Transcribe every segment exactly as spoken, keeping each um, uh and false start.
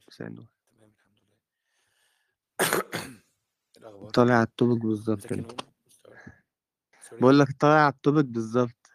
مساء النور. تمام الحمد لله. إيه الأخبار؟ طالع على الtopic بالضبط ازيك يا أنت. نونو؟ مستوى سوري؟ باقول لك طالع على الtopic بالضبط.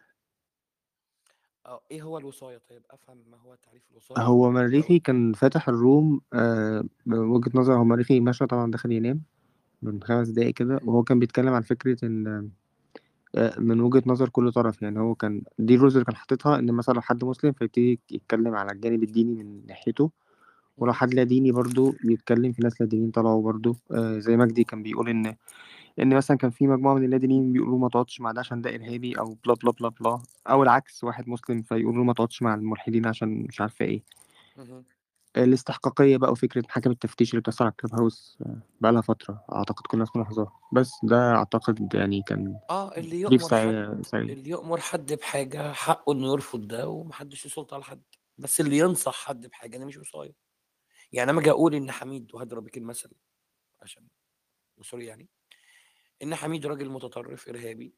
اه ايه هو الوصاية؟ طيب افهم ما هو تعريف الوصاية هو ولو مريخي كان فاتح الroom آآ بوجهة نظر هو مريخي مشى طبعًا دخل ينام من خمس دقايق كده، وهو كان بيتكلم عن فكرة إن آآ من وجهة نظر كل طرف، يعني هو كان دي الrules اللي كان حاططها إن مثلًا لو حد مسلم فيبتدي يتكلم على الجانب الديني من ناحيته، ولو مهم. حد لا ديني برضه يتكلم، في ناس لا دينيين طلعوا برضه آآ زي مجدي كان بيقول إن إن مثلًا كان في مجموعة من اللادينيين بيقولوا ما تقعدش مع ده عشان ده إرهابي أو بلا، بلا، بلا، بلا، أو العكس واحد مسلم فيقولوا له ما تقعدش مع الملحدين عشان مش عارفة إيه. مهم. الاستحقاقية بقى وفكرة محاكم التفتيش اللي بتحصل على الclub house بقى لها فترة، أعتقد كل الناس ملاحظاها، بس ده أعتقد يعني كان اه اللي brief يؤمر حد سريع سريع. اللي يؤمر حد بحاجة حقه انه يرفض ده ومحدش يسلط على حد، بس اللي ينصح حد بحاجة انا مش وصاية. يعني انا اجي اقول ان حميد، وهضرب بك المثل عشان سوري يعني، ان حميد راجل متطرف ارهابي،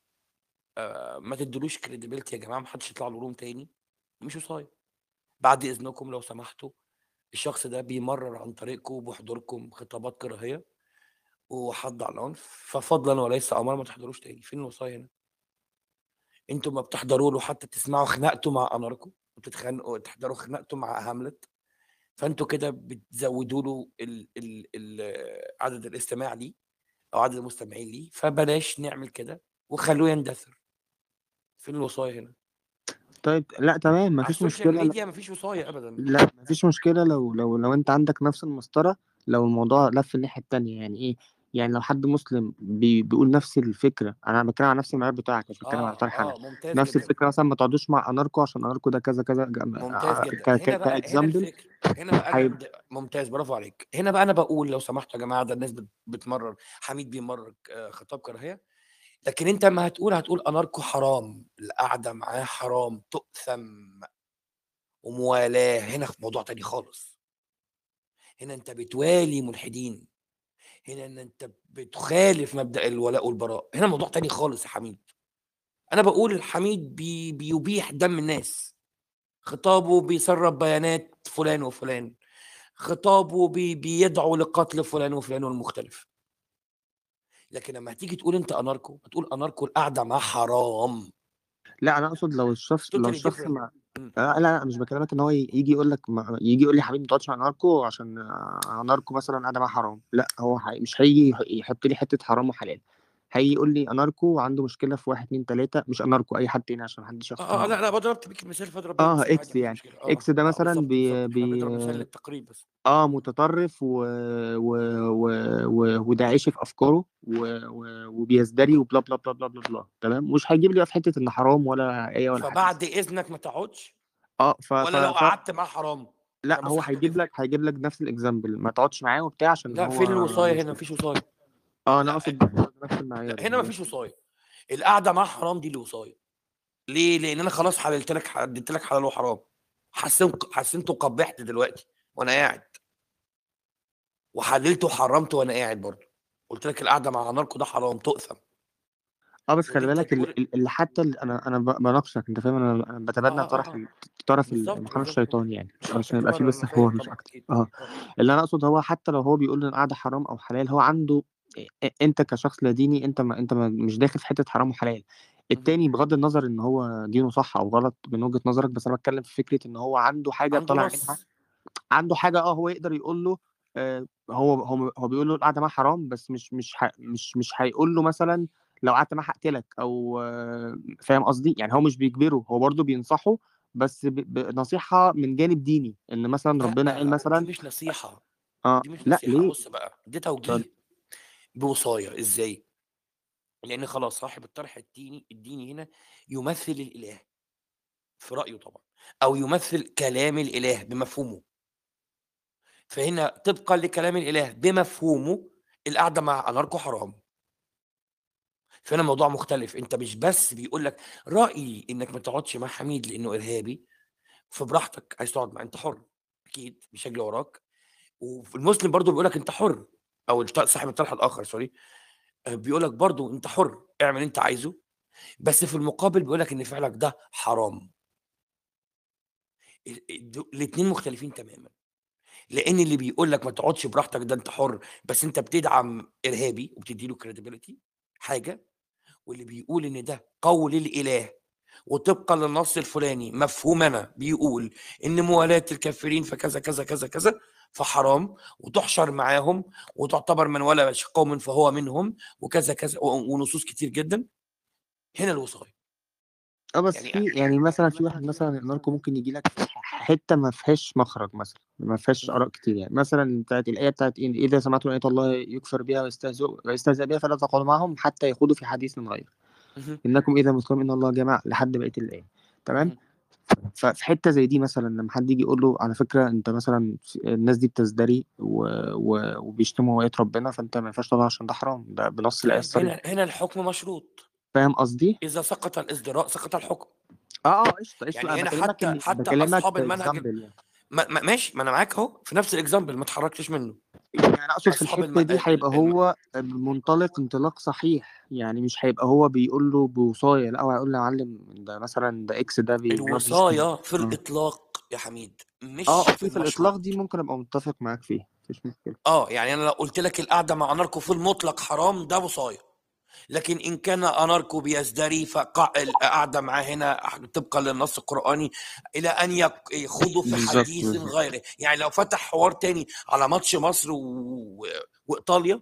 آه ما تدلوش كريديبيلتي يا جماعة، محدش يطلع له روم تاني، دي مش وصاية. بعد اذنكم لو سمحتوا، الشخص ده بيمرر عن طريقكم بحضوركم خطابات كراهيه وحض على العنف، ففضلا وليس امرا ما تحضروش تاني. فين الوصايه هنا؟ انتوا ما بتحضروا له حتى تسمعوا خناقته مع اناركو، وتتخانقوا تحضروا خناقته مع هاملت، فانتوا كده بتزودوا له ال ال ال عدد الاستماع ليه او عدد المستمعين ليه، فبلاش نعمل كده وخلوه يندثر. فين الوصايه هنا؟ طيب لأ تمام ما على فيش السوشيال مشكلة ل ميديا مفيش وصايه ابدا. لأ ما فيش مشكلة لو لو لو أنت عندك نفس المسطرة، لو الموضوع لَف الناحية التانية، يعني إيه، يعني لو حد مسلم بي بيقول نفس الفكرة، أنا باتكلم عن نفس المعيار بتاعك مش باتكلم على اه طرح أنا، اه ممتاز نفس جدا. الفكرة مثلًا ما تقعدوش مع أناركو عشان أناركو ده كذا، كذا ج ممتاز ع جدا. ك هنا ك بقى هنا كexample الفكر. هنا بقى انا هيب د- ممتاز، برافو عليك. هنا بقى انا بقول لو سمحتوا يا جماعه، ده الناس بت- بتمرر، حميد بيمرر آه، خطاب كراهيه، لكن انت ما هتقول هتقول اناركو حرام، القعده معاه حرام تؤثم، وموالاه هنا في موضوع تاني خالص. هنا انت بتوالي ملحدين، هنا ان انت بتخالف مبدأ الولاء والبراء، هنا موضوع تاني خالص يا حميد. انا بقول الحميد بي بيبيح دم الناس، خطابه بيسرب بيانات فلان وفلان، خطابه بي بيدعو لقتل فلان وفلان والمختلف. لكن لما هتيجي تقول انت اناركو، هتقول اناركو القعده معاه حرام. لأ أنا أقصد لو It's الشخص لو totally الشخص different. ما مم. لا، لا، لأ مش باكلمك إن هو ي ييجي يقول لك ما ييجي يقول لي يا حبيبي ما تقعدش مع أناركو عشان أناركو مثلًا قاعدة معاه حرام، لأ هو ح مش هييجي يح يحط لي حتة حرام وحلال، هييجي يقول لي أناركو عنده مشكلة في واحد، اتنين، تلاتة مش أناركو أي حد تاني عشان ما حدش ياخد اه اه فيها لا لا، ضربت بيك المثال فاضرب بيك آه المثال X عادي، مفيش يعني، مشكله. اه X ده اه مثلًا بالظبط بي بالظبط، احنا بي بنضرب مثال للتقريب بس. آه مم. متطرف و و و و وداعشي في أفكاره و و وبيزدري وبلا، بلا، بلا، بلا، بلا، بلا تمام، مش هيجيب لي بقى في حتة إن حرام ولا آية ولا حديث. فبعد اذنك ما تقعدش، آه ف ف ولا لو ف قعدت معاه حرام؟ لأ عشان بس هو خاطر هيجيب نفهم. لك هيجيب لك نفس الexample ما تقعدش معاه وبتاع عشان لا، هو فين الوصايه هنا؟ مسلم. مفيش وصايه. آه أنا لا أقصد برضه نفس لا، المعيار هنا يعني مفيش بس. وصايه. القعده معاه حرام دي الوصايه. ليه؟ لان انا خلاص حللت لك، حددت لك حلال وحرام، حسنت حسنت وقبحت دلوقتي وانا قاعد، وحللت وحرمت وانا قاعد برضه. قلت لك القعده مع ناركو ده حرام تؤثم، آه بس خلّي وتيجي انت بالك ال تقول ال اللي حتى ال أنا أنا ب باناقشك أنت فاهم، أنا أنا اه باتبنى اه طرف اه ال طرف ال بالظبط المنحنى بالظبط الشيطاني يعني، مش براحتك علشان يبقى في تبرر، بس انا فاهم حوار مش طبعا أكتر. اكيد. آه. اه اللي أنا أقصد هو حتى لو هو بيقول إن القعدة حرام أو حلال، هو عنده أ أنت كشخص لا ديني أنت ما أنت ما مش داخل في حتة حرام وحلال، مهم. التاني بغض النظر إن هو دينه صح أو غلط من وجهة نظرك، بس أنا باتكلم في فكرة إن هو عنده حاجة عنده طالع منها، نص. عنده حاجة آه هو يقدر يقول له آآ هو هو هو بيقول له القعدة معاه حرام، بس مش مش ح مش مش هيقول له مثلًا لو قعدت معاه هاقتلك أو آه، فاهم قصدي؟ يعني هو مش بيجبره، هو برضه بينصحه بس ب بنصيحة من جانب ديني، إن مثلًا ربنا قال لا دي مثلًا مش نصيحه، آه، دي مش لأ نصيحه. ليه؟ بص بقى، ده اتفضل. توجيه بوصايه. ازاي؟ لان خلاص صاحب الطرح الديني الديني هنا يمثل الاله في رايه طبعا، او يمثل كلام الاله بمفهومه. فهنا طبقا لكلام الاله بمفهومه، القعده مع اناركو حرام. فهنا الموضوع مختلف، انت مش بس بيقول لك رايي انك ما تقعدش مع حميد لانه ارهابي، فبراحتك عايز تقعد معاه انت حر، اكيد مش هاجري وراك. وفي المسلم برضه بيقول لك انت حر، او الط- صاحب الطرح الاخر سوري، آه، بيقول لك برضه انت حر اعمل اللي انت عايزه، بس في المقابل بيقول لك ان فعلك ده حرام. الاثنين مختلفين تماما. لان اللي بيقول لك ما تقعدش براحتك ده انت حر، بس انت بتدعم ارهابي وبتدي له كريديبيليتي حاجه، واللي بيقول ان ده قول الاله وطبقا للنص الفلاني مفهومنا بيقول ان موالاه الكافرين فكذا كذا كذا كذا فحرام وتحشر معاهم وتعتبر من ولا قوم فهو منهم وكذا كذا و- ونصوص كتير جدا. هنا الوصايه. اه بس يعني في يعني مثلا في واحد مثلا الناركو ممكن يجي لك في حته ما فيهاش مخرج، مثلا ما فيهاش مهم. اراء كتير، يعني مثلا بتاعت الايه بتاعت إن اذا سمعتم ايه الله يكفر بها ويستهزئ ويستهزئ بها فلا تقعدوا معهم حتى يخوضوا في حديث غيره مهم. انكم اذا مثلهم ان الله جمع لحد بقيه الايه. تمام. مهم. ففي حته زي دي مثلا لما حد يجي يقول له على فكره انت مثلا الناس دي بتزدري و... و... وبيشتموا آيات ربنا، فانت ما ينفعش تقول عشان ده حرام، ده بنص الايه تمام. الصريح. هنا هنا الحكم مشروط. فاهم قصدي؟ اذا سقط الازدراء سقط الحكم. اه اه قشطه قشطه، يعني انا هنا بكلمك حتى ان حتى بكلمك اصحاب المنهج ال- اكزامبل يعني. ما ما- ماشي، ما انا معاك اهو في نفس الاكزامبل، ما اتحركتش منه. يعني اقصد في اصحاب الم... الحته دي ال- هيبقى ال- الم... هو منطلق انطلاق صحيح، يعني مش هيبقى هو بيقول له بوصايه، لا هو هيقول له يا معلم ده مثلا ده اكس ده بي- بيقعد يشتم. الوصايه في اه الاطلاق يا حميد مش اه في اوكي، في الاطلاق دي المشروط. ممكن ابقى متفق معاك فيه، مفيش مشكله. اه يعني انا لو قلت لك القعده مع اناركو في المطلق حرام ده وصايه، لكن ان كان اناركو بيزدري فالقعده معاه هنا طبقا للنص القراني الى ان يق- يخوضوا في بالظبط حديث بالظبط. غيره. يعني لو فتح حوار تاني على ماتش مصر و... و... وايطاليا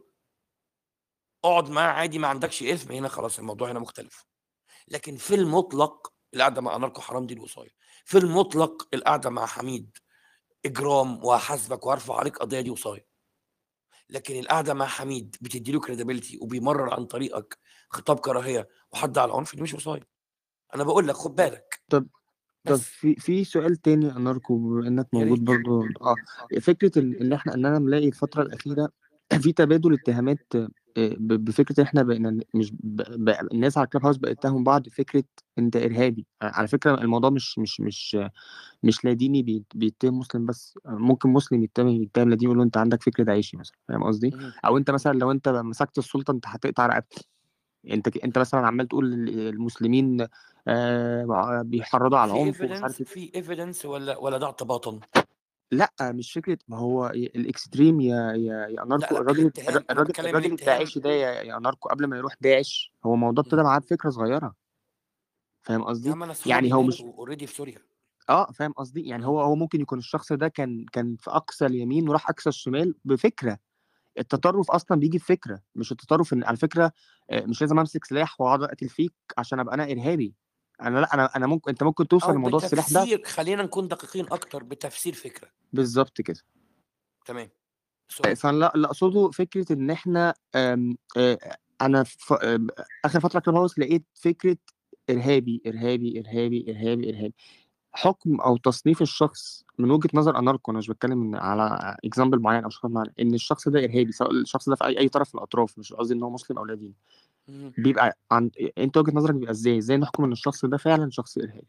اقعد معاه عادي، ما عندكش اثم، هنا خلاص الموضوع هنا مختلف. لكن في المطلق القعده مع اناركو حرام دي الوصايه. في المطلق القعده مع حميد اجرام وهحاسبك وهرفع عليك قضيه دي وصايه. لكن القعده مع حميد بتدي له كريديبيلتي وبيمرر عن طريقك خطاب كراهيه وحد على العنف، دي مش وصايه. انا بقول لك خد بالك. طب طب بس في في سؤال تاني يا ناركو بما انك يا موجود ريت. برضو. اه فكره ال- ان احنا ان انا ملاقي الفتره الاخيره في تبادل اتهامات، آه، ب- بفكره إن احنا بقينا مش ب... ب... الناس على كلاب هاوس بقت تتهم بعض فكره انت ارهابي. على فكره الموضوع مش مش مش مش لا ديني بي- بيتهم مسلم بس، ممكن مسلم يتهم يتهم لا ديني يقول له انت عندك فكر داعشي مثلا. فاهم قصدي؟ مهم. او انت مهم. مثلا لو انت مسكت السلطه انت هتقطع رقبتي. انت ك- انت مثلا عمال تقول المسلمين آه بيحرضوا على في العنف ومش ايفيدنس عارف ايه. في ايفيدنس ولا ولا ده اعتباطا؟ لا مش فكره، ما هو الاكستريم يا يا يا لا اناركو، لا الراجل الاتهام، انا الراجل بتكلم الراجل الاتهام. الداعشي ده يا يا اناركو قبل ما يروح داعش هو موضوع ابتدى مهم. معاه بفكره صغيره. فاهم يا قصدي؟ عم انا اصحابي يعني هو مش ماتوا اوريدي في سوريا. اه فاهم قصدي، يعني مهم. هو هو ممكن يكون الشخص ده كان كان في اقصى اليمين وراح اقصى الشمال بفكره. التطرف اصلا بيجي بفكره، مش التطرف ان على فكره آه، مش لازم امسك سلاح واقعد اقتل فيك عشان ابقى انا ارهابي. انا لا انا انا ممكن انت ممكن توصل او لموضوع السلاح ده. بتفسير، خلينا نكون دقيقين اكتر، بتفسير فكره. بالظبط كده. تمام. آه، سؤال. فانا لا اللي اقصده فكره ان احنا آم، آه، انا في آم، اخر فتره كده هوس لقيت فكره ارهابي ارهابي ارهابي ارهابي ارهابي. حكم او تصنيف الشخص من وجهه نظر اناركو، انا مش بتكلم إن- على اكزامبل معين او شخص معين، ان الشخص ده ارهابي سواء الشخص ده في اي اي طرف من الاطراف، مش قصدي ان هو مسلم او لا ديني. مهم. بيبقى عن انت وجهة نظرك بيبقى ازاي ازاي نحكم ان الشخص ده فعلا شخص ارهابي؟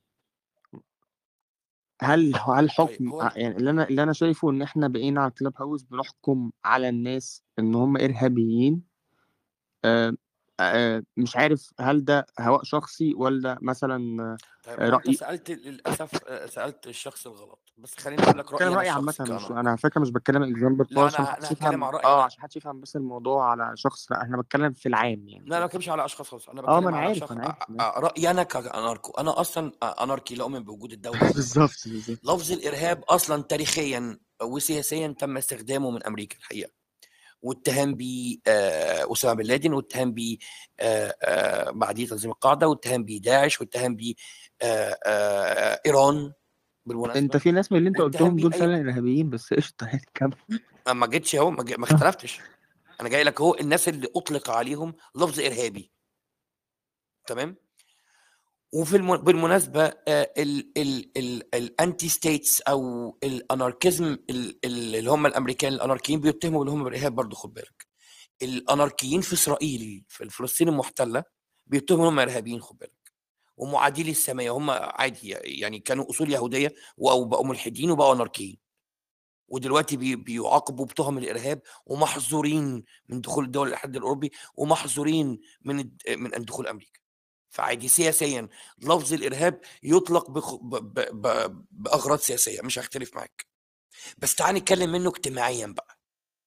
هل هل طيب حكم هو ال- يعني اللي انا اللي انا شايفه ان احنا بقينا على كلاب هاوس بنحكم على الناس ان هم ارهابيين. آه آه مش عارف هل ده هواء شخصي ولا مثلا طيب آه هو انت رأيي. سالت للاسف، آه، سالت الشخص الغلط، بس خليني اقول لك بتكلم رايي انا رأيي عامة، الشخصي مش كاناركو. انا على فكرة مش بتكلم اكزامبل لا خالص عشان انا محدش انا هتكلم يفهم، عن رايي اه انا. عشان محدش يفهم بس الموضوع على شخص، لا احنا بتكلم في العام يعني لا انا ما كده. بتكلمش على اشخاص خالص، انا اه ما بتكلم انا على عارف شخص، انا عارف انا عارف. رايي انا كاناركو. انا اصلا اناركي لا اؤمن بوجود الدوله. بالظبط بالظبط. لفظ الارهاب اصلا تاريخيا وسياسيا تم استخدامه من امريكا الحقيقه، واتهام بيه آه، اسامه بن لادن، واتهام بيه آه، آه، بعديه تنظيم القاعده، واتهام بيه داعش، واتهام بيه آه، آه، ايران انت بالمناسبه، في ناس من اللي انت واتهام قلتهم بيه دول اي. فعلا ارهابيين، بس قشطة يعني كمل. ما جيتش اهو، ما, جي... ما اختلفتش. انا جاي لك اهو الناس اللي اطلق عليهم لفظ ارهابي. تمام. وفي الم... بالمناسبه آه، ال... ال... ال... الانتي ستيتس او الاناركيزم ال... ال- اللي هم الامريكان الاناركيين بيتهموا اللي هم بالارهاب برضه، خد بالك. الاناركيين في اسرائيل في فلسطين المحتله بيتهموا هم ارهابيين، خد بالك. ومعادلي الساميه هم عادي يعني، كانوا اصول يهوديه او بقوا ملحدين وبقوا اناركيين، ودلوقتي بي بيعاقبوا بتهم الارهاب ومحظورين من دخول الدول الاتحاد الاوروبي، ومحظورين من الد- من ان دخول امريكا. فعادي سياسيا لفظ الارهاب يطلق بخ... ب... ب... ب... باغراض سياسيه، مش هختلف معاك. بس تعال نتكلم منه اجتماعيا بقى.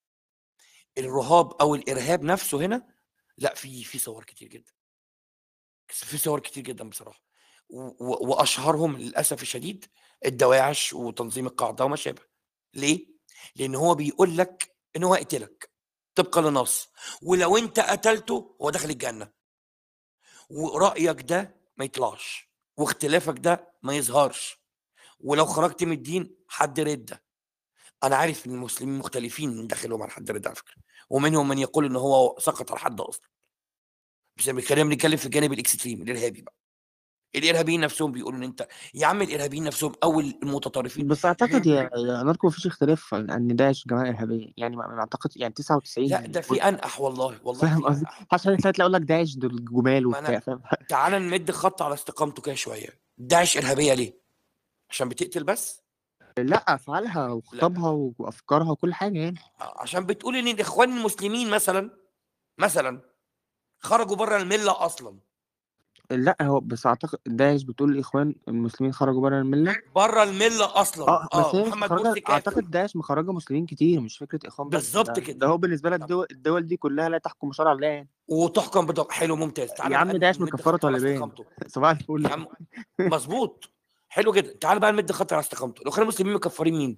الرهاب او الارهاب نفسه هنا لا، في في صور كتير جدا، في صور كتير جدا بصراحه، و- و- واشهرهم للاسف الشديد الدواعش وتنظيم القاعده وما شابه. ليه؟ لان هو بيقول لك ان هو هيقتلك طبقا لنص، ولو انت قتلته هو داخل الجنه، ورايك ده ما يطلعش، واختلافك ده ما يظهرش، ولو خرجت من الدين حد رده. انا عارف ان المسلمين مختلفين من داخلهم على حد رده على فكره، ومنهم من يقول ان هو سقط على حد اصلا. بس خلينا بنتكلم في الجانب الاكستريم الارهابي بقى. الارهابيين نفسهم بيقولوا ان انت، يا عم الارهابيين نفسهم او المتطرفين بس اعتقد هم. يا يا ناركو مفيش اختلاف عن ان داعش جماعه ارهابيه، يعني ما ما اعتقد يعني لا تسعة وتسعين. ده في انقح، والله والله فاهم في قصدي؟ انقح. عشان تلاقي اقول لك داعش دول جمال ما انا، وبتاع، فاهم؟ تعال نمد خط على استقامته كده شويه. داعش ارهابيه ليه؟ عشان بتقتل بس؟ لا، افعالها لا، وخطابها وافكارها وكل حاجه يعني. عشان بتقول ان الاخوان المسلمين مثلا، مثلا خرجوا بره المله اصلا. لا، هو بس اعتقد داعش بتقول الاخوان المسلمين خرجوا بره المله. بره المله اصلا، اه، بس اه، هي مش محمد مخرجه، مرسي كافر. اعتقد داعش مخرجه مسلمين كتير، مش فكره اخوان بس، بالظبط ده, كده. ده هو بالنسبه لها طب الدول الدول دي كلها لا تحكم شرع الله يعني. وتحكم بضغط، حلو ممتاز. يا تعالى بقى عم داعش نمد مكفره خط على طالبان. استقامته. صباح يا الفل. عم مظبوط، حلو جدا. تعال بقى نمد خط على استقامته. لو كانوا المسلمين مكفرين مين؟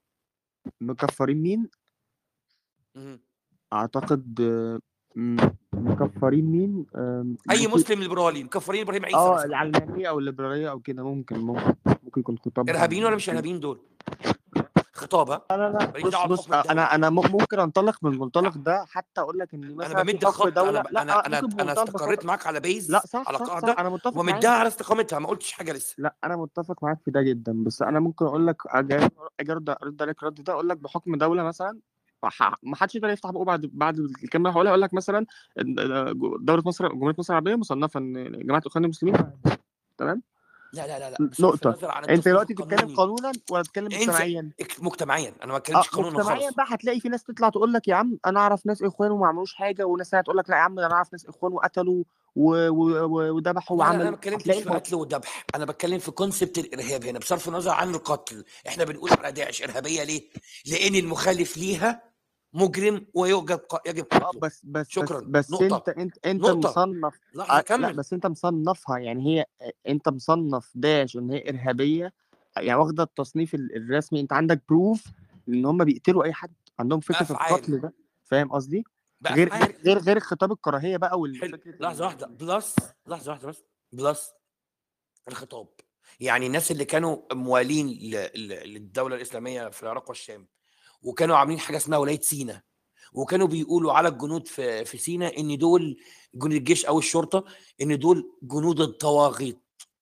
مكفرين مين؟ مم. اعتقد آه، م- مكفرين مين؟ آم، اي ممكن. مسلم ليبرالي مكفرين ابراهيم عيسى اه، مثلا. العلمانيه او الليبراليه او كده، ممكن ممكن ممكن يكون خطابها. ارهابيين ولا مش ارهابيين دول؟ خطابه، ماليش بص دعوه بص، بحكم انا الدوله. انا م- ممكن انطلق من المنطلق تع- ده، حتى اقول لك ان انا مثلا في بمد حكم خط، انا دوله، ب... انا لا انا ممكن انا بمنتهى استقريت البساطه. معاك على لا، بيز، صح على صح صح، قاعده، انا متفق معاك. ومدها على استقامتها، ما قلتش حاجه لسه. لا، انا متفق معاك في ده جدا، بس انا ممكن اقول لك اجي أجي ارد ارد عليك رد ده، اقول لك بحكم دوله مثلا ح- ما حدش يقدر يفتح بقه بعد بعد الكلام اللي هقوله. اقول لك مثلا إن دوله مصر، جمهوريه مصر العربيه مصنفه ان جماعه الاخوان المسلمين، تمام. لا لا لا لا، بصرف نقطه. النظر عن انت التصنيف دلوقتي بتتكلم القانوني. قانونا ولا بتتكلم انسى. مجتمعيا؟ اك- مجتمعيا، انا ما اه، اتكلمتش قانونا مجتمعيا خالص. بقى هتلاقي في ناس تطلع تقول لك يا عم انا اعرف ناس اخوان وما عملوش حاجه، وناس تانية تقول لك لا يا عم ده انا اعرف ناس اخوان وقتلوا و- و- و- وذبحوا لا لا، انا وعملوا، ما اتكلمتش هتلاقي في الموضوع. قتل وذبح، انا بتكلم في كونسبت الارهاب هنا بصرف النظر عن القتل. احنا بنقول على داعش ارهابيه ليه؟ لان المخالف ليها مجرم ويجب ق- يجب اه، قتله. بس بس بس شكرا، بس انت نقطه. انت انت نقطه. مصنف. لحظه آه لا، كمل. بس انت مصنفها يعني هي. انت مصنف داعش ان هي ارهابيه، يعني واخده التصنيف ال- الرسمي. انت عندك بروف ان هم بيقتلوا اي حد، عندهم فكره بافعال، القتل ده. فاهم قصدي؟ غير بافعال. غير غير غير خطاب الكراهيه بقى حلو، والفكره لحظه ال... واحده بلس، لحظه واحده بس، بلس الخطاب. يعني الناس اللي كانوا موالين ل- ل- للدوله الاسلاميه في العراق والشام، وكانوا عاملين حاجه اسمها ولايه سينا، وكانوا بيقولوا على الجنود في في سينا ان دول جنود الجيش او الشرطه، ان دول جنود الطواغيت.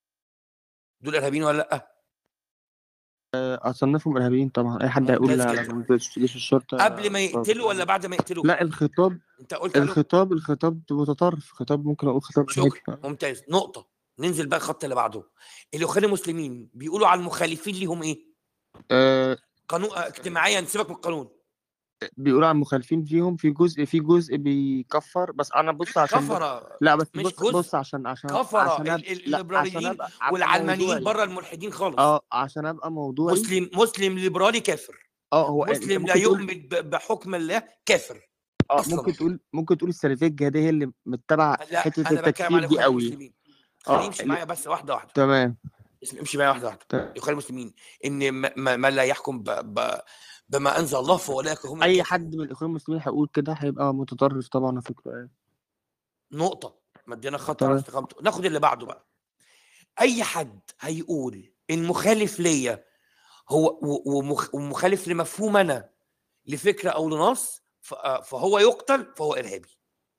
دول ارهابيين ولا لا؟ اصنفهم ارهابيين طبعا، اي حد هيقول ممتاز لا على جدا. جنود جيش قبل الشرطه. ما يقتلوا ولا بعد ما يقتلوا؟ لا، الخطاب انت قلت عليهم. الخطاب الخطاب متطرف، خطاب ممكن اقول خطاب شكرا، ارهابي. ممتاز، نقطه. ننزل بقى الخط اللي بعده. الاخوان المسلمين بيقولوا على المخالفين ليهم ايه؟ أه، قانون اجتماعيا، سيبك من القانون. بيقولوا عن المخالفين فيهم في جزء في جزء بيكفر، بس انا بص عشان بس. كفر، لا، بس مش بص جزء. بص عشان عشان كفر عشان ال- أبقى ال- لا عشان الليبراليين ابقى ابقى والعلمانيين موضوعي. بره الملحدين خالص. اه، عشان ابقى موضوعي. مسلم مسلم ليبرالي كافر. اه، هو انت مسلم لا ممكن تقول. يؤمن ب- بحكم الله كافر اه، اصلا. ممكن تقول ممكن تقول السلفيه الجهاديه هي اللي متبعه لا، حته انا بتكلم التكفير على دي الاخوان قوي. المسلمين. خليه اه، يمشي ال- معايا بس واحده واحده. تمام. اسم- امشي معايا واحده واحده. تمام. الاخوان المسلمين ان ما, ما ما لا يحكم ب... ب... بما انزل الله فاولئك هم اي الكافرون. حد من الاخوان المسلمين هيقول كده هيبقى متطرف طبعا على فكره يعني. نقطه. مدينا خط على تمام. استقامته. ناخد اللي بعده بقى. اي حد هيقول المخالف ليا هو و- ومخ... ومخالف لمفهوم انا لفكره او لنص، ف... فهو يقتل، فهو ارهابي.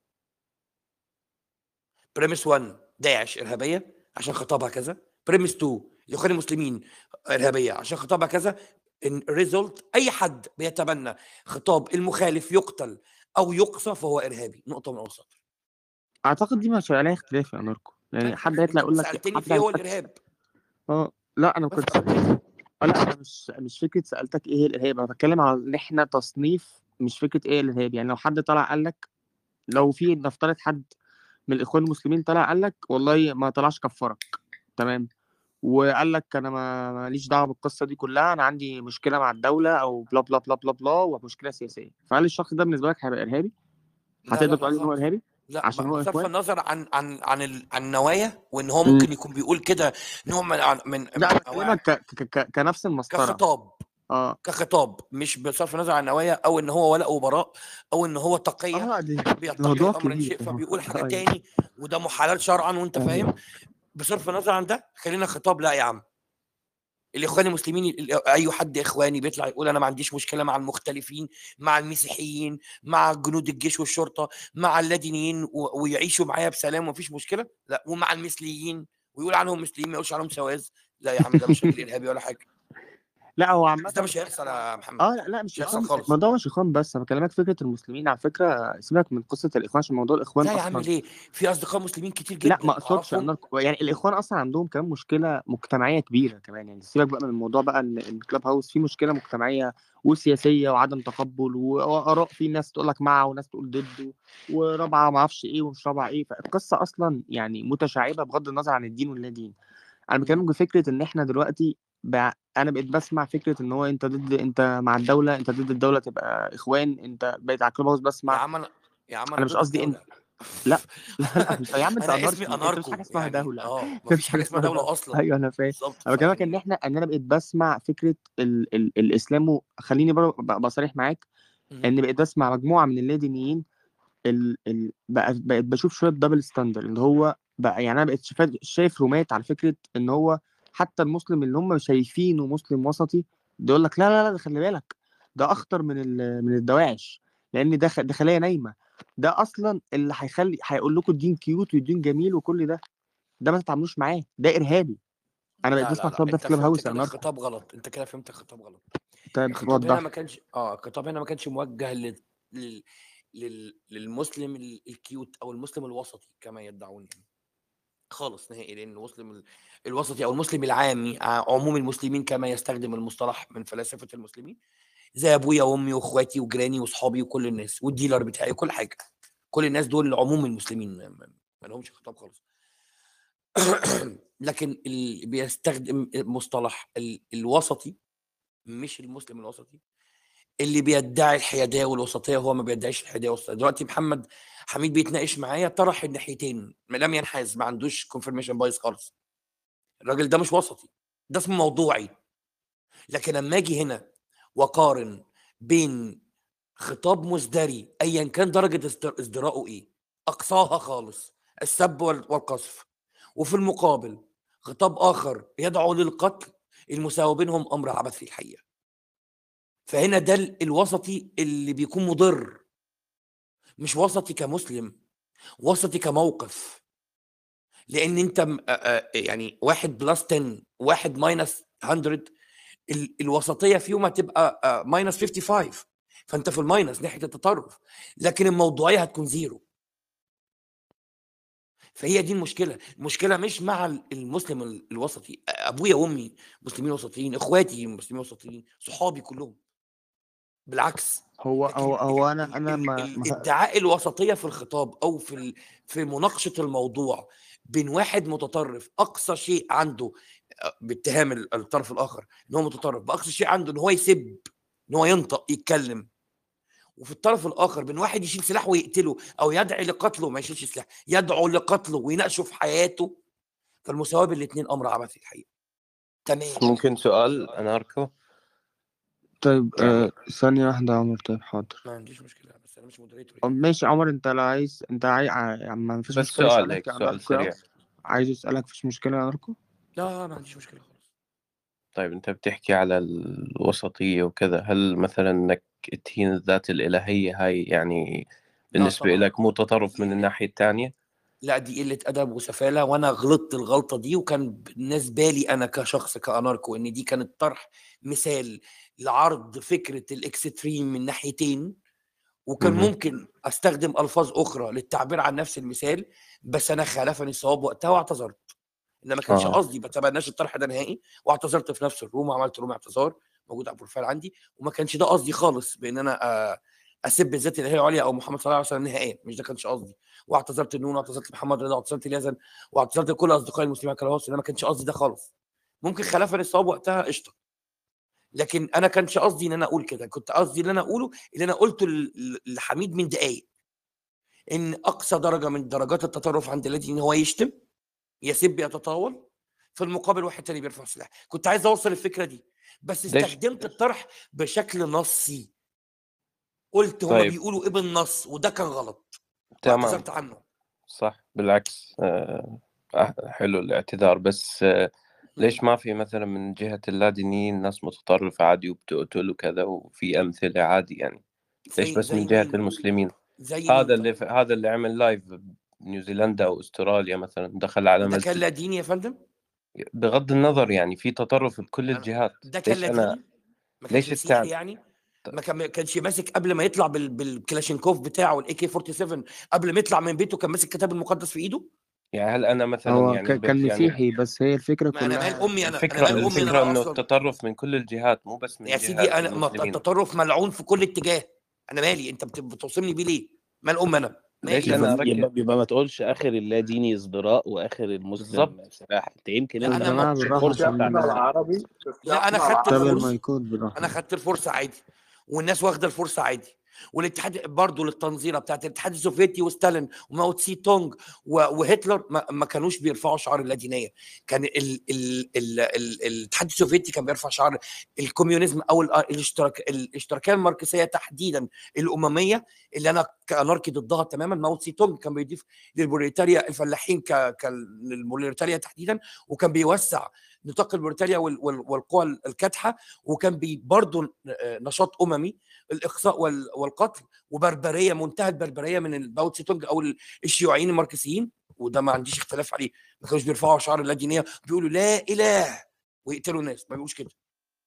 بريمس واحد، داعش ارهابيه عشان خطابها كذا. بريمس اتنين، الاخوان المسلمين ارهابيه عشان خطابها كذا. الريزولت، اي حد بيتبنى خطاب المخالف يقتل او يقصى فهو ارهابي. نقطه من اول سطر. اعتقد دي مش عليها اختلاف يا ناركو، يعني طيب حد هيطلع انت يقول لك سالتني حد في ايه هو هيقول لك. الارهاب، اه، لا، انا بس كنت. فقط كده. اه، لا، انا مش مش فكره سالتك ايه هي الارهاب، انا بتكلم على ان احنا تصنيف، مش فكره ايه الارهاب. يعني لو حد طلع قال لك، لو في نفترض حد من الاخوان المسلمين طلع قال لك والله ما طلعش كفرك، تمام، وقال لك انا ما ماليش دعوه بالقصه دي كلها، انا عندي مشكله مع الدوله او بلا بلا بلا بلا بلا ومشكله سياسيه، فهل الشخص ده بالنسبه لك هيبقى ارهابي؟ لا هتقدر لا لا تقول ان هو خالص. ارهابي لا عشان ب- هو بصرف اخوان؟ النظر عن عن عن ال- عن النوايا، وان هو امم ممكن يكون بيقول كده نوع من عن- من لا من انا انواع بكلمك ك... ك... ك... كنفس المسطره. كخطاب. اه كخطاب، مش بصرف النظر عن النوايا، او ان هو ولاء وبراء، او ان هو تقيه اه دي بيتقي موضوع الامر ان كبير. شيء فبيقول حاجه ايوه تاني، وده محلل شرعا وانت فاهم. ايوه. بصرف النظر عن ده، خلينا خطاب. لا يا عم، الاخوان المسلمين، ال- اي حد اخواني بيطلع يقول انا ما عنديش مشكله مع المختلفين، مع المسيحيين، مع جنود الجيش والشرطه، مع اللادينيين، و- ويعيشوا معايا بسلام ومفيش مشكله، لا، ومع المثليين ويقول عنهم مثليين ما يقولش عنهم سواذ. لا يا عم، ده مش راجل ارهابي ولا حاجه. لا هو بس ده عامة مش هيحصل يا محمد، اه لا لا مش مش هيحصل اخوان، خالص. الموضوع مش اخوان بس، انا بكلمك فكرة المسلمين على فكرة. سيبك من قصة الاخوان عشان موضوع الاخوان لا يا عم، اصلا. ليه؟ في اصدقاء مسلمين كتير لا ما جدا اقصدش اعرفهم. ان يعني مم. الاخوان اصلا عندهم كمان مشكلة مجتمعية كبيرة كمان، يعني سيبك بقى من الموضوع بقى ان إن الكلاب هاوس فيه مشكلة مجتمعية وسياسية وعدم تقبل و- واراء، في ناس تقول لك مع وناس تقول ضد ورابعة ما اعرفش ايه ومش رابعة ايه، فالقصة اصلا يعني متشعبة بغض النظر عن الدين واللا دين. انا مم. بكلمك بفكره ان احنا دلوقتي بقى، انا بقيت بسمع فكره ان هو انت ضد، انت مع الدوله، انت ضد الدوله تبقى اخوان، انت بقيت على كلوب هاوس يا بسمع. عم انا يا عم انا انا مش ضد قصدي انت، الدوله. لا لا لا انت يا عم انت انا اسمي اناركي، انت مفيش حاجه اناركو اسمها يعني، دوله. اه مفيش مفيش حاجه حاجه اسمها اسمها دوله دوله. اصلا. ايوه انا فاهم. بالظبط، انا بكلمك ان فيعني. احنا ان انا بقيت بسمع فكره ال ال الاسلام و- خليني برضه ابقى صريح معاك، مم. ان بقيت بسمع مجموعه من اللادينيين ال ال بقى بقيت بشوف شويه دبل ستاندر اللي هو بقى، يعني انا بقيت شايف شايف رومات على فكره ان هو حتى المسلم اللي هم شايفينه مسلم وسطي ده يقول لك لا لا لا ده خلي بالك، ده اخطر من ال- من الدواعش، لان ده خ- ده خلايا نايمه، ده اصلا اللي هيخلي هيقول لكم الدين كيوت والدين جميل وكل ده، ده ما تتعاملوش معاه، ده ارهابي. انا بقيت لا بسمع لا لا، الكلام ده في انت كلاب فهمت هاوس يا كده ناركو. الخطاب غلط، انت كده فهمت الخطاب غلط. طيب الخطاب هنا وضح ما لي. كانش اه الخطاب هنا ما كانش موجه لل... لل... لل... للمسلم ال- الكيوت او المسلم الوسطي كما يدعون يعني، خالص نهائي. لان المسلم ال- الوسطي او المسلم العامي، ع- عموم المسلمين كما يستخدم المصطلح من فلاسفه المسلمين، زي ابويا وامي واخواتي وجيراني واصحابي وكل الناس والديلر بتاعي وكل حاجه، كل الناس دول عموم المسلمين، ما ما- ما لهمش خطاب خالص. لكن اللي بيستخدم مصطلح ال- الوسطي، مش المسلم الوسطي، اللي بيدعي الحياديه والوسطيه، هو ما بيدعيش الحياديه والوسطيه. دلوقتي محمد حميد بيتناقش معايا، طرح الناحيتين، ما لم ينحاز، ما عندوش كونفirmation بايس خالص. الراجل ده مش وسطي، ده اسمه موضوعي. لكن لما اجي هنا وقارن بين خطاب مزدري ايا كان درجه ازدر- ازدراءه ايه، اقصاها خالص السب وال- والقذف، وفي المقابل خطاب اخر يدعو للقتل، المساواه بينهم امر عبثي الحقيقه. فهنا ده ال- الوسطي اللي بيكون مضر، مش وسطي كمسلم، وسطي كموقف. لان انت م- آ- آ- يعني واحد بلس عشرة، واحد ماينس مية، ال- الوسطيه فيهم هتبقى ماينس خمسة وخمسين، فانت في الماينس ناحيه التطرف، لكن الموضوعيه هتكون زيرو. فهي دي المشكله. المشكله مش مع ال- المسلم ال- الوسطي، ابويا وامي مسلمين وسطيين، اخواتي مسلمين وسطيين، صحابي كلهم، بالعكس. هو هو لكن هو ال انا ال انا ال ما, ما الادعاء الوسطيه في الخطاب، او في ال في مناقشه الموضوع بين واحد متطرف، اقصى شيء عنده آه، باتهام ال- الطرف الاخر ان هو متطرف، باقصى شيء عنده ان هو يسب، ان هو ينطق يتكلم. وفي الطرف الاخر بين واحد يشيل سلاح ويقتله، او يدعي لقتله، ما يشيلش سلاح، يدعو لقتله ويناقشه في حياته، فالمساواه بين الاثنين امر عبثي الحقيقه تماما. ممكن سؤال أناركو؟ طيب يعني آه ثانية واحدة يا عمر، طيب حاضر. ما عنديش مشكله، بس انا مش مودريتور أه، يعني. ماشي يا عمر، انت لو عايز انت عاي... ع- ما فيش بس مشكلة سؤال يسألك هيك، يا سؤال ناركو سريع. عايز يسألك، مفيش مشكلة يا ناركو. لا ما عنديش مشكله خالص. طيب أنت بتحكي على الوسطية وكذا، هل مثلا إنك تهين الذات الإلهية هاي يعني لا بالنسبة طبعا. لك مو تطرف من الناحية الثانية؟ لا دي قلة أدب وسفالة، وأنا غلطت الغلطة دي، وكان بالنسبة لي أنا كشخص كأناركو إن دي كانت طرح مثال لعرض فكرة الإكستريم من ناحيتين، وكان مهم. ممكن أستخدم ألفاظ أخرى للتعبير عن نفس المثال، بس أنا خالفني الصواب وقتها واعتذرت. إن ما كانش آه قصدي، ما تبناش الطرح ده نهائي، واعتذرت في نفس الروم، وعملت روم اعتذار موجود على البروفايل عندي، وما كانش ده قصدي خالص بإن أنا آه، أسب الذات الإلهية العليا أو محمد صلى الله عليه وسلم نهائيا، مش ده كانش قصدي. واعتذرت لنون، واعتذرت لمحمد رضا، واعتذرت ليزن، واعتذرت لكل أصدقائي المسلمين على الكلام، ما كانش قصدي ده خالص. ممكن خلافا الصواب وقتها قشطه، لكن انا كانش قصدي ان انا اقول كده، كنت قصدي اللي انا اقوله اللي انا قلته ل- ل- لحميد من دقايق، ان اقصى درجه من درجات التطرف عند الذي ان هو يشتم، يسب، يتطاول، في المقابل واحد تاني بيرفع سلاح. كنت عايز اوصل الفكره دي، بس ليش؟ استخدمت الطرح بشكل نصي، قلت هما طيب بيقولوا ايه بالنص، وده كان غلط تمام، واعتذرت عنه. صح، بالعكس آه، آه، حلو الاعتذار، بس آه، ليش ما في مثلا من جهة اللادينيين ناس متطرفة عادي وبتقتل وكذا، وفي أمثلة عادي يعني، ليش زي بس من زي جهة مين المسلمين؟ زي مين هذا اللي طيب؟ هذا اللي عمل لايف بنيوزيلندا أو أستراليا مثلا، دخل على ده كان مسجد. لا ديني يا فندم؟ بغض النظر يعني في تطرف بكل أنا الجهات، ده كان ليش لا أنا ديني؟ ما كانش ليش مسيحي التعب؟ يعني؟ ما كان ما كانش ماسك قبل ما يطلع بال... بالكلاشينكوف بتاعه الاي كي سبعة وأربعين، قبل ما يطلع من بيته كان ماسك الكتاب المقدس في ايده؟ يعني هل أنا مثلا هو يعني ك- ب... كان يعني مسيحي، بس هي الفكرة ما انا مال كلها. امي، انا انا الفكرة مال امي انا الفكرة بقى إنه اصلا. التطرف من كل الجهات، مو بس من يا سيدي جهة انا ما المسلمين. التطرف ملعون في كل اتجاه، انا مالي، انت بت- بتوصمني بيه ليه؟ مال ام انا ليش مالي أنا انا؟ يبقى أركز؟ يبقى, يبقى ما تقولش اخر اللا-ديني ازدراء واخر المسلم بالضبط. سلاح. انت يمكن لا انت انا يا ما جماعة خدت بالراحة الفرصه عشان بتاعت سياقنا العربي لا انا سياقنا خدت طب العربي الفرصه، المايكات انا بالراحة. خدت الفرصه عادي، والناس واخده الفرصه عادي، والاتحاد برضه للتنظيره بتاعت الاتحاد السوفيتي وستالين وماو تسي تونج و- وهتلر ما, ما كانوش بيرفعوا شعار اللادينيه، كان ال ال ال ال الاتحاد السوفيتي كان بيرفع شعار الكوميونيزم او ال- الاشتراك الاشتراكيه الماركسيه تحديدا الامميه، اللي انا كاناركي ضدها تماما. ماو تسي تونج كان بيضيف للبروليتاريا الفلاحين ك كالبروليتاريا تحديدا، وكان بيوسع نطاق البروليتاريا وال- وال- والقوى الكادحه، وكان بي برضه نشاط اممي، الاقصاء وال- والقتل، وبربريه، منتهى البربريه من الباو تسي تونج او الشيوعيين الماركسيين، وده ما عنديش اختلاف عليه. ما كانوش بيرفعوا شعار اللادينيه بيقولوا لا اله ويقتلوا الناس، ما بيقولوش كده.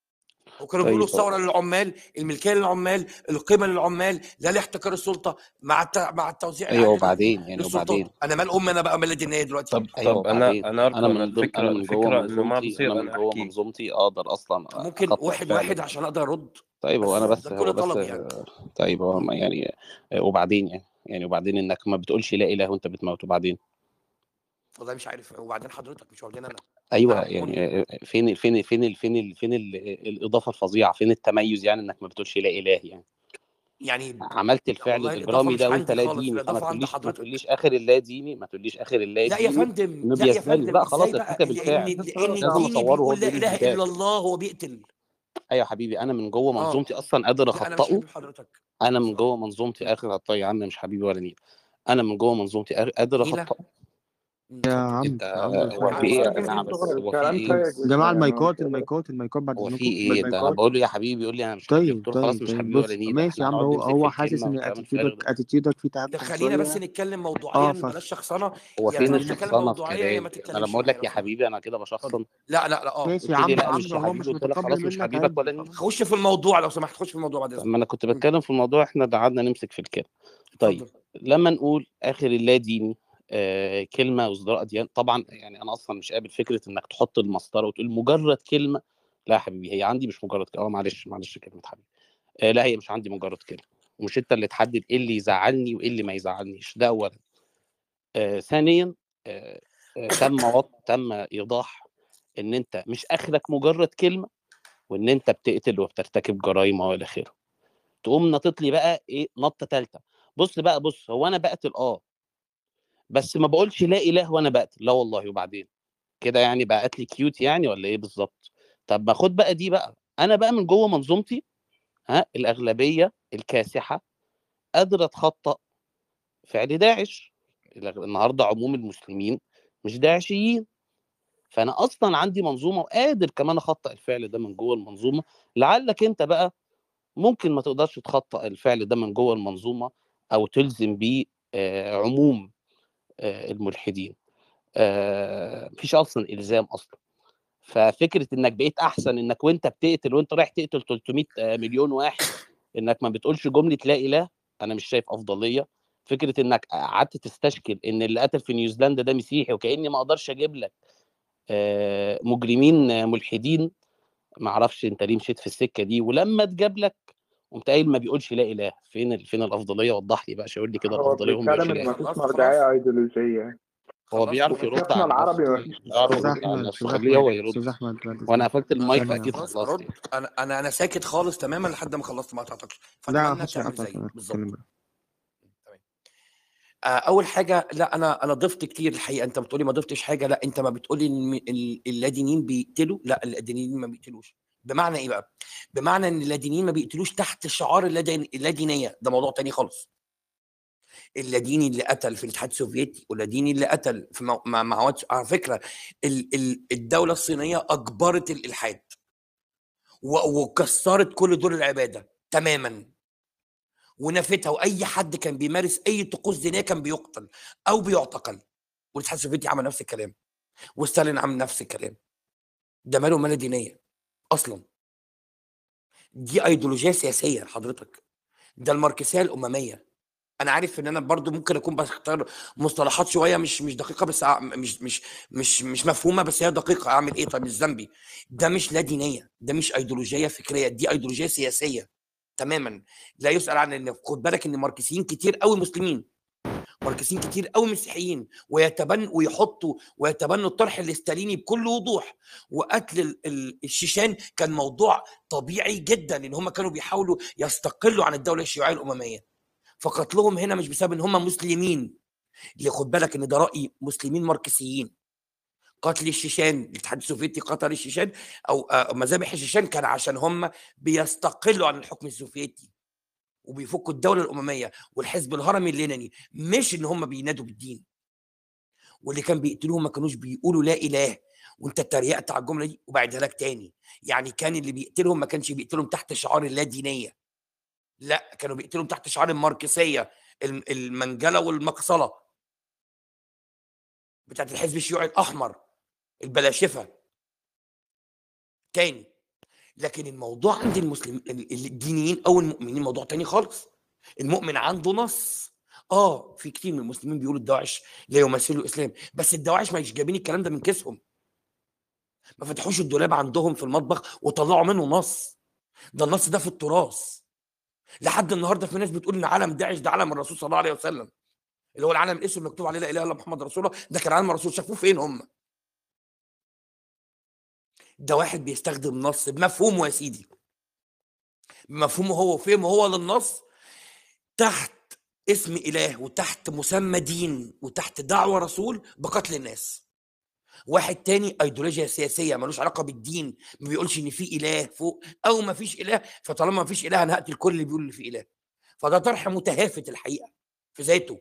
وكانوا بيقولوا طيب الثوره للعمال، الملكيه للعمال، القيمه للعمال، لا لاحتكار السلطه، مع الت... مع التوزيع ايوه العادل وبعدين يعني للسلطات. وبعدين انا مال ام انا بقى مال الدينيه دلوقتي؟ طب ايوه طب أنا وبعدين أنا أركو انا أنا من ضمن انا الفكرة من جوه الفكرة إنه ما منظومتي انا بصير من أنا جوه أحكي. منظومتي اقدر اصلا ممكن اخطئ واحد فعل واحد ده. عشان اقدر ارد، طيب هو انا بس بس ده هو كل بس طلبي يعني. طيب هو ما يعني وبعدين يعني يعني وبعدين انك ما بتقولش لا اله وانت بتموت، وبعدين والله مش عارف، وبعدين حضرتك مش واخدين انا ايوه فهموني. يعني فين ال- فين ال- فين ال- فين ال- فين ال- الاضافه الفظيعه، فين التميز يعني انك ما بتقولش لا اله يعني يعني عملت لا الفعل والله الاضافه الاجرامي مش ده وانت عندي لا خالص، ديني، فما الاضافه عند تقوليش ما حضرتك. تقوليش اخر اللا ديني ما تقوليش اخر اللا لا يا ديني فندم، انه لا يا بيزدري فندم، لا ازاي خلاص بقى؟ ارتكب لان الفعل. لان لازم الديني اصوره هو بيقول لا بيقول اله الهتاف. الا الله، هو بيقتل. ايوه يا حبيبي انا من جوه اه منظومتي اصلا قادر لا انا مش اخطئه. حبيب حضرتك. انا من اه جوه منظومتي اخر هطأ يا عم، مش حبيبي ولا نيل. انا من جوه منظومتي قادر نيله. اخطئه. مم، يا اتفضل. عمرو انت يا عمرو هو يا في عم ايه الحقيقة. يا اتفضل. جماعه؟ بس هو في كلام ايه؟ يا سيء جدا جماعة يا مان المايكات كده. المايكات المايكات بعد هو في إذنكم ايه ده؟ انا المايكات. بقول له يا حبيبي بيقول لي انا مش حبيبي، طيب قلت له خلاص طيب مش طيب حبيبي ولا بص نيله، ماشي احنا يا عمرو، هنقعد هو نمسك في هو حاسس الكلمه إن والكلام الفارغ اتيتيودك ده. اتيتيودك فيه ده تهكم خلينا بس شوية. نتكلم اه موضوعيا، ف بلاش شخصنه. هو يا فين ترد كلام الشخصنه في موضوعيا يا ما كلامي؟ انا لما تتكلمش اقول معايا لك لو يا سمحت. حبيبي انا كده اتفضل. بشخصن. لا لا لا اه ماشي يا قلت لي عم لا عمرو، مش يا هو حبيبي، مش قلت لك متقبل خلاص مش منك حبيبك عادي ولا خلاص. نيله. خش في الموضوع لو سمحت، خش في الموضوع بعد اذنك. لما انا كنت مم، بتكلم في الموضوع احنا قعدنا نمسك في الكلمه. طيب اتفضل. لما نقول اخر اللا ديني آه كلمه وازدراء اديان، طبعا يعني انا اصلا مش قابل فكره انك تحط المسطره وتقول مجرد كلمه. لا يا حبيبي هي عندي مش مجرد كلمه. اه معلش معلش كلمه حبيبي. آه لا هي مش عندي مجرد كلمه، ومش انت اللي تحدد ايه اللي يزعلني وايه اللي ما يزعلنيش. ده اولا. آه ثانيا آه آه تم وط... تم ايضاح ان انت مش اخرك مجرد كلمه، وان انت بتقتل وبترتكب جرائم والى اخره. تقوم نطط لي بقى ايه نطه ثالثه. بص بقى بص هو انا بقتل اه بس ما بقولش لا اله وانا بقتل، لا والله. وبعدين كده يعني بقى قتلي كيوت يعني ولا ايه بالظبط؟ طب ما خد بقى دي بقى. انا بقى من جوه منظومتي ها الاغلبيه الكاسحه قادره اتخطى فعل داعش. النهارده عموم المسلمين مش داعشيين، فانا اصلا عندي منظومه وقادر كمان اخطئ الفعل ده من جوه المنظومه. لعلك انت بقى ممكن ما تقدرش تخطئ الفعل ده من جوه المنظومه او تلزم بيه آه عموم آه الملحدين. آه مفيش اصلا الزام اصلا. ففكره انك بقيت احسن انك وانت بتقتل وانت رايح تقتل ثلاثمية مليون واحد انك ما بتقولش جمله لا اله، انا مش شايف افضليه. فكره انك قعدت تستشكل ان اللي قتل في نيوزيلندا ده مسيحي، وكاني ما اقدرش اجيب لك آه مجرمين ملحدين. ما اعرفش انت ليه مشيت في السكه دي، ولما اتجاب لك قمت قايل ما بيقولش لا اله. فين ال... فين الافضليه؟ وضح لي بقى، شاور لي كده هو الافضليه وهم بيتكلم بيقولش ان لا اله. مفيش خلاص مرجعية خلاص ايديولوجية. هو خلاص بيعرف يرد وكتابنا عن العربي نفسه، مفيش. يعرف استاذ يرد عن احمد نفسه، استاذ خليه هو احمد استاذ يرد. احمد بعد وانا اذنك قفلت المايك ثانية فاكيد خلاص خلصت ارد. يعني. انا انا انا ساكت خالص تماما لحد ما خلصت، ما قطعتكش، لا فاتمنى محدش تعمل هيقطعك زيي أنا بالظبط. بتكلم بقى. تمام. آه، اول حاجه، لا انا انا ضفت كتير الحقيقه. انت بتقولي ما ضفتش حاجه، لا انت ما بتقولي ان ال- اللادينيين بيقتلوا، لا اللادينيين ما بيقتلوش. بمعنى ايه بقى؟ بمعنى ان اللادينيين ما بيقتلوش تحت شعار اللادين- اللادينيه، ده موضوع تاني خالص. اللاديني اللي قتل في الاتحاد السوفيتي، واللاديني اللي قتل في مع مع مع- على فكره ال- ال- الدوله الصينيه اجبرت الالحاد و- وكسرت كل دور العباده تماما ونفتها، واي حد كان بيمارس اي طقوس دينيه كان بيقتل او بيعتقل. والاتحاد السوفيتي عمل نفس الكلام، وستالين عمل نفس الكلام. ده ماله ماله دينيه اصلا؟ دي ايديولوجيه سياسيه حضرتك، ده الماركسيه الامميه. انا عارف ان انا برضو ممكن اكون بختار مصطلحات شويه مش مش دقيقه، بس ع- مش مش مش مش مفهومه، بس هي دقيقه. اعمل ايه؟ طيب مش ذنبي. ده مش لا دينيه، ده مش ايديولوجيه فكريه، دي ايديولوجيه سياسيه تماما. لا يسال عن ان خد بالك ان ماركسيين كتير قوي مسلمين، ماركسيين كتير قوي مسيحيين، ويتبن ويحطوا ويتبنوا الطرح الاستاليني بكل وضوح. وقتل ال- ال- الشيشان كان موضوع طبيعي جدا، لان هم كانوا بيحاولوا يستقلوا عن الدوله الشيوعيه الامميه. فقتلهم هنا مش بسبب ان هم مسلمين، اللي خد بالك ان ده راي مسلمين ماركسيين. قتل الشيشان، الاتحاد السوفيتي قتل الشيشان او آه، مذابح الشيشان كان عشان هم بيستقلوا عن الحكم السوفيتي وبيفكوا الدوله الامميه والحزب الهرمي اللينيني، مش ان هم بينادوا بالدين. واللي كان بيقتلوهم ما كانوش بيقولوا لا اله، وانت اتريقت على الجمله دي وبعدها لك تاني. يعني كان اللي بيقتلهم ما كانش بيقتلهم تحت شعار اللا دينيه، لا كانوا بيقتلهم تحت شعار الماركسيه، الم- المنجله والمقصله بتاعت الحزب الشيوعي الاحمر، البلاشفه تاني. لكن الموضوع عند المسلمين الدينيين او المؤمنين موضوع تاني خالص. المؤمن عنده نص. اه في كتير من المسلمين بيقولوا الدواعش لا يمثلوا الاسلام، بس الدواعش مش جايبين الكلام ده من كيسهم، ما فتحوش الدولاب عندهم في المطبخ وطلعوا منه نص. ده النص ده في التراث. لحد النهارده في ناس بتقول ان علم داعش ده علم الرسول صلى الله عليه وسلم، اللي هو العلم الاسود مكتوب عليه لا اله الا محمد رسول الله، ده كان علم الرسول. شافوه فين هم؟ ده واحد بيستخدم نص بمفهومه يا سيدي، بمفهومه هو وفهمه هو للنص، تحت اسم اله وتحت مسمى دين وتحت دعوه رسول بقتل الناس. واحد تاني ايديولوجيا سياسيه ملوش علاقه بالدين، ما بيقولش ان في اله فوق او ما فيش اله، فطالما ما فيش اله انا هقتل كل اللي بيقول ان في اله. فده طرح متهافت الحقيقه في ذاته.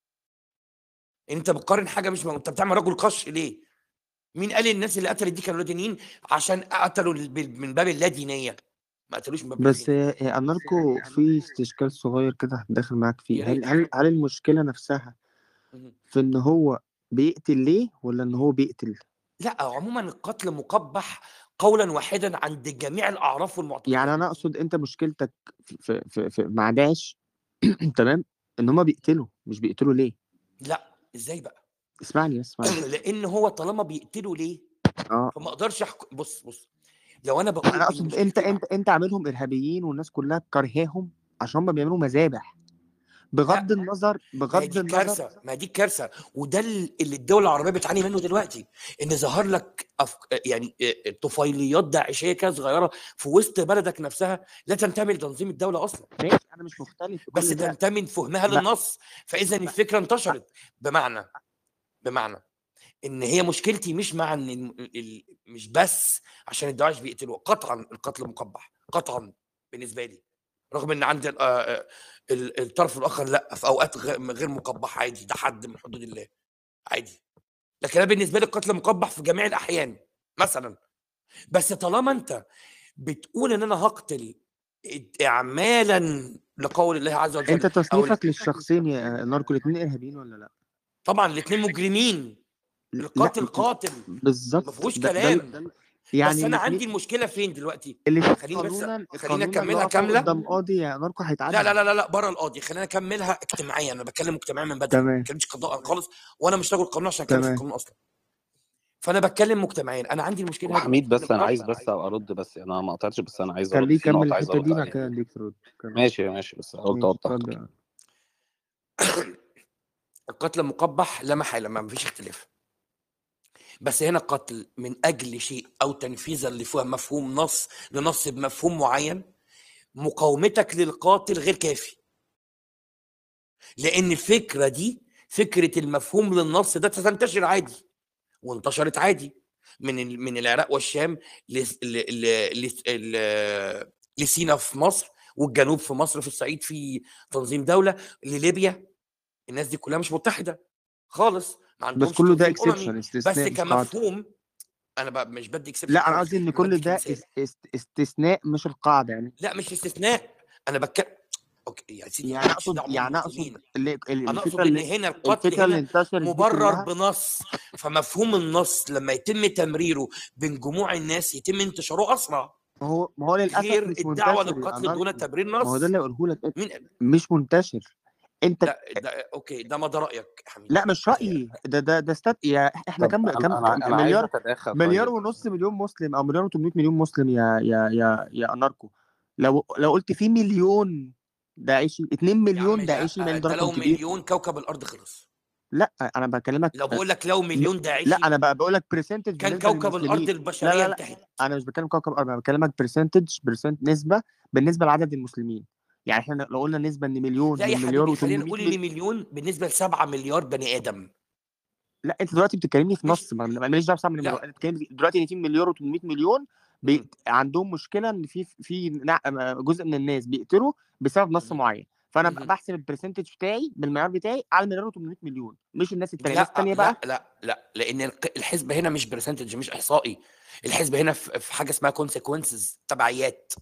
انت بتقارن حاجه مش م... انت بتعمل رجل قش ليه؟ مين قال الناس اللي قتلت دي كانوا لا دينيين عشان قتلوا ال- من باب اللادينيه، ما قتلوش من باب بس اللادينيه. آه، أناركو في استشكال صغير كده هتدخل معاك يا فيه. هل ريت. هل هل المشكلة نفسها مهم. في إن هو بيقتل ليه ولا إن هو بيقتل؟ لا عموما القتل مقبح قولا واحدا عند جميع الاعراف يعني والمعتقدات. أنا أقصد أنت مشكلتك في في في, في مع داعش تمام، إن هما بيقتلوا، مش بيقتلوا ليه؟ لا ازاي بقى؟ اسمعني بس اسمعني. لان هو طالما بيقتلوا ليه اه فما اقدرش احكم. بص بص لو انا بقول أنا ان أقصد أنت مشكلتي، أنت أنت عاملهم إرهابيين والناس كلها كارهاهم عشان هما بيعملوا مذابح، لا بغض النظر ما هي بغض دي النظر كارثه، ما هي دي كارثه. وده اللي الدول العربيه بتعاني منه دلوقتي، ان ظهر لك أف... يعني طفيليات داعشيه كده صغيره في وسط بلدك نفسها لا تنتمي لتنظيم الدوله اصلا، ماشي. أنا مش مختلف في بس كل ده. تنتمي لفهمها ب... للنص. فاذا ب... الفكره انتشرت. بمعنى بمعنى ان هي مشكلتي مش مع ان ال... ال... مش بس عشان الدواعش بيقتلوا، قطعا القتل مقبح قطعا بالنسبه لي، رغم ان عند ال- آه، آه، ال- الطرف الاخر لا في اوقات غ- غير مقبح عادي، ده حد من حدود الله عادي. لكن انا بالنسبه لي القتل مقبح في جميع الاحيان مثلا. بس طالما انت بتقول ان انا هقتل اعمالا لقول الله عز وجل انت او تصنيفك للشخصين يا ناركو الاثنين ارهابيين ولا لا؟ طبعا الاثنين مجرمين، لا القاتل قاتل ما بالظبط. فيهوش ده, ده, كلام. ده بس يعني انا الاثنين عندي المشكله فين دلوقتي؟ الاثنين خليني بس قانونا خليني قانونا لو اكملها وقفوا كامله. قدام قاضي يا ناركو لا لا هيتعدم. لا لا لا بره القاضي، خلينا اكملها اجتماعيا. انا بتكلم اجتماعيا من بدري، ما تمام بتكلمش قضاء خالص، وانا مش راجل قانون عشان اتكلم في تمام. القانون اصلا. فانا بتكلم مجتمعيا. انا عندي المشكله وحميد دلوقتي ان بس انا عايز القتل بس ارد، بس انا ما قطعتش، بس انا عايز خليه ارد في يكمل نقطه عايز الحته ارد دي بعد عليها. كده اديك ترد. كمل. ماشي ماشي بس قلت ماشي اوضح. اتفضل. القتل المقبح لا محالة، ما فيش اختلاف. بس هنا قتل من أجل شيء أو تنفيذا لمفهوم نص لنص بمفهوم معين، مقاومتك للقاتل غير كافي، لأن الفكرة دي فكرة المفهوم للنص ده تنتشر عادي، وانتشرت عادي من ال- من العراق والشام لس- ل- ل- لس- ل- لسينا في مصر، والجنوب في مصر، في الصعيد في تنظيم دولة، لليبيا. الناس دي كلها مش متحدة خالص، ما بس عندهمش كله ده تنظيم أممي، اكسبشن، بس استثناء مش قاعدة. كمفهوم. انا بقى مش بدي اكسبشن لا انا خالص، قصدي ان انا كل بديك ده مثال. اس- است- استثناء مش القاعدة يعني. لا مش استثناء، انا بتكلم. اوكي يا سيدي، يعني انا مالكش اقصد دعوه يعني اقصد بالمسلمين، اللي ال- انا الفكرة اقصد ان اللي هنا القتل الفكرة اللي هنا انتشرت دي مبرر كلها. بنص، فمفهوم النص لما يتم تمريره بين جموع الناس يتم انتشاره اسرع، ما هو ما هو للاسف غير مش الدعوه منتشر يا للقتل دون اناركو. تبرير ما هو ده نص. اللي اقوله لك، مين مش منتشر. انت ده, ده اوكي، ده ما ده رايك يا حميد. لا مش رأيي، ده ده ده استاد يا احنا طب كم انا كم انا كم- انا عايز مليار اتدخل. مليار طيب ونص مليون مسلم او مليار و800 مليون مسلم يا يا يا يا اناركو. لو لو قلت في مليون داعشي، اتنين يا عم مليون داعشي، لا، مع ان ده ده رقم لو كبير. مليون كوكب الارض خلص. لا انا بكلمك لو بقول لك لو م- مليون لا داعشي انا بقى بقول لك برسنتج كان بالنسبه كوكب الارض للمسلمين. لا البشريه لا لا انتهت. انا مش بتكلم كوكب الارض، انا بكلمك برسنتج برسنت نسبه بالنسبه لعدد المسلمين. يعني احنا لو قلنا نسبه ان مليون لا يا من مليار حبيبي، خلينا و800 نقول مليون. ان مليون بالنسبه لسبعة مليار بني ادم. لا انت دلوقتي بتتكلمني في مش نص، ما ما- ماليش دعوه بسبعة مليون. لا انت بتتكلمي دلوقتي ان في مليار و800 مليون بي... مم. عندهم مشكله ان في في نع- جزء من الناس بيقتلوا بسبب نص مم. معين. فانا ب- مم. بحسب البرسنتج بتاعي بالمعيار بتاعي على المليار و800 مليون، مش الناس التانيه. الناس لا التانيه لا بقى لا لا، لان الق- الحسبه هنا مش برسنتج، مش احصائي. الحسبه هنا في في حاجه اسمها كونسيكونسز، تبعيات،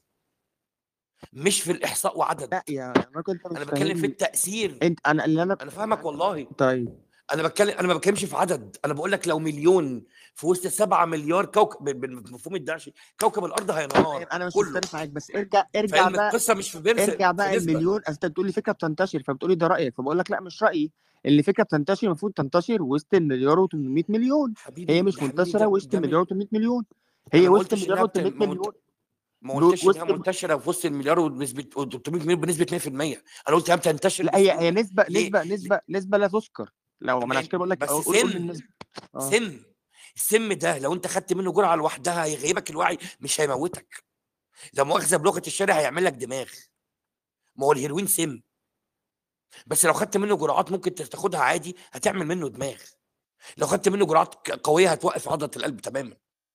مش في الاحصاء وعدد. لا يا يا ماركو انت انا مش بتكلم في فاهمني. التاثير. انت انا اللي انا انا فاهمك والله. طيب انا بتكلم، انا ما بتكلمش في عدد، انا بقول لك لو مليون في وسط سبعة مليار كوكب بالمفهوم الدعشي، كوكب الارض هينهار انا مش كله. مختلف معاك، بس ارجع ارجع فعلم بقى القصه مش في برس، ارجع في بقى نسبه. المليون. انت بتقول لي فكره بتنتشر فبتقول لي ده رايك، فبقول لك لا مش رايي. اللي فكره بتنتشر المفروض تنتشر وسط المليار و800 مليون. هي حبيبي مش يا حبيبي، منتشره ده وسط ده المليار من... و800 مليون. هي انا ما وسط قلتش انها المليار بت... و800 ما منت... مليون ما ب- قلتش انها وسط. منتشره في وسط المليار وبنسبه ثلاثمية مليون بنسبه اثنين في المية. انا قلت انها بتنتشر لا هي هي بسهوله. نسبه ليه؟ نسبه ل... نسبه نسبه لا تذكر. لو ما انا عشان لان كده بقول لك بس قول قول لي سم النسبه. اه سم السم ده لو انت خدت منه جرعه لوحدها هيغيبك الوعي، مش هيموتك. لو مؤاخذه بلغه الشارع هيعمل لك دماغ. ما هو الهيروين سم، بس لو خدت منه جرعات ممكن تاخدها عادي هتعمل منه دماغ. لو خدت منه جرعات ك- قويه هتوقف عضله القلب تماما.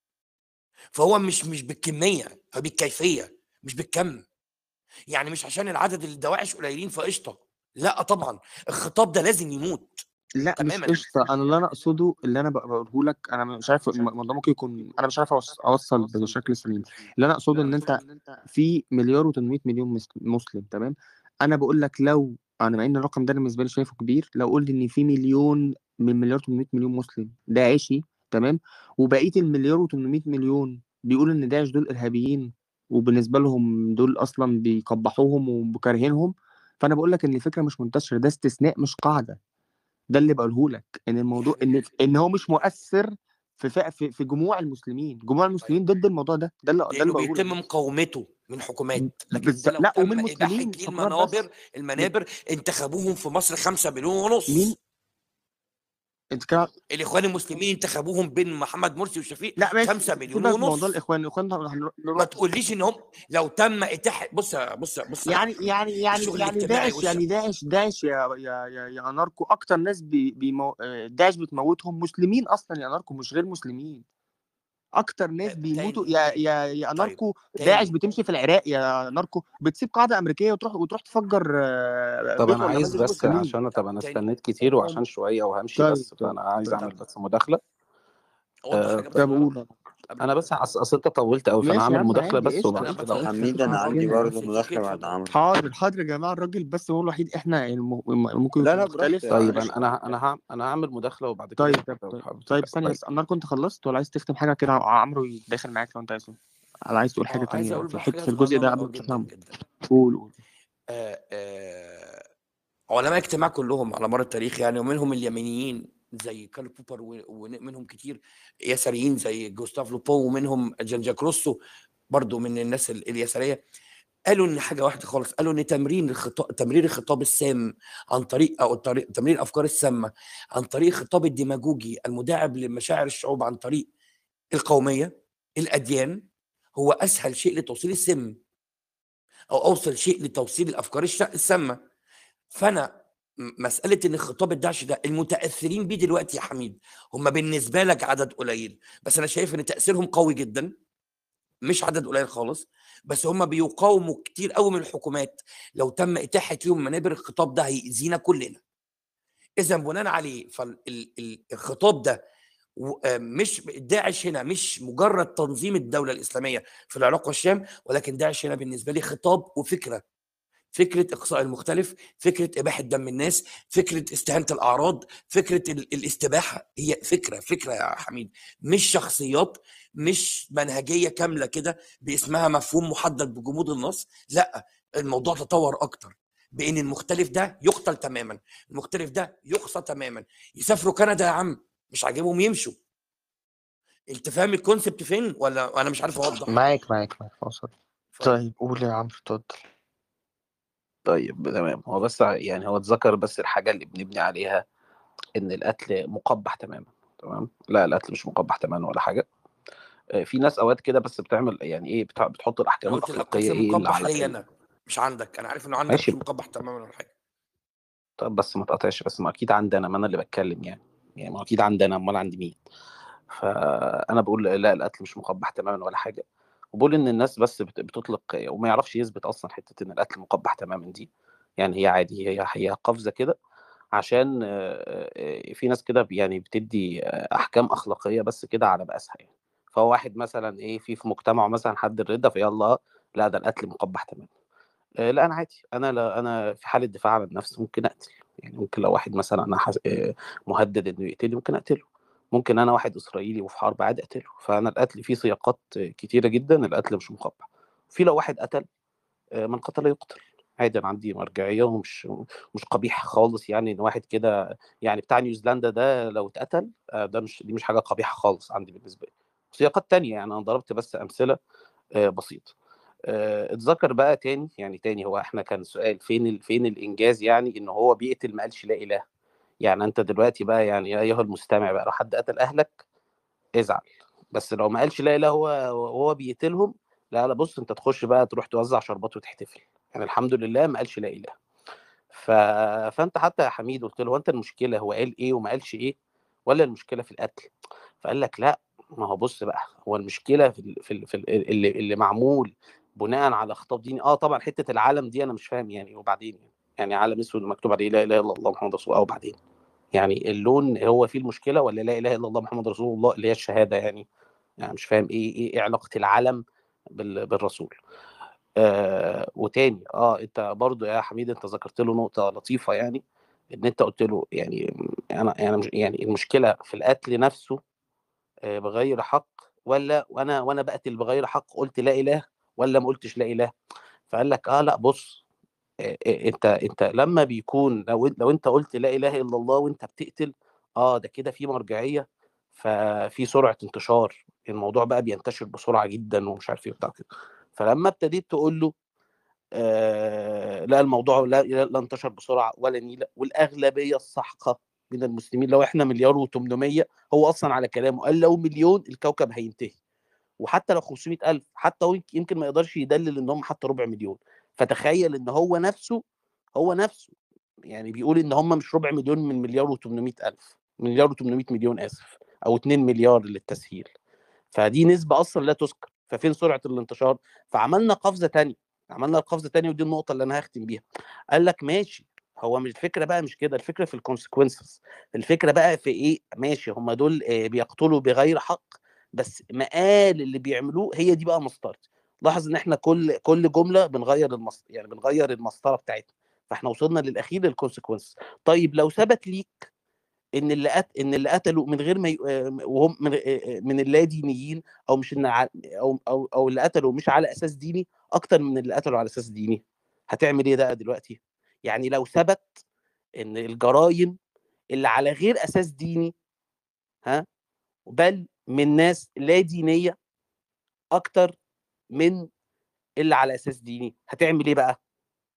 فهو مش مش بالكميه، هو بالكيفيه مش بالكم. يعني مش عشان العدد الدواعش قليلين فقشطه، لا طبعا. الخطاب ده لازم يموت لا مش تماما. قشطه. انا اللي انا اقصده اللي انا بقوله لك، انا مش عارف الموضوع ممكن يكون انا مش عارف أوص- اوصل بشكل سليم. اللي انا اقصده ان انت في مليار و800 مليون مس- مسلم، تمام. انا بقول لك لو انا مع ان الرقم ده أنا بالنسبه لي شايفه كبير، لو قلت ان في مليون من مليار و800 مليون مسلم داعشي، تمام، وبقيه المليار و800 مليون بيقولوا ان داعش دول ارهابيين، وبالنسبه لهم دول اصلا بيقبحوهم وبكارهينهم، فانا بقول لك ان الفكره مش منتشره. ده استثناء مش قاعده. ده اللي بقوله لك، ان يا الموضوع ان حبيبي ان هو مش مؤثر في فئة في, في جموع المسلمين. جموع طيب، المسلمين ضد الموضوع ده. ده اللي ده اللي لانه بقوله بيتم لك. مقاومته من حكومات، لكن بز... ده لو لا تم ومن اباحه مسلمين ليه مش حكومات بس. المنابر المنابر انتخبوهم في مصر خمسة مليون ونص. مين انت كده؟ الاخوان المسلمين انتخبوهم بين محمد مرسي وشفيق لا ماشي، خمسة مليون سيبك من موضوع ونص. الاخوان. الاخوان ده ما هنروح. تقوليش ان هم لو تم اتاحه. بص بص بص يا يعني حميد، يعني يعني الشغل يعني الاجتماعي داعش وش يعني داعش داعش يا يا يا, يا اناركو اكتر ناس بي بيمو... آه، داعش بتموتهم مسلمين اصلا يا اناركو، مش غير مسلمين. اكتر ناس بيموتوا تاني. يا يا يا طيب ناركو. داعش تاني. بتمشي في العراق يا ناركو، بتسيب قاعده امريكيه وتروح وتروح تفجر آه، طب بيت انا ولا عايز مسجد بس مسلمين. عشان طب طب انا تاني. استنيت كتير وعشان شويه وهمشي، طيب بس طيب فانا عايز طيب اعمل طب بس مداخله. اوضح آه، حاجه بس طب صغيره قول. قبل انا ما بس تدخل. أص- اصل انت طولت قوي، فانا ماشي يا هعمل عم مداخله عادي بس قشطه انا وبعد قشطه كده طب بتوقف قشطه حميد مفيش انا انا عندي مشكله. بتوقف برضه في مداخلة سكه بعد فض... عمرو. حاضر حاضر يا جماعه، الراجل بس هو الوحيد احنا الم... ممكن لا يكون لا براحتك مختلف. يا طيب عم. انا انا انا هعمل انا هعمل مداخله وبعد كده طيب انت طيب لو طيب, حابب طيب تتكلم. ثانيه طيب بس. النار كنت خلصت ولا عايز تختم حاجه كده؟ عمرو داخل معاك لو انت عايز. انا عايز تقول حاجه اه عايز تانية اقول في بقى الحته حاجه في الجزء ده صغننه قبل اه ما جدا تفهم. جدا. قول قول. آه آه علماء اجتماع كلهم على مر التاريخ يعني، ومنهم اليمينيين زي كارل بوبر، و- ومنهم كتير يساريين زي جوستاف لوبو، ومنهم جان جاك روسو برضو من الناس ال- اليساريه. قالوا ان حاجه واحده خالص، قالوا ان تمرين الخطاب تمرير الخطاب السام عن طريق او طريق تمرير الافكار السامه عن طريق الخطاب الديماجوجي المداعب لمشاعر الشعوب عن طريق القوميه الاديان هو اسهل شيء لتوصيل السم او اوصل شيء لتوصيل الافكار الش- السامه. فانا م- مساله ان الخطاب الداعش ده المتاثرين بيه دلوقتي يا حميد هم بالنسبه لك عدد قليل، بس انا شايف ان تاثيرهم قوي جدا، مش عدد قليل خالص، بس هم بيقاوموا كتير قوي من الحكومات. لو تم اتاحه لهم منابر الخطاب ده هيأذينا كلنا. اذا بناء عليه فالخطاب ده و- آه، مش داعش هنا مش مجرد تنظيم الدوله الاسلاميه في العراق والشام، ولكن داعش هنا بالنسبه لي خطاب وفكره، فكره اقصاء المختلف، فكره اباحه دم الناس، فكره استهانه الاعراض، فكره ال- الاستباحه. هي فكره فكره يا حميد، مش شخصيات، مش منهجيه كامله كده باسمها مفهوم محدد بجمود النص. لا، الموضوع تطور اكتر بان المختلف ده يقتل تماما، المختلف ده يقصى تماما، يسافروا كندا يا عم، مش عاجبهم يمشوا. انت فاهم الكونسبت فين ولا انا مش عارف اوضح؟ معاك معاك معاك وصل. اتفضل. طيب قول يا عمرو، اتفضل. طيب تمام. هو بس ع- يعني هو اتذكر بس الحاجه اللي بنبني عليها ان القتل مقبح تماما. تمام، لا القتل مش مقبح تماما ولا حاجه. آه، في ناس اوقات كده بس بتعمل يعني ايه، بتح- بتحط انا الاحكام قلت الاخلاقيه القتل ايه اللي مقبح على ليا ال- انا، مش عندك. انا عارف انه عندك ماشي. مش مقبح تماما ولا حاجه. طب بس ما تقطعش، بس ما اكيد عندنا، ما انا اللي بتكلم يعني يعني ما اكيد عندنا، امال عند مين؟ فانا بقول لا القتل مش مقبح تماما ولا حاجه، وبقول ان الناس بس بت- بتطلق وما يعرفش يثبت اصلا حته ان القتل مقبح تماما دي. يعني هي عادي، هي هي قفزه كده عشان آه، آه، في ناس كده يعني بتدي آه، احكام اخلاقيه بس كده على مقاسها يعني. فهو واحد مثلا ايه في في مجتمعه مثلا حد الردة فيلا لا ده القتل مقبح تماما. آه، لا انا عادي، انا لا انا في حاله دفاع عن النفس ممكن اقتل. يعني ممكن لو واحد مثلا انا حس... آه، مهدد انه يقتلني ممكن اقتله. ممكن انا واحد اسرائيلي وفي حرب عادي اقتله. فانا القتل فيه سياقات آه، كتيره جدا، القتل مش مقبح. في لو واحد قتل، آه، من قتل يقتل. عادي، انا عندي مرجعيه ومش مش قبيح خالص يعني ان واحد كده يعني بتاع نيوزيلندا ده لو اتقتل، آه، ده مش دي مش حاجه قبيحه خالص عندي بالنسبه لي. سياقات تانية يعني انا ضربت بس امثله آه، بسيطه. آه، اتذكر بقى تاني يعني تاني هو احنا كان سؤال فين ال... فين الانجاز يعني ان هو بيقتل ما قالش لا اله. يعني انت دلوقتي بقى يعني يا ايها المستمع بقى لو حد قتل اهلك ازعل، بس لو ما قالش لا اله هو وهو بيقتلهم، لا لا بص انت تخش بقى تروح توزع شربات وتحتفل. يعني الحمد لله ما قالش لا اله. ف... فانت حتى يا حميد قلت له هو انت المشكله هو قال ايه وما قالش ايه ولا المشكله في القتل؟ فقال لك لا، ما هو بص بقى هو المشكله في ال... في, ال... في ال... اللي اللي معمول بناء على خطاب ديني. اه طبعا حته العالم دي انا مش فاهم يعني وبعدين يعني عالم اسود مكتوب عليه لا اله الا الله محمد رسول الله وبعدين يعني اللون هو فيه المشكله ولا لا اله الا الله محمد رسول الله اللي هي الشهاده يعني؟ يعني مش فاهم ايه ايه, إيه علاقه العلم بال... بالرسول. آه وتاني اه انت برضو يا حميد انت ذكرت له نقطة لطيفة يعني ان انت قلت له يعني انا يعني مش- يعني المشكلة في القتل نفسه آه بغير حق، ولا وانا وانا بقتل بغير حق قلت لا اله ولا ما قلتش لا اله؟ فقال لك اه لا بص، آه آه، انت انت لما بيكون لو لو انت قلت لا اله الا الله وانت بتقتل، اه ده كده في مرجعية، ففي سرعة انتشار الموضوع بقى بينتشر بسرعة جدا ومش عارف ايه وبتاع كده. فلما ابتديت تقول له آه لا الموضوع لا, لا انتشر بسرعه ولا نيله، والاغلبيه الساحقه من المسلمين لو احنا مليار و800، هو اصلا على كلامه قال لو مليون الكوكب هينتهي، وحتى لو خمسمائة ألف حتى هو يمكن ما يقدرش يدلل ان هم حتى ربع مليون. فتخيل ان هو نفسه هو نفسه يعني بيقول ان هم مش ربع مليون من مليار و800 الف، مليار و800 مليون اسف، او اتنين مليار للتسهيل. فدي نسبة أصلا لا تذكر، ففين سرعة الانتشار؟ فعملنا قفزة تانية، عملنا القفزة تانية ودي النقطة اللي أنا هختم بيها. قال لك ماشي، هو مش الفكرة بقى مش كده، الفكرة في الكونسيكونسز. الفكرة بقى في إيه؟ ماشي هم دول آه، بيقتلوا بغير حق، بس مقال اللي بيعملوه هي دي بقى مسطرة. لاحظ ان احنا كل كل جمله بنغير المسطره يعني بنغير المسطره بتاعتنا، فاحنا وصلنا للاخير للكونسيكونس. طيب لو ثبت ليك ان اللي قت... ان اللي قتلوا من غير ما ي... وهم من من اللادينيين، او مش ان ع... او او او اللي قتلوا مش على اساس ديني اكتر من اللي قتلوا على اساس ديني، هتعمل ايه بقى دلوقتي؟ يعني لو ثبت ان الجرائم اللي على غير اساس ديني، ها، بل من ناس لا دينيه اكتر من اللي على اساس ديني هتعمل ايه بقى؟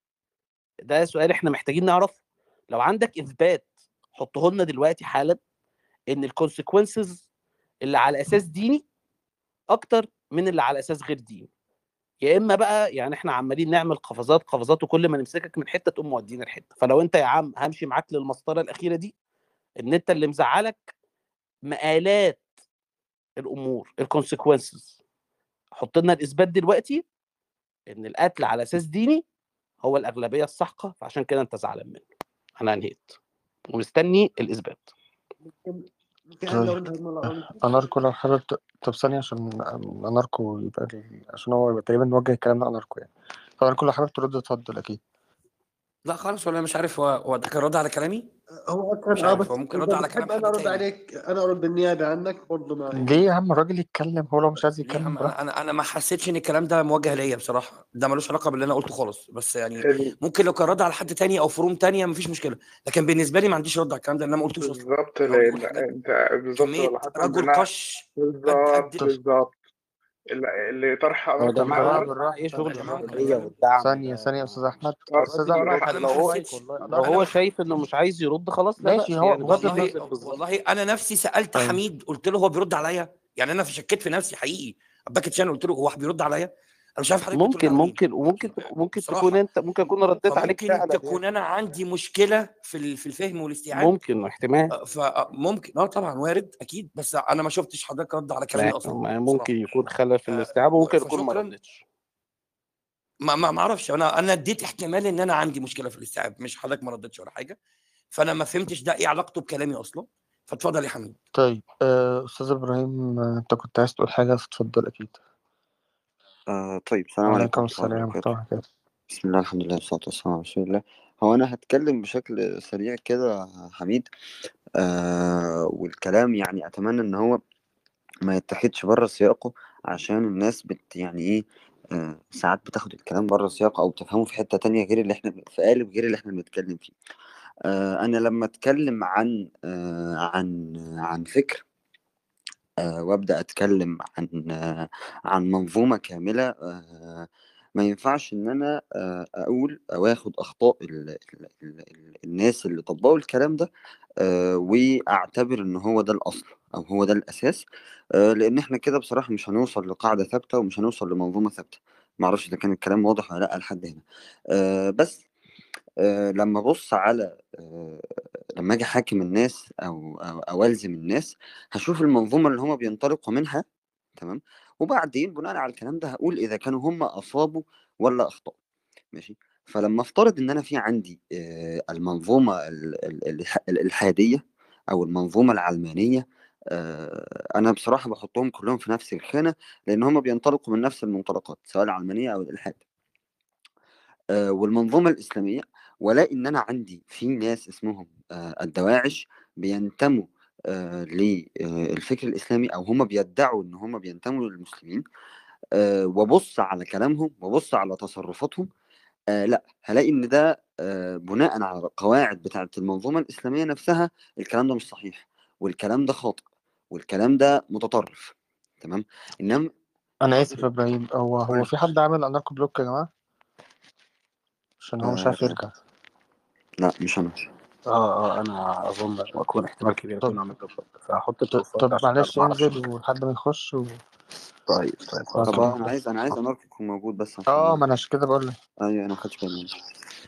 ده سؤال احنا محتاجين نعرفه. لو عندك اثبات حطه لنا دلوقتي حالا ان الكونسيكونسز اللي على اساس ديني اكتر من اللي على اساس غير ديني. يا اما بقى يعني احنا عمالين نعمل قفزات قفزات وكل ما نمسكك من حته تقوم مودينا الحته. فلو انت يا عم همشي معاك للمسطره الاخيره دي، ان انت اللي مزعلك مقالات الامور الكونسيكونسز، حط لنا الاثبات دلوقتي ان القتل على اساس ديني هو الاغلبيه الساحقه، فعشان كده انت زعلان منه. انا انهيت ومستني الاثبات. ممكن ممكن انا لو طيب عندها مرة أناركو لو حابب ت- طب ثانية عشان أناركو يبقى ال- عشان هو يبقى تقريبا موجه الكلام ده أناركو يعني. فأناركو لو حابب ترد اتفضل أكيد. لا خالص، ولا مش عارف، هو هو ده كان رد على كلامي؟ هو مش اصلا اه عارف، بس هو ممكن يرد اذا على كلام بتحب انا حد ارد تاني. عليك، انا ارد بالنيابه عنك برضه ما ليه يعني. يا عم الراجل يتكلم؟ هو لو مش عايز ليه يا يتكلم عم؟ براحته. انا انا انا ما حسيتش ان الكلام ده موجه ليا بصراحه، ده ملوش علاقه باللي انا قلته خالص، بس يعني ال- ممكن لو كان رد على حد تاني او فروم تانية مفيش مشكله، لكن بالنسبه لي ما عنديش رد على الكلام ده لان انا ما قلتوش اصلا. بالظبط، انا بقول لان حاجات انت بالظبط كميه ولا حسب رجل بناء. قش قد بالظبط قد بالظبط اللي اللي طرح يا اناركو في طب جماعه بالراحة الاول. يا جماعه بالراحة ايه طيب يا شغل جماعه بالراحة ممكن الرجوليه بالراحة. اتكلم. والدعم ثانية ده؟ ثانية يا ما أستاذ أحمد. آه، مش أستاذ بس أحمد. صراحه انا ما لو هو حسيتش. والله لو أناركو. هو انا شايف انه مش عايز يرد خلاص لا ماشي بأس هو يعني، بس بغض والله النظر. ننزل بالظبط. والله انا نفسي سالت طيب حميد قلت له هو بيرد عليا، يعني انا في شكيت في نفسي حقيقي. باكت شان قلت له هو بيرد عليا، انا مش عارف حضرتك بترد ممكن على مين ممكن وممكن تك- ممكن تكون بصراحه. انت ممكن اكون رديت عليك فممكن فعلا يعني. تكون انا عندي مشكله في ال- في الفهم والاستيعاب. ممكن احتمال. آه، فممكن اه طبعا وارد اكيد، بس انا ما شفتش حضرتك رد على كلامي ما اصلا ما ممكن بصراحه. يكون خلل في آه، الاستيعاب وممكن يكون ما فشكرا. ردتش. ما ما ما اعرفش، انا انا اديت احتمال ان انا عندي مشكله في الاستيعاب، مش حضرتك ما ردتش ولا حاجه، فانا ما فهمتش ده ايه علاقته بكلامي اصلا. فاتفضل يا حميد. طيب آه، أستاذ إبراهيم، آه، أنت كنت عايز تقول حاجة فتفضل أكيد. آه طيب، السلام عليكم وعليكم ورحمة الله السلام وبركاته. ورحمة الله. بسم الله الحمد لله والصلاة والسلام على رسول الله. هو أنا هتكلم بشكل سريع كده يا حميد. آه والكلام يعني أتمنى إن هو ما يتاخدش بره سياقه، عشان الناس بت يعني إيه، آه ساعات بتاخد الكلام بره سياقه أو بتفهمه في حتة تانية غير اللي إحنا في قالب غير اللي إحنا بنتكلم فيه. آه أنا لما أتكلم عن آه عن عن فكر، آه، وابدا اتكلم عن آه، عن منظومه كامله، آه، ما ينفعش ان انا آه، اقول او اخد اخطاء ال ال ال ال الناس اللي طبقوا الكلام ده، آه، واعتبر ان هو ده الاصل او هو ده الاساس. آه، لان احنا كده بصراحه مش هنوصل لقاعده ثابته ومش هنوصل لمنظومه ثابته. معرفش اذا كان الكلام واضح ولا لا لحد هنا. آه، بس آه، لما ابص على آه، لما اجي احاكم الناس او او أو الزم الناس، هشوف المنظومه اللي هم بينطلقوا منها. تمام. وبعدين بناء على الكلام ده هقول اذا كانوا هم اصابوا ولا اخطاوا. ماشي. فلما افترض ان انا في عندي آه، المنظومه ال- ال- الح- الالحاديه او المنظومه العلمانيه، آه، انا بصراحه بحطهم كلهم في نفس الخانه، لان هم بينطلقوا من نفس المنطلقات سواء العلمانيه او الالحاد. آه، والمنظومة الإسلامية، ولا إن أنا عندي في ناس اسمهم آه، الدواعش بينتموا آه، للفكر الإسلامي أو هم بيدعوا إن هم بينتموا للمسلمين. آه، وبص على كلامهم وبص على تصرفاتهم، آه، لا هلاقي إن ده آه، بناء على القواعد بتاعة المنظومة الإسلامية نفسها الكلام ده مش صحيح، والكلام ده خاطئ، والكلام ده متطرف. تمام. إنما أنا آسف يا إبراهيم، هو هو قول. في حد عامل أناركو بلوك يا جماعة؟ عشان هو مش عارف آه، يرجع. لا مش أنا. اه اه انا اظن اكون احتمال كبير طب اكون عملت بلوك، فهحط طب, البروفايل طب عشان معلش ما اعرفش. انزل ولحد ما يخش و... طيب طيب خلاص طب وهكمل. انا عايز انا عايز انارك يكون موجود بس اه عشان. ما انا عشان كده بقول لك. ايوه انا ما خدتش بالي معلش.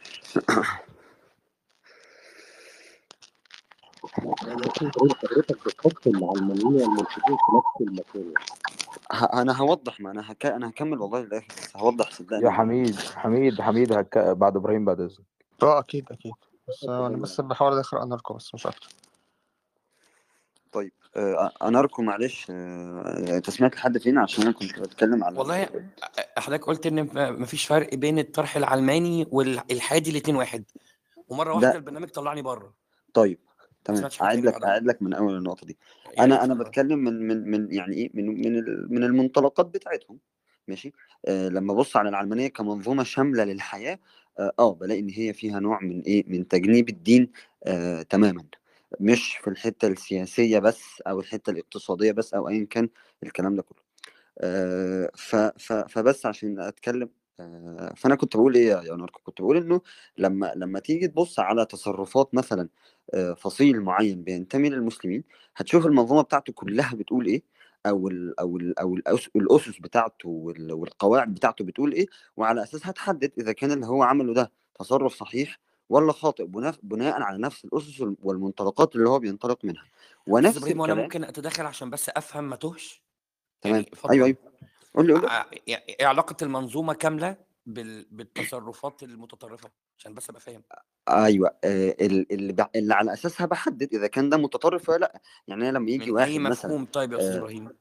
ممكن تقول حضرتك بتحط العلمانية والملحدين في نفس المكان؟ ه- انا هوضح، ما انا هك... انا هكمل والله للاخر، بس هوضح صدقني يا يعني. حميد حميد حميد هك... بعد ابراهيم بعد اذنك. اه اكيد اكيد، بس آه، انا بس بحاول ادخل اناركو بس مش اكتر. طيب آه، اناركو معلش، آه، انت سمعت لحد فين؟ عشان انا كنت بتكلم على والله حضرتك قلت ان م- مفيش فرق بين الطرح العلماني والالحادي، الاتنين واحد، ومره واحده ده. البرنامج طلعني بره. طيب ما تمام، سمعتش حاجه اعيد تاني لك بعدها. اعيد لك من اول النقطه دي. يا انا ريت انا حضرتك. بتكلم من من من يعني ايه، من من ال- من المنطلقات بتاعتهم. ماشي. آه لما ابص على العلمانيه كمنظومه شامله للحياه، اه آه، بلاقي ان هي فيها نوع من ايه، من تجنيب الدين آه تماما، مش في الحته السياسيه بس او الحته الاقتصاديه بس او ايا كان الكلام ده كله. آه ف ف فبس عشان اتكلم آه، فانا كنت بقول ايه يا ناركو، كنت بقول انه لما لما تيجي تبص على تصرفات مثلا آه، فصيل معين بينتمي للمسلمين، هتشوف المنظومه بتاعته كلها بتقول ايه، او ال او ال او الأس- الاسس بتاعته وال- والقواعد بتاعته بتقول ايه، وعلى اساسها تحدد اذا كان اللي هو عمله ده تصرف صحيح ولا خاطئ، بناء بناء على نفس الاسس والمنطلقات اللي هو بينطلق منها. استاذ ونفس ابراهيم، وانا الكلام. ممكن اتدخل عشان بس افهم ما تهش؟ تمام. يعني ايوه اتفضل. ايوه، قول لي قول لي. ع- يعني ايه علاقه المنظومه كامله بال... بالتصرفات المتطرفه عشان بس ابقى فاهم؟ ايوه آه، ال- اللي, بع- اللي على اساسها بحدد اذا كان ده متطرف ولا لا. يعني أنا لما يجي من اي واحد مثلا مفهوم طيب يا استاذ آه، ابراهيم؟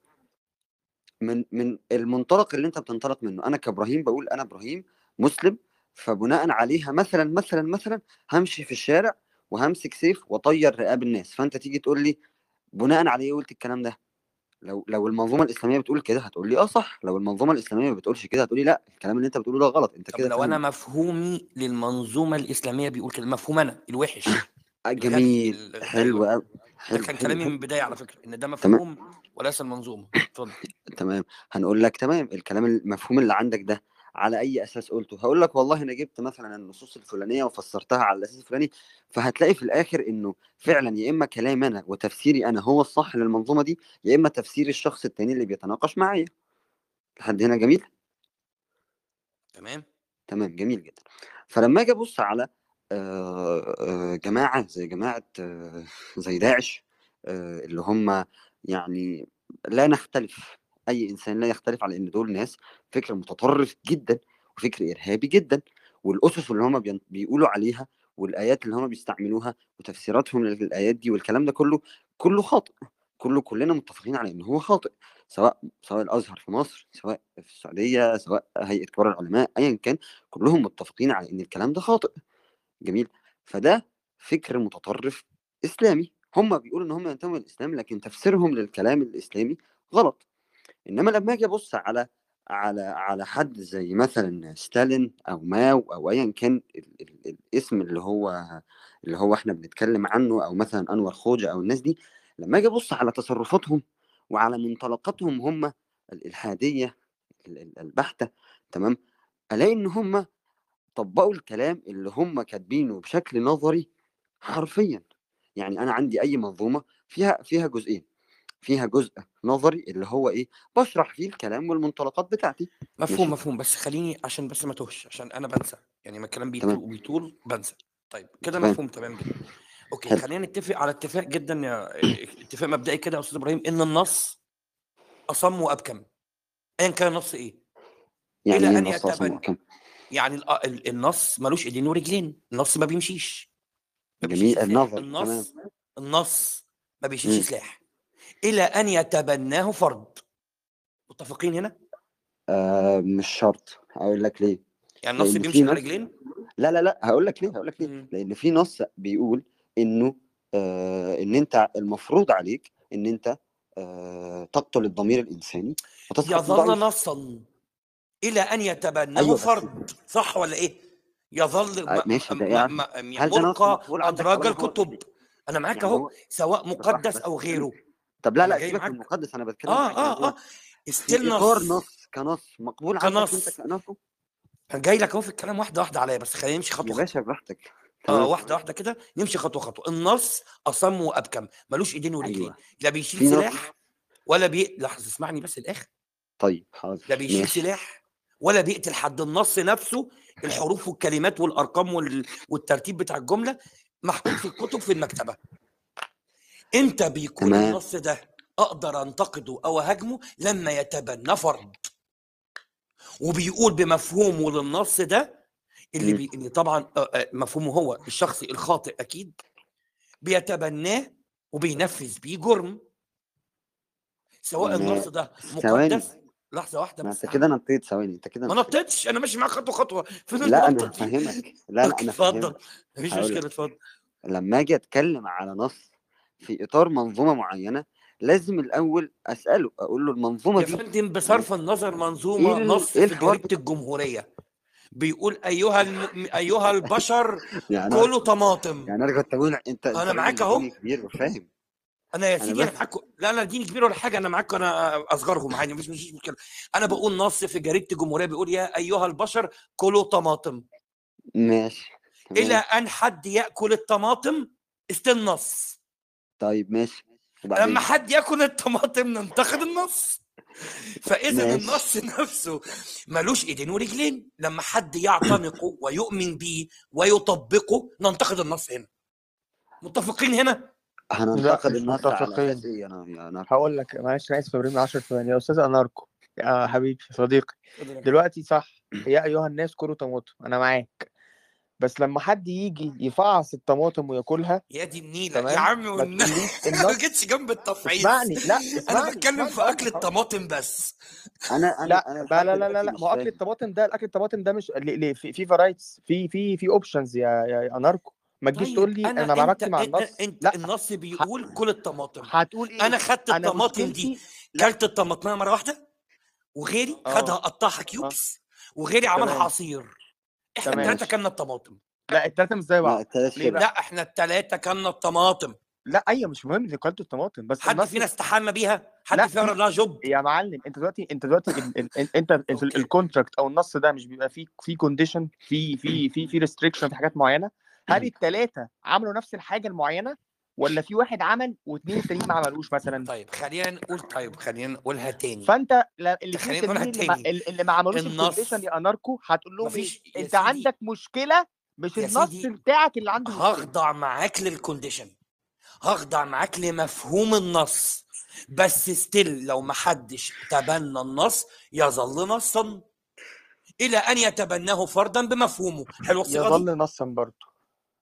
من من المنطلق اللي انت بتنطلق منه، انا كابراهيم بقول انا ابراهيم مسلم، فبناء عليها مثلا مثلا مثلا همشي في الشارع وهمسك سيف واطير رقاب الناس، فانت تيجي تقول لي بناء على ايه قلت الكلام ده؟ لو لو المنظومه الاسلاميه بتقول كده هتقول لي اه صح، لو المنظومه الاسلاميه ما بتقولش كده هتقول لي لا الكلام اللي انت بتقوله ده غلط، انت طب كده لو انا فاهم. مفهومي للمنظومه الاسلاميه بيقول كده، مفهوم انا الوحش آه، الغبي جميل، ال- حلو ايوه، قوي، ده حلو كان حلو كلامي من حلو. البدايه على فكره، ان ده تمام مفهوم وليس المنظومه. اتفضل. تمام. هنقول لك تمام، الكلام المفهوم اللي عندك ده على اي اساس قلته؟ هقول لك والله انا جبت مثلا النصوص الفلانيه وفسرتها على الاساس الفلاني، فهتلاقي في الاخر انه فعلا يا اما كلام انا وتفسيري انا هو الصح للمنظومه دي، يا اما تفسير الشخص التاني اللي بيتناقش معايا. لحد هنا جميل. تمام. تمام جميل جدا. فلما اجي ابص على آه، آه، جماعه زي جماعه آه، زي داعش، آه، اللي هم يعني لا نختلف، اي انسان لا يختلف على ان دول ناس فكر متطرف جدا وفكر ارهابي جدا، والاسس اللي هم بين- بيقولوا عليها والايات اللي هم بيستعملوها وتفسيراتهم للايات دي والكلام ده كله كله خاطئ، كله كلنا متفقين على ان هو خاطئ، سواء سواء الازهر في مصر، سواء في السعوديه، سواء هيئه كبار العلماء، ايا كان كلهم متفقين على ان الكلام ده خاطئ. جميل. فده فكر متطرف اسلامي، هم بيقولوا ان هم ينتموا للاسلام لكن تفسيرهم للكلام الاسلامي غلط. انما لما اجي ابص على على على حد زي مثلا ستالين او ماو او ايا كان ال ال الاسم اللي هو اللي هو احنا بنتكلم عنه، او مثلا انور خوجة او الناس دي، لما اجي ابص على تصرفاتهم وعلى منطلقاتهم هم الالحاديه ال- ال- البحته، تمام، الاقي ان هم طبقوا الكلام اللي هم كاتبينه بشكل نظري حرفيا. يعني انا عندي اي منظومه فيها فيها جزئين، فيها جزء نظري اللي هو ايه، بشرح فيه الكلام والمنطلقات بتاعتي. مفهوم ماشي. مفهوم، بس خليني عشان بس ما توهش، عشان انا بنسى، يعني ما الكلام بيطول تمام بيطول بنسى. طيب كده تمام مفهوم تمام جدا. اوكي، حلو. خلينا نتفق على اتفاق جدا يا اتفاق مبدئي كده يا استاذ ابراهيم، ان النص اصم وابكم، ايا كان النص ايه، يعني الى ايه ان النص اصلا يتبنى. محكم؟ يعني ال- ال- النص ملوش ايدين ورجلين، النص ما بيمشيش، ما بيشيلش جميل سلاح. النظري. تمام. النص النص ما بيشيلش مم. سلاح الى ان يتبناه فرد. متفقين هنا؟ آه مش شرط، هقول لك ليه. يعني النص لان في بيمشي على نص، رجلين. لا لا لا هقول لك ليه، هقول لك ليه، مم. لان في نص بيقول انه آه ان انت المفروض عليك ان انت آه تقتل الضمير الانساني وتسخط يظل الضعيف. نصا الى ان يتبناه ايوه بس فرد، صح ولا ايه؟ يظل آه ما ماشي، ده ايه ما علاقة؟ ما يعني هل ده نص مرقى مقبول عندك ادراج طالما هو الكتب. انا معاك يعني اهو، هو، سواء بالراحه مقدس بس او استنى. غيره. طب لا انا لا جاي سيبك من معاك. المقدس، انا بتكلم في اه حاجه ان اه هو اه ستيل في اطار نص نص كنص مقبول عندك انت كنص. كنصه. انا جاي لك اهو في الكلام، واحده واحده عليا، بس خلينا نمشي يا خطوه باشا خطوه. براحتك. اه تمام. واحده واحده كده نمشي خطوه خطوه. النص اصم وابكم، ملوش ايدين ورجلين، ايوه لا بيشيل في نص. سلاح ولا بي لحظه اسمعني بس الاخر. طيب لا حاضر بيشيل ماشي. سلاح ولا بيقتل حد. النص نفسه، الحروف والكلمات والارقام وال... والترتيب بتاع الجمله محطوط في الكتب في المكتبه. انت بيكون تمام النص ده اقدر انتقده او اهاجمه لما يتبنى فرد، وبيقول بمفهومه للنص ده اللي, مم. بي... اللي طبعا آه، آه، مفهومه هو الشخصي الخاطئ اكيد، بيتبناه وبينفذ بيه جرم، سواء ما النص ده ثواني، مقدس. لحظه واحده ما بس انت يا عم. كده نطيت، ثواني انت كده ما نطيت. نطيتش، انا ماشي معاك خطوه خطوه. فين لا انا المنطق دي؟ هفهمك، لا لا اوكي انا اتفضل، هفهمك. مفيش هقول مشكله، لك اتفضل. لما اجي اتكلم على نص في اطار منظومه معينه لازم الاول اساله، اقول له المنظومه يا دي فندم م- بصرف النظر، ايه منظومه ال- نص ايه في الحوار جريده بتاع الجمهوريه بيقول ايها الم... ايها البشر يعني انا كلوا طماطم. يعني انا كنت بقول انت انت انا راجل معاك مدني اهو. كبير وفاهم. انا يا انا سيدي انا بس معاك، لا انا ديني كبير ولا حاجه، انا معاك، انا اصغرهم عادي، مفيش مفيش مشكله. انا بقول نص في جريده الجمهوريه بيقول يا ايها البشر كلوا طماطم، ماشي الى تمام. ان حد ياكل الطماطم استل النص، طيب ماشي لما وبعدين. حد ياكل الطماطم ننتقد النص. فاذا النص ماشي نفسه ملوش ايدين ورجلين، لما حد يعتنقه ويؤمن به ويطبقه ننتقد النص. هنا متفقين هنا؟ لا هننتقد مش النص على اساس متفقين. ايه؟ انا يا انا هقول لك معلش انا اسف يا ابراهيم، عشر ثواني يا استاذ اناركو يا حبيبي صديقي. اتفضل يا دلوقتي صح، يا ايها الناس كلوا طماطم، انا معاك، بس لما حد يجي يفعص الطماطم وياكلها يا دي النيله يا تمام عم ما والن... تقوليش انا ما النص. جيتش جنب التفعيص، اسمعني لا انا اسمعني بتكلم اسمعني في هقول اكل لك هقول- الطماطم بس. انا انا لا انا بقى لحد لا لا لا دلوقتي لا مش ما هو اكل فاهم. الطماطم ده، الاكل الطماطم ده مش ليه ليه في في فرايتس، في في في اوبشنز يا يا يا اناركو. ما تجيش تقول طيب لي انا انا انت معركتي مع انت, النص، انت لا. النص ه- بيقول كل الطماطم، هتقول ايه؟ انا خدت انا الطماطم دي مشكلتي لا كلت الطماطميه مره واحده، وغيري خدها اه قطعها اه كيوبس، وغيري عملها تمام عصير. احنا تمام. التلاته ماشي. كلنا الطماطم. لا التلاته مش زي لا بعض. التلات ليه شبه. بقى؟ لا احنا التلاته كلنا الطماطم. لا ايوه مش مهم اللي كلت الطماطم، بس حد النص فينا استحمى بيها؟ حد لا فينا في لها جوب؟ يا معلم. انت دلوقتي انت دلوقتي ال... ال... ال- انت ال- اوكي الكونتراكت او النص ده مش بيبقى فيه في كونديشن، في في في في ريستريكشن في حاجات معينه؟ هل الثلاثه عملوا نفس الحاجه المعينه، ولا في واحد عمل واثنين التانيين ما عملوش مثلا؟ طيب خلينا نقول، طيب خلينا نقولها تاني، فانت الاثنين خلينا نقولها التانيين اللي ما تاني. اللي ما عملوش الكونديشن النص يا اناركو هتقول لهم ايه؟ مفيش يا انت سيدي، عندك مشكله، مش يا النص سيدي بتاعك اللي عنده مشكله. هخضع معاك للكونديشن، هخضع معاك لمفهوم النص، بس ستيل لو ما حدش تبنى النص يظل نصا الى ان يتبناه فردا بمفهومه. حلوه الصيغه دي؟ يظل نصا برضه.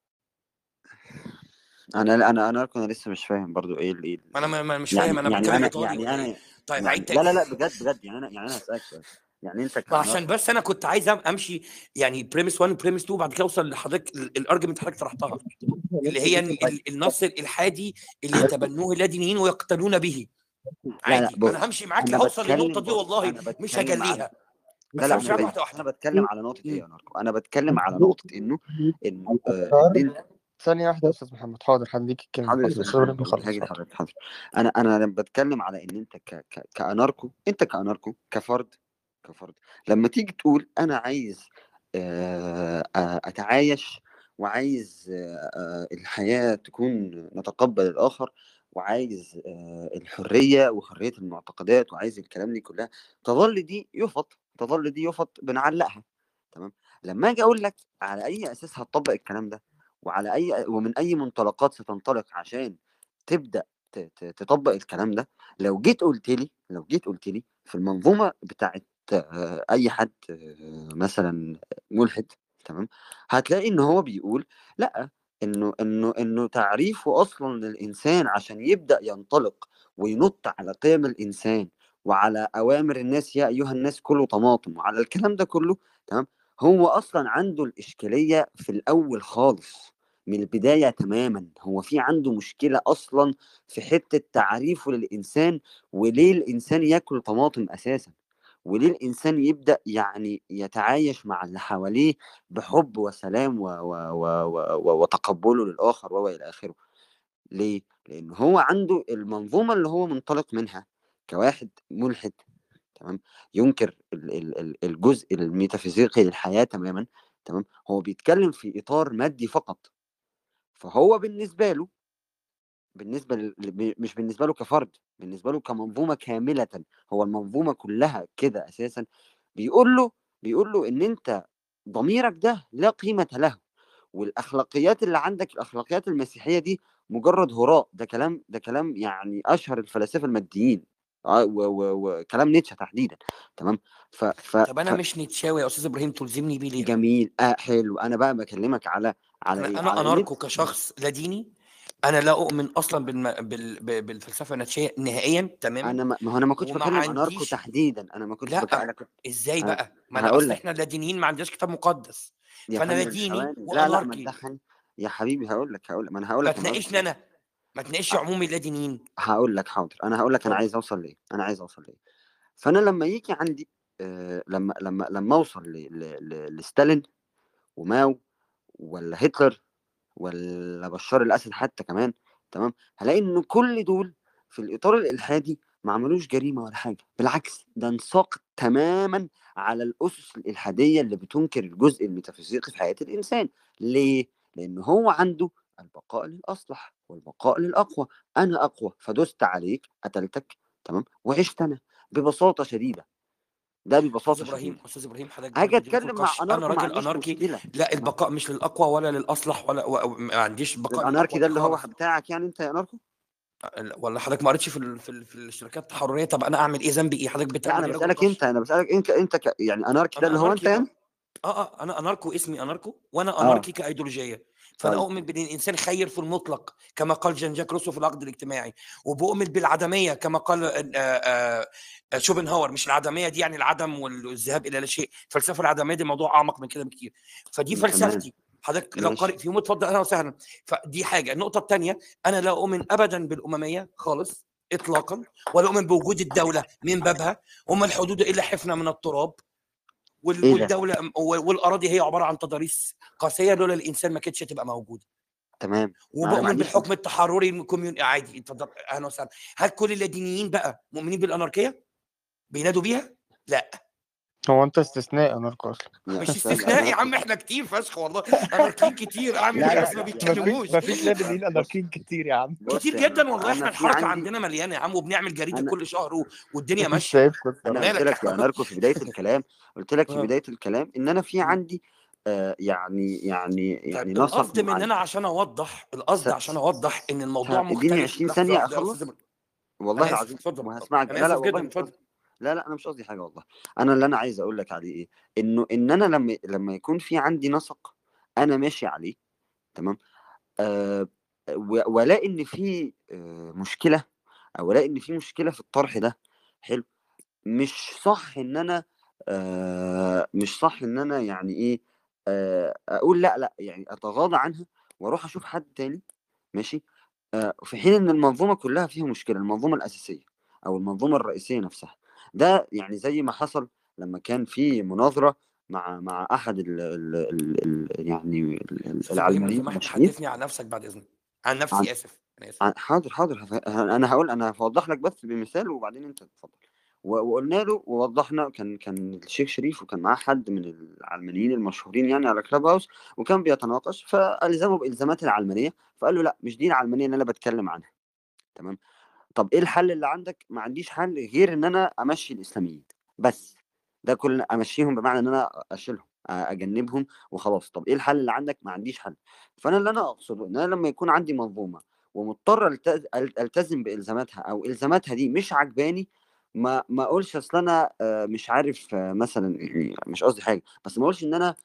انا انا انا انا لسه مش فاهم برضو ايه ال- ايه ال- انا ما- ما- مش يعني فاهم، انا يعني بتكلم انا ايطالي يعني ولا ايه؟ انا طيب يعني عيد لا تاني. لا لا بجد بجد يعني انا يعني انا هسألك سؤال. يعني انت ما عشان كأناركو بس انا كنت عايز أم- امشي يعني بريمس واحد بريمس اتنين، بعد كده اوصل لحضرتك الارجيومنت حضرتك طرحتها، اللي هي ال- ال- النص الالحادي اللي يتبنوه اللادينيين ويقتنون به. لا لا عادي انا بص همشي معاك انا لهوصل للنقطه بتكلم دي، بص والله انا مش بتكلم على هجليها، لا بس لا همشي انا معاك فاهم واحده بس انا واحده. بتكلم على نقطة ايه مم. يا ناركو. انا بتكلم على نقطة انه انه آه ان انت ثانيه واحده يا استاذ محمد، حاضر هديك الكلمه، حاضر يا حاضر استاذ استاذ ابراهيم محمد يخلص. هاجي حاضر. لحضرتك حاضر. انا انا لما بتكلم على ان انت ك ك كأناركو، انت كأناركو كفرد كفرد لما تيجي تقول انا عايز آه، آه، اتعايش، وعايز آه، آه، الحياة تكون نتقبل الآخر، وعايز آه، الحرية وحرية المعتقدات، وعايز الكلام دي كلها، تظل دي يفط تظل دي يفط بنعلقها. تمام. لما اجي اقول لك على اي اساس هتطبق الكلام ده، وعلى اي ومن اي منطلقات ستنطلق عشان تبدا ت- ت- تطبق الكلام ده، لو جيت قلت لي لو جيت قلت لي في المنظومه بتاعت آه، اي حد آه، مثلا ملحد، تمام، هتلاقي ان هو بيقول لا، انه انه انه تعريفه اصلا للانسان عشان يبدا ينطلق وينط على قيم الانسان وعلى اوامر الناس يا ايها الناس كلوا طماطم وعلى الكلام ده كله، تمام، هو اصلا عنده الاشكاليه في الاول خالص من البدايه تماما. هو في عنده مشكله اصلا في حته تعريفه للانسان، وليه الانسان ياكل طماطم اساسا، وليه الانسان يبدا يعني يتعايش مع اللي حواليه بحب وسلام و و و و و وتقبله للاخر والى اخره. ليه؟ لان هو عنده المنظومه اللي هو منطلق منها كواحد ملحد، تمام، ينكر ال- ال- ال- الجزء الميتافيزيقي للحياة تماما. تمام. هو بيتكلم في إطار مادي فقط. فهو بالنسبة له بالنسبة ل... ب- مش بالنسبة له كفرد، بالنسبة له كمنظومة كاملة، هو المنظومة كلها كده أساسا. بيقول له بيقول له إن أنت ضميرك ده لا قيمة له، والأخلاقيات اللي عندك، الأخلاقيات المسيحية دي مجرد هراء. ده كلام ده كلام يعني أشهر الفلاسفة الماديين، آه، و- و- وكلام نيتشه تحديدا. تمام. ف ف طب انا ف مش نيتشاوي يا استاذ ابراهيم تلزمني بيه ليه؟ جميل. اه حلو. انا بقى بكلمك على على انا ايه؟ انا على اناركو النت. كشخص لا ديني، انا لا اؤمن اصلا بالم... بال... ب- بالفلسفه الناتشيه نهائيا تماما، انا ما ما هو انا ما كنتش وما بتكلم عن اركو عنديش. تحديدا. انا ما كنتش بك... لا انا كنت ازاي انا بقى؟ ما انا هقول اصل لك احنا لا دينيين ما عندناش كتاب مقدس، يا فانا لا فندم ديني ثواني. لا لا ما واناركي. تدخل يا حبيبي. هقول لك هقول لك ما انا هقول ما لك انا قصدي تناقشني ايه. انا، ما تناقشش ه- عموم اللا دينيين. هقول لك حاضر. انا هقول لك انا اتفضل. عايز اوصل ليه انا عايز اوصل ليه فانا لما يجي عندي آه لما لما لما اوصل ل... ل... ل... لستالين وماو ولا هتلر ولا بشار الاسد حتى كمان، تمام، هلاقي ان كل دول في الاطار الالحادي ما عملوش جريمه ولا حاجه، بالعكس ده انساق تماما على الاسس الالحاديه اللي بتنكر الجزء الميتافيزيقي في حياه الانسان. ليه؟ لان هو عنده البقاء للاصلح والبقاء للاقوى. انا اقوى فدست عليك قتلتك، تمام، وعشت انا، ببساطه شديده. ده استاذ ببساطه ابراهيم شديده. استاذ ابراهيم حضرتك دماغك هاجي بتجيب في اتكلم مع القش. انا اناركو ما راجل عنديش اناركي، مشكله. لا ما البقاء مش للاقوى ولا للاصلح ولا و- ما عنديش بقاء الاناركي للاقوى ده دي اللي هو خالص. بتاعك يعني انت يا اناركو؟ ولا حضرتك ما قريتش في ال... في, ال... في الاشتراكات التحرريه؟ طب انا اعمل ايه؟ ذنبي ايه؟ حضرتك لا بتعمل انا ايه؟ راجل بسالك انت، قش. انا بسالك انت انت ك... يعني اناركي ده انا اللي هو انت اناركي، اه يعني؟ اه اه انا اناركو، اسمي اناركو، وانا اه اناركي كايديولوجيه. فانا طيب اؤمن بان الانسان خير في المطلق كما قال جان جاك روسو في العقد الاجتماعي، وبؤمن بالعدميه كما قال آه آه آه شوبنهاور. مش العدميه دي يعني العدم والذهاب الى لا شيء، الفلسفه العدميه دي موضوع اعمق من كده بكتير. فدي تمام فلسفتي. حضرتك لو ماشي. قارئ فيهم اتفضل، اهلا وسهلا. فدي حاجه. النقطه الثانيه، انا لا اؤمن ابدا بالامميه خالص اطلاقا، ولا اؤمن بوجود الدوله من بابها. وما الحدود الا حفنه من التراب، وال- ايه ده؟ والدوله والاراضي هي عباره عن تضاريس قاسيه، لولا الانسان ما كانتش هتبقى موجوده. تمام، انا ما وبؤمن عنديش بالحكم التحرري الكوميوني عادي. اتفضل اهلا وسهلا. هل كل اللادينيين بقى مؤمنين بالاناركيه بينادوا بيها؟ لا، هو انت استثناء اناركو اصلا. لا مش استنى استثناء يا اناركو. عم، احنا كتير فشخ والله. اناركيين كتير، اعمل لا ايه لا بس ما لا لا بيتكلموش. مفيش مفيش لادينيين بص اناركيين كتير يا عم. بص كتير يا جدا اناركو، والله. انا احنا في الحركه عندي عندنا مليانه يا عم، وبنعمل جريده انا كل شهر و- والدنيا مش ماشيه. شايفكم انا الصراحه. قلت مالك لك يا اناركو في بدايه الكلام، قلت لك في آه. بدايه الكلام ان انا في مم. عندي آه يعني يعني يعني طيب نسق القصد من معين. انا عشان اوضح، س... القصد عشان س... اوضح ان الموضوع اديني مختلف. عشرين لحظه ثانيه واحده يا استاذ اخلص، إبراهيم. والله انا اسف، العظيم اتفضل. وهسمعك. انا لا لا اسف والله جدا، مش اتفضل. قصدي، لا لا انا مش قصدي حاجه والله. انا اللي انا عايز اقول لك عليه ايه، انه ان انا لما لما يكون في عندي نسق انا ماشي عليه، تمام، آه و- والاقي ان في آه مشكله، او الاقي ان في مشكله في الطرح ده، حلو، مش صح ان انا آه مش صح ان انا يعني ايه، آه اقول لا لا يعني اتغاضى عنها واروح اشوف حد تاني، ماشي، آه في حين ان المنظومه كلها فيها مشكله، المنظومه الاساسيه او المنظومه الرئيسيه نفسها. ده يعني زي ما حصل لما كان في مناظره مع مع احد ال ال ال ال يعني ال- ال- استاذ ابراهيم لو العلمانيين سمحت المشاهير. حدثني عن نفسك بعد اذنك. عن عن نفسي، اسف انا اسف. عن- حاضر حاضر هف- انا هقول انا هوضح لك بس بمثال وبعدين انت تتفضل. و- وقلنا له ووضحنا، كان كان الشيخ شريف وكان معاه حد من العلمانيين المشهورين يعني على كلاب هاوس، وكان بيتناقش فالزمه بالزامات العلمانيه، فقال له لا مش دي العلمانيه اللي انا بتكلم عنها، تمام. طب ايه الحل اللي عندك؟ ما عنديش حل غير ان انا امشي الاسلاميين بس، ده كل امشيهم بمعنى ان انا اشيلهم اجنبهم وخلاص. طب ايه الحل اللي عندك؟ ما عنديش حل. فانا اللي انا اقصده ان انا لما يكون عندي منظومه ومضطر التز- التزم بالزاماتها او الزاماتها دي مش عجباني، ما ما اقولش اصل انا آه، مش عارف، آه، مثلا يعني مش قصدي حاجه، بس ما اقولش ان انا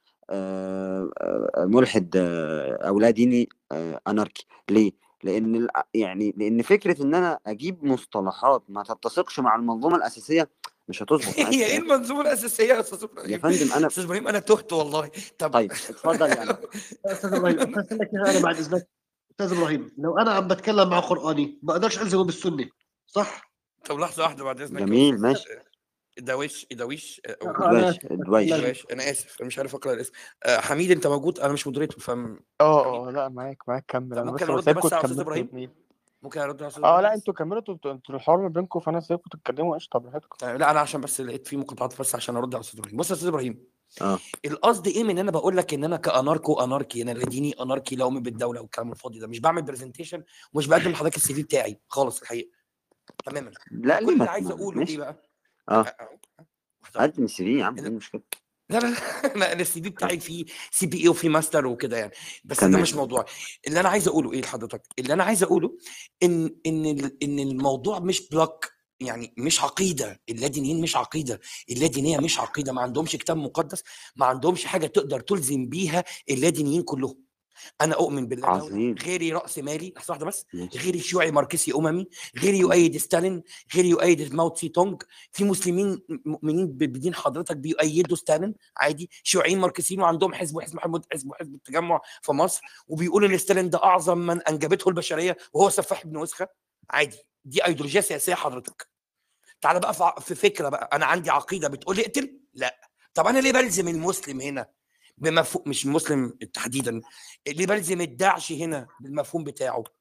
آه، آه، ملحد آه، او لا ديني آه، اناركي. ليه؟ لان ال- يعني لان فكره ان انا اجيب مصطلحات ما تتسقش مع المنظومه الاساسيه مش هتظبط معايا هي في ايه الاخر. المنظومه الاساسيه يا استاذ يا ابراهيم؟ فندم انا استاذ ابراهيم انا تهت والله. طب طيب اتفضل يا انا. استاذ ابراهيم استاذ لك انا بعد اذنك. استاذ ابراهيم لو انا عم بتكلم مع قراني ما اقدرش الزمه بالسنه، صح؟ طب لحظه واحده بعد اذنك يا جميل استاذ ماشي. دوايش دوايش أو انا دواش اسف دوايش لا لا دوايش. انا اسف، انا مش عارف اقرا الاسم. آه، حميد انت موجود؟ انا مش مودريتور فاهم. اه اه لا معاك معاك كمل. طب انا ممكن بس ارد بسيبكم بس على استاذ تكملوا ابراهيم؟ الاثنين. ممكن ارد على استاذ اه ابراهيم لا بس؟ انتوا كملوا، انتوا انتوا الحوار ما بينكم فانا سيبكم تتكلموا قشطه براحتكم. طيب لا انا عشان بس لقيت في مقاطعات بس عشان ارد على استاذ ابراهيم. بص يا استاذ ابراهيم، اه القصد ايه من ان انا بقول لك ان انا كاناركو اناركي، انا لا ديني اناركي لا اؤمن بالدوله والكلام الفاضي ده. مش بعمل برزنتيشن ومش بقدم لحضرتك السي في بتاعي خالص الحقيقه تماما. لا كل ليه اللي ما عايز ما- اقوله ايه ماشي. بقى؟ اه واحده واحده. قدم السي في يا عم، ايه إن- المشكله؟ لا لا لا انا السي في بتاعي فيه سي بي اي وفيه ماستر وكده يعني، بس ده تمام مش موضوع. اللي انا عايز اقوله ايه لحضرتك؟ اللي انا عايز اقوله ان ان ال- ان الموضوع مش بلوك، يعني مش عقيده. اللادينيين مش عقيده، اللادينيه مش عقيده، ما عندهمش كتاب مقدس، ما عندهمش حاجه تقدر تلزم بيها اللادينيين كلهم. انا اؤمن بالله دوله، عظيم غيري راس مالي، لحظه واحده بس، ماشي. غيري شيوعي ماركسي اممي، غيري يؤيد ستالين، غيري يؤيد ماو تسي تونج. في مسلمين مؤمنين بدين حضرتك بيؤيدوا ستالين عادي، شيوعيين ماركسيين وعندهم حزب وحزب محمود حزب وحزب التجمع في مصر، وبيقولوا ان ستالين ده اعظم من انجبته البشريه وهو سفاح ابن وسخه عادي. دي ايديولوجيه سياسيه حضرتك. تعال بقى في ع- في فكره بقى، انا عندي عقيده بتقول اقتل، لا. طب انا ليه بلزم المسلم هنا بمفهوم، مش المسلم تحديدا، ليه بلزم الداعش هنا بالمفهوم بتاعه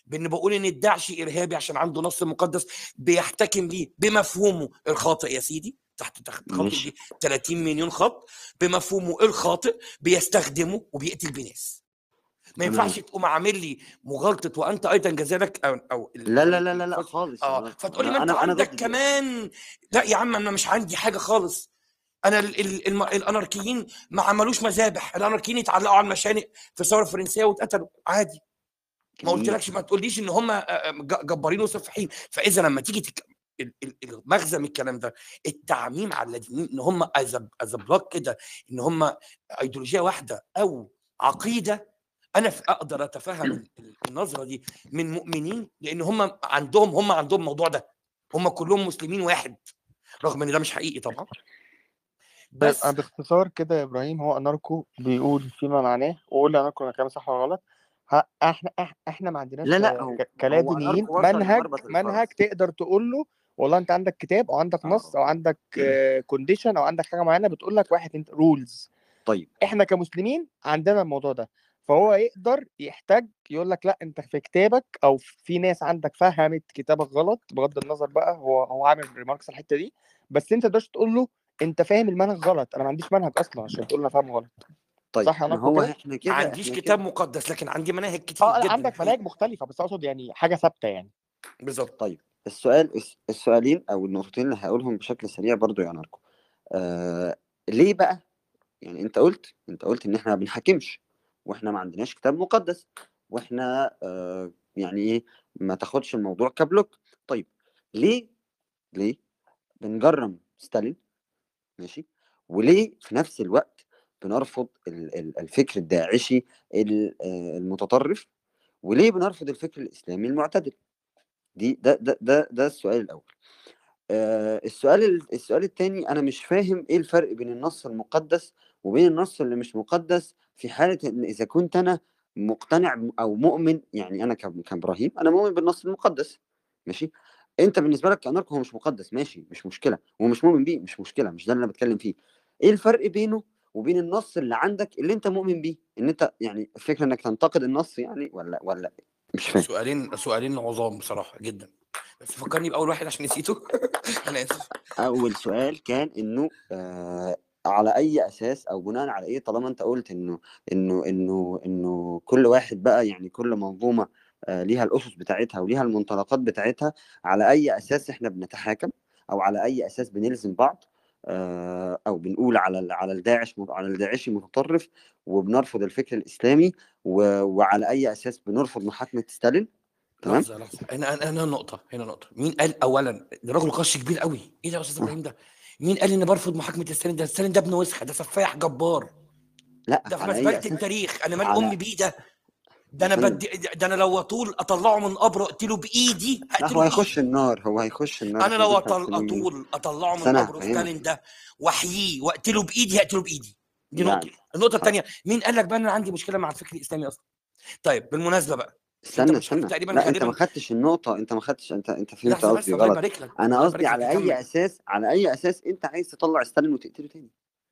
بان بقول ان الداعش ارهابي عشان عنده نص مقدس بيحتكم ليه بمفهومه الخاطئ يا سيدي، تحت تحت خط ماشي دي ثلاثين مليون خط، بمفهومه الخاطئ بيستخدمه وبيقتل بناس. ما تمام. ينفعش تقوم عامل لي مغالطه وانت ايضا كذلك، او او ال- لا او لا ال- لا لا لا الفصل خالص يا اه ماركو، فتقول لي ما انا انت انا انا عندك ضد دي اصلا. كمان. لا يا عم انا مش عندي حاجه خالص. انا ال ال ال الاناركيين ما عملوش مذابح، الاناركيين اتعلقوا على المشانق في الثوره الفرنسيه واتقتلوا عادي. ما جميل. قلتلكش، ما تقوليش ان هم جبارين وسفاحين. فاذا لما تيجي تك... ال- ال- المغزى من الكلام ده التعميم على اللادينيين ان هم از بلوك كده، ان هم ايديولوجيه واحده او عقيده. انا ف- اقدر اتفهم ال- ال- النظره دي من مؤمنين، لان هم عندهم هم عندهم الموضوع ده، هم كلهم مسلمين واحد، رغم ان ده مش حقيقي طبعا. طيب بس أنا باختصار كده يا إبراهيم، هو أناركو بيقول فيما معناه، وقول لي أناركو أنا كلامي صح ولا غلط. ه- إحنا إح- إحنا ما عندناش لا لا هو ك- هو كلادينيين اناركو وصل منهج لمربط منهج الفرس. تقدر تقول له والله أنت عندك كتاب أو عندك نص اه أو عندك كونديشن أو عندك حاجة معينة بتقول لك واحد انت رولز. طيب إحنا كمسلمين عندنا الموضوع ده، فهو يقدر يحتاج يقول لك لا أنت في كتابك أو في ناس عندك فهمت كتابك غلط، بغض النظر بقى هو هو عامل ريماركس الحتة دي، بس أنت تقدرش تقول له انت فاهم المنهج غلط، انا ما عنديش منهج اصلا عشان تقول انا فاهمه غلط. طيب صح يا ما ناركو هو كده؟ احنا ما كده عنديش احنا كتاب كده مقدس لكن عندي مناهج كتير اه لا جدا عندك الحقيقه. مناهج مختلفه، بس اقصد يعني حاجه ثابته يعني. بالظبط. طيب السؤال الس- السؤالين او النقطتين اللي هقولهم بشكل سريع برضو يا ناركو. آه ليه بقى؟ يعني انت قلت انت قلت ان احنا ما بنحكمش واحنا ما عندناش كتاب مقدس واحنا آه يعني ايه ما تاخدش الموضوع كبلوك. طيب ليه ليه بنجرم ستالين؟ ماشي. وليه في نفس الوقت بنرفض ال- ال- الفكر الداعشي ال- آه، المتطرف؟ وليه بنرفض الفكر الإسلامي المعتدل؟ دي ده ده ده ده السؤال الأول. آه السؤال ال- السؤال الثاني، أنا مش فاهم إيه الفرق بين النص المقدس وبين النص اللي مش مقدس، في حالة إن إذا كنت أنا مقتنع ب- أو مؤمن، يعني أنا ك- كإبراهيم أنا مؤمن بالنص المقدس. ماشي. أنت بالنسبة لك كأناركو هو مش مقدس، ماشي مش مشكلة، ومش مؤمن بيه مش مشكلة، مش ده اللي أنا بتكلم فيه. إيه الفرق بينه وبين النص اللي عندك اللي أنت مؤمن بيه؟ إن أنت يعني الفكرة إنك تنتقد النص يعني ولا ولا مش فاهم. سؤالين سؤالين عظام بصراحه جدا، بس فكرني باول واحد عشان نسيته. انا اسف. اول سؤال كان انه آه على اي اساس او بناء على ايه، طالما انت قلت انه انه انه انه كل واحد بقى يعني كل منظومه آه ليها الاسس بتاعتها وليها المنطلقات بتاعتها، على اي اساس احنا بنتحاكم او على اي اساس بنلزم بعض آه او بنقول على ال- على الداعش على الداعشي متطرف وبنرفض الفكر الاسلامي و- وعلى اي اساس بنرفض محاكمه ستالين؟ تمام. لحظه لحظه، هنا هنا هنا نقطه هنا نقطه مين قال اولا ده راجل قش كبير قوي؟ ايه ده يا استاذ ابراهيم ده؟ مين قال اني برفض محاكمه ستالين؟ ده ستالين ده ابن وسخه، ده سفاح جبار، لا ده في على اي مزبله اساس؟ التاريخ. انا مال على امي بيه ده؟ ده يا انا فندم، بدي، ده انا لو اطول اطلعه من قبره اقتله بايدي لا هقتله هو هيخش بايدي. النار، هو هيخش النار، انا احنا لو بندفع أطل فلوس. اطول اطلعه بس من انا قبره هفهمك ستالين ده واحييه واقتله بايدي هقتله بايدي. دي نقطه. يعني. النقطه حاضر. الثانيه، مين قال لك بقى ان انا عندي مشكله مع الفكر الاسلامي اصلا؟ طيب بالمناسبه بقى، انت استنى مش عارف استنى، تقريبا لا انت ما غالبا. خدتش النقطة، انت ما خدتش، انت انت فهمت لحظه بس قصدي الله غلط. يبارك لك، انا الله قصدي يبارك لك، على اي اكمل. اساس، على اي اساس انت عايز تطلع ستالين وتقتله تاني؟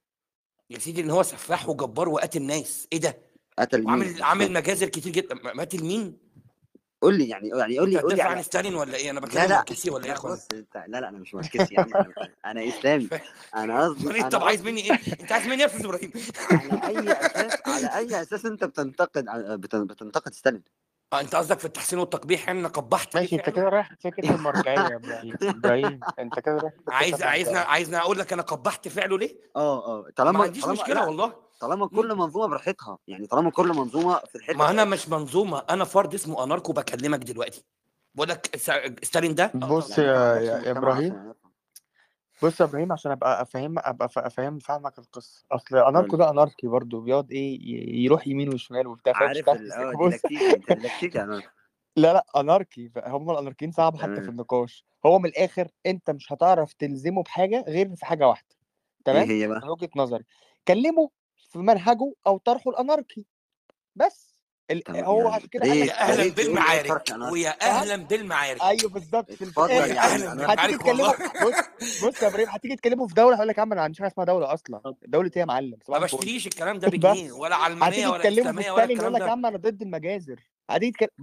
يا سيدي ان هو سفاح وجبار وقاتل ناس، ايه ده؟ قتل مين؟ وعامل مش عامل فاهم. مجازر كتير جدا. م- قاتل مين؟ قول لي يعني، يعني قول انت لي قول لي هتدافع عن على. ستالين ولا ايه؟ انا لا بكلم لا ماركسي ولا ايه يا لا اخوانا؟ بص انت، لا لا انا مش ماركسي يا عم، انا انا مش اسلامي. فاهم. انا قصدي امال انت انا طب عايز قصدي مني ايه؟ انت عايز مني ايه يا استاذ ابراهيم؟ على اي اساس، على اي اساس انت بتنتقد بتن- بتنتقد ستالين؟ اه انت قصدك في التحسين والتقبيح، يعني انا قبحت ليه ماشي انت فعله؟ كده رايح سكه المرجعيه يا ابراهيم. ابراهيم انت كده رايح سكه عايز عايزنا المرجعيه. عايزنا اقول لك انا قبحت فعله ليه؟ اه اه ما طالما عنديش طالما مشكله لا، والله. طالما مم. كل منظومه براحتها، يعني طالما كل منظومه في الحته ما انا بتاعتها. مش منظومه، انا فرد اسمه اناركو بكلمك دلوقتي، بقول لك س- ستالين ده اه بص طبعا. يعني انت ما يا عندكش يا يا مجتمع ابراهيم، اصلا يعني. بص يا ابراهيم عشان ابقى افهم ابقى ف- افهم فاهمك القصه. اصل اناركو قول. ده اناركي برضه بيقعد ايه ي- يروح يمين وشمال وبتاع، فمش عارف هتعرف ال اه تمسكه. بص ديلكتيكي، انت ديلكتيكي انا. لا لا اناركي، هم الاناركيين صعب حتى في تمام. النقاش. هو من الاخر انت مش هتعرف تلزمه بحاجه غير في حاجه واحده، ايه تمام؟ هي بقى؟ من وجهه نظري كلمه في منهجه او طرحه الاناركي بس. ال... تمام هو يعني عشان كده يا قال ريت لك يا يا اهلا ستالين. ريت تقول لي ايه فرق بالمعارك اناركي. ويا فاهم؟ اهلا بالمعارك. ايوه بالظبط. في, الف... في اتفضل الاخر ويا يا عم اهلا اناركي. هتيجي بالمعارك والله. تكلمه. بص بص يا ابراهيم، هتيجي تكلمه في دوله هيقول لك يا عم انا ما عنديش حاجه اسمها دوله اصلا. دوله ايه يا معلم؟ ما صباح الفل. بشتريش الكلام ده بجنيه، بس ولا علمانيه هتيجي ولا تكلمه في اسلاميه ولا ستالين يقول الكلام لك يا ده. عم انا ضد المجازر. هتيجي تكلم بس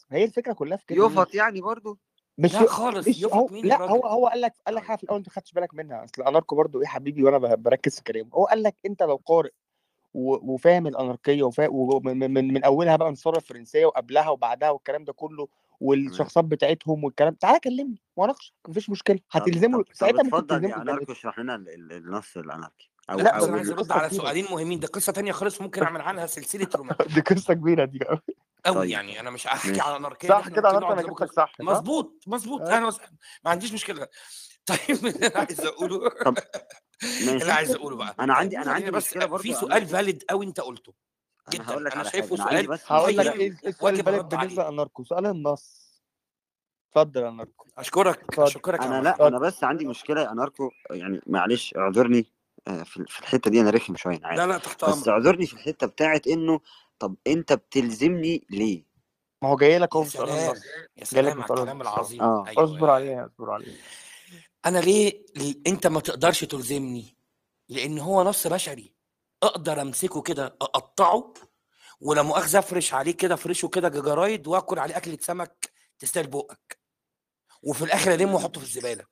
بص هي الفكره كلها في كده. يفط يعني برضو مش لا خالص، مش يفط هو مين يا لا هو راجل؟ هو قال لك قال لك حاجه في الاول انت ما خدتش بالك منها. اصل اناركو برضو ايه حبيبي، وانا ب- بركز في كلامه. هو قال لك انت لو قارئ و- وفاهم الاناركيه وفا... ومن من, من, من اولها بقى من الثوره الفرنسيه وقبلها وبعدها والكلام ده كله تمام. والشخصيات بتاعتهم والكلام، تعالى كلمني واناقشك مفيش مشكله. طب هتلزمه طب طب ساعتها ممكن اتفضل تلزمه يا بالبنات. اناركو، اشرح لنا ال- ال- النص الاناركي او لا بس لا انا او عايز دي ال... ارد قصه على كبيره، سؤالين مهمين، ده قصه تانية خالص ممكن اعمل عنها سلسله رومات دي قصه كبيره دي قوي. قوي. طيب يعني انا مش هحكي ماشي. على الاناركيه دي، صح احنا كده ممكن اناركو، نقعد انا لبكره. جبتك صح صح؟ مظبوط مظبوط، أيوة. انا وسهلا، ما عنديش مشكله. طيب اللي انا عايز اقوله طب اللي ماشي، عايز اقوله بقى، انا طيب عندي انا خلينا عندي بس مشكله في برضو يا سؤال اناركو. فاليد قوي انت قلته انا جدا، هقول لك انا على شايفه حاجه، انا عندي سؤال بس هقول لك مشكله. قيم ايه السؤال واجب البالغ الرد بالنسبه عليه. لاناركو، سؤال النص. اتفضل يا اناركو. اشكرك اتفضل اشكرك يا انا عم لا احمد. انا بس عندي مشكله يا اناركو، يعني معلش اعذرني. آه، في في الحته دي انا رخم شويه انا لا عارف، لا تحت بس امرك. اعذرني في الحته بتاعت انه طب انت بتلزمني ليه؟ ما هو جاي لك يا اهو في سؤال سلام النص. يا جاي لك سلام في على سؤال الكلام النص. العظيم. اه اصبر ايوه، عليها اصبر عليها. انا ليه ل- انت ما تقدرش تلزمني؟ لان هو نص بشري، اقدر امسكه كده اقطعه ولا مؤاخذه افرش عليه كده، افرشه كده جرايد واكل عليه اكله سمك تستاهل بقك، وفي الاخر المه واحطه في الزباله.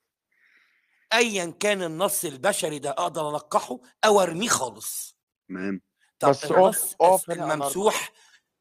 ايا كان النص البشري ده اقدر القحه او ارميه خالص. تمام. طب بس اقف النص اقف هنا يا اناركو. الممسوح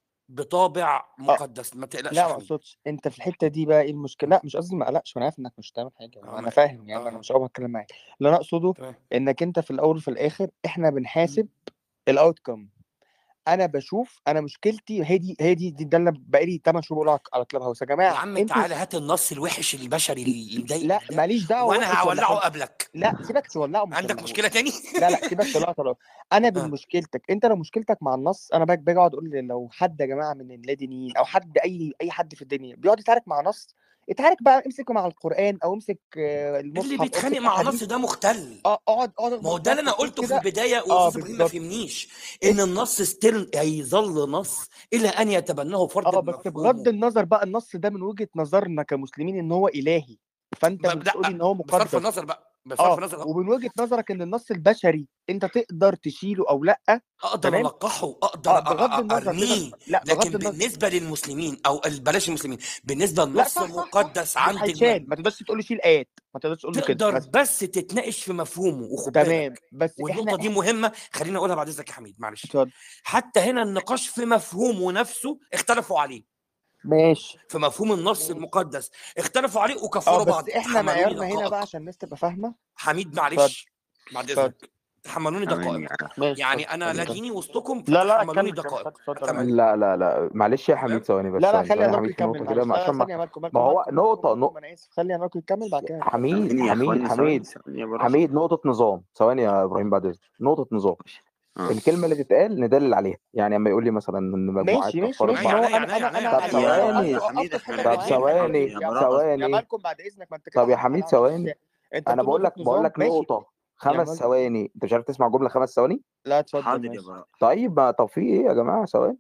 بطابع أه مقدس، ما تقلقش لا يا ما حميد. اقصدش انت في الحته دي بقى ايه المشكله. لا مش قصدي ما اقلقش، ما انا عارف انك مش هتعمل حاجه، اه انا ما فاهم يعني، انا اه مش هقعد اتكلم معاك. اللي انا اقصده تمام. انك انت في الاول وفي الاخر احنا بنحاسب الاوت كم. انا بشوف انا مشكلتي هي دي هي دي, دي ده اللي بقالي ثمانية شهور بقول على كلاب هاوس يا يا جماعه. عم انتوا تعالى هات النص الوحش البشري اللي مضايقك لا ده ماليش دعوه وانا وحش ولا هولعه حلو. قبلك. لا سيبك تولعه ما عندك تولعهوش. مشكله تاني؟ لا لا سيبك تولعه تولعه. انا اه بمشكلتك انت، لو مشكلتك مع النص انا باجي باجي اقعد اقول لو حد يا جماعه من اللادينيين او حد اي اي حد في الدنيا بيقعد يتعارك مع نص، اتعارك بقى امسك مع القران او امسك آه، اللي المصحف او بيتخانق امسك مع النص احاديث. ده مختل. اه اقعد اقعد ما هو اخبط ده اللي نفسك انا قول قلته في كده. البدايه اه واستاذ ابراهيم ما بالظبط. فهمنيش، ان النص ستيل هيظل نص الى ان يتبناه فرد اه بس بغض بمفهومه. النظر بقى النص ده من وجهة نظرنا كمسلمين ان هو الهي، فانت ب- بتقولي لا ان هو بصرف مقدس. النظر بقى، بصرف اه النظر ومن وجهة نظرك ان النص البشري انت تقدر تشيله او لا. اقدر تمام. القحه واقدر اه أ- بغض أ- النظر كده، ارميه، لا بغض لكن النظر. بالنسبه للمسلمين او ال- بلاش المسلمين، بالنسبه لا للنص صح صح صح مقدس مش عند الم... هيتشال، ما تقدرش تقول لي شيل ايات، ما تقدرش تقول له كده تقدر بس. بس تتناقش في مفهومه. وخد تمام بالك بس احنا والنقطه دي احنا مهمه، خليني اقولها بعد اذنك يا حميد معلش. اتفضل. حتى هنا النقاش في مفهومه نفسه اختلفوا عليه، ماشي. في مفهوم النص المقدس اختلفوا عليه اه وكفروا بس بعض. احنا تحملوني معيارنا هنا بقى دقائق عشان الناس تبقى فاهمة. حميد اتفضل معلش بعد اتفضل. اذنك، تحملوني تمام دقائق. يعني. ماشي يعني اتفضل انا لا اتفضل. ديني وسطكم لا لا فتحملوني كمل كمل دقائق. اتفضل تمام معاك. لا لا لا معلش يا حميد، تمام. ثواني بس لا لا ثواني خلي ثواني يا اناركو حميد في يكمل نقطة كده معلش. لا لا عشان ما ثانية مالكم ما مالكم هو مالكم مالكم نقطة مالكم نقطة انا اسف. خلي اناركو يكمل بعد كده. حميد ثواني يا حميد اخواني، ثواني حميد ثواني يا بالراحه. حميد نقطة نظام. ثواني يا إبراهيم بعد إذنك، نقطة نظام. اه الكلمة اللي تتقال ندلل عليها، يعني اما يقول لي مثلا إن مجموعات ماشي ماشي كفرت ماشي. ما بعض. هو عينيا انا عينيا انا عينيا انا طب عينيا انا عينيا وقفت ثواني عينيا وقفت حميد في احنا حته طب الاثنين معينه. الاثنين ثواني يا يا براءة مالكم يا ثواني مالكم بعد اذنك، ما انت كده طب يا حطيت حميد على نفسك. ثواني. انت أنا بتقول بقول نقطه لك بقول نظام لك ماشي. نقطة يا خمس مال ثواني أنت مش عارف تسمع جملة خمس ثواني؟ لا اتفضل حاضر يا ماشي. براءة. طيب ما طب في إيه يا جماعة ثواني.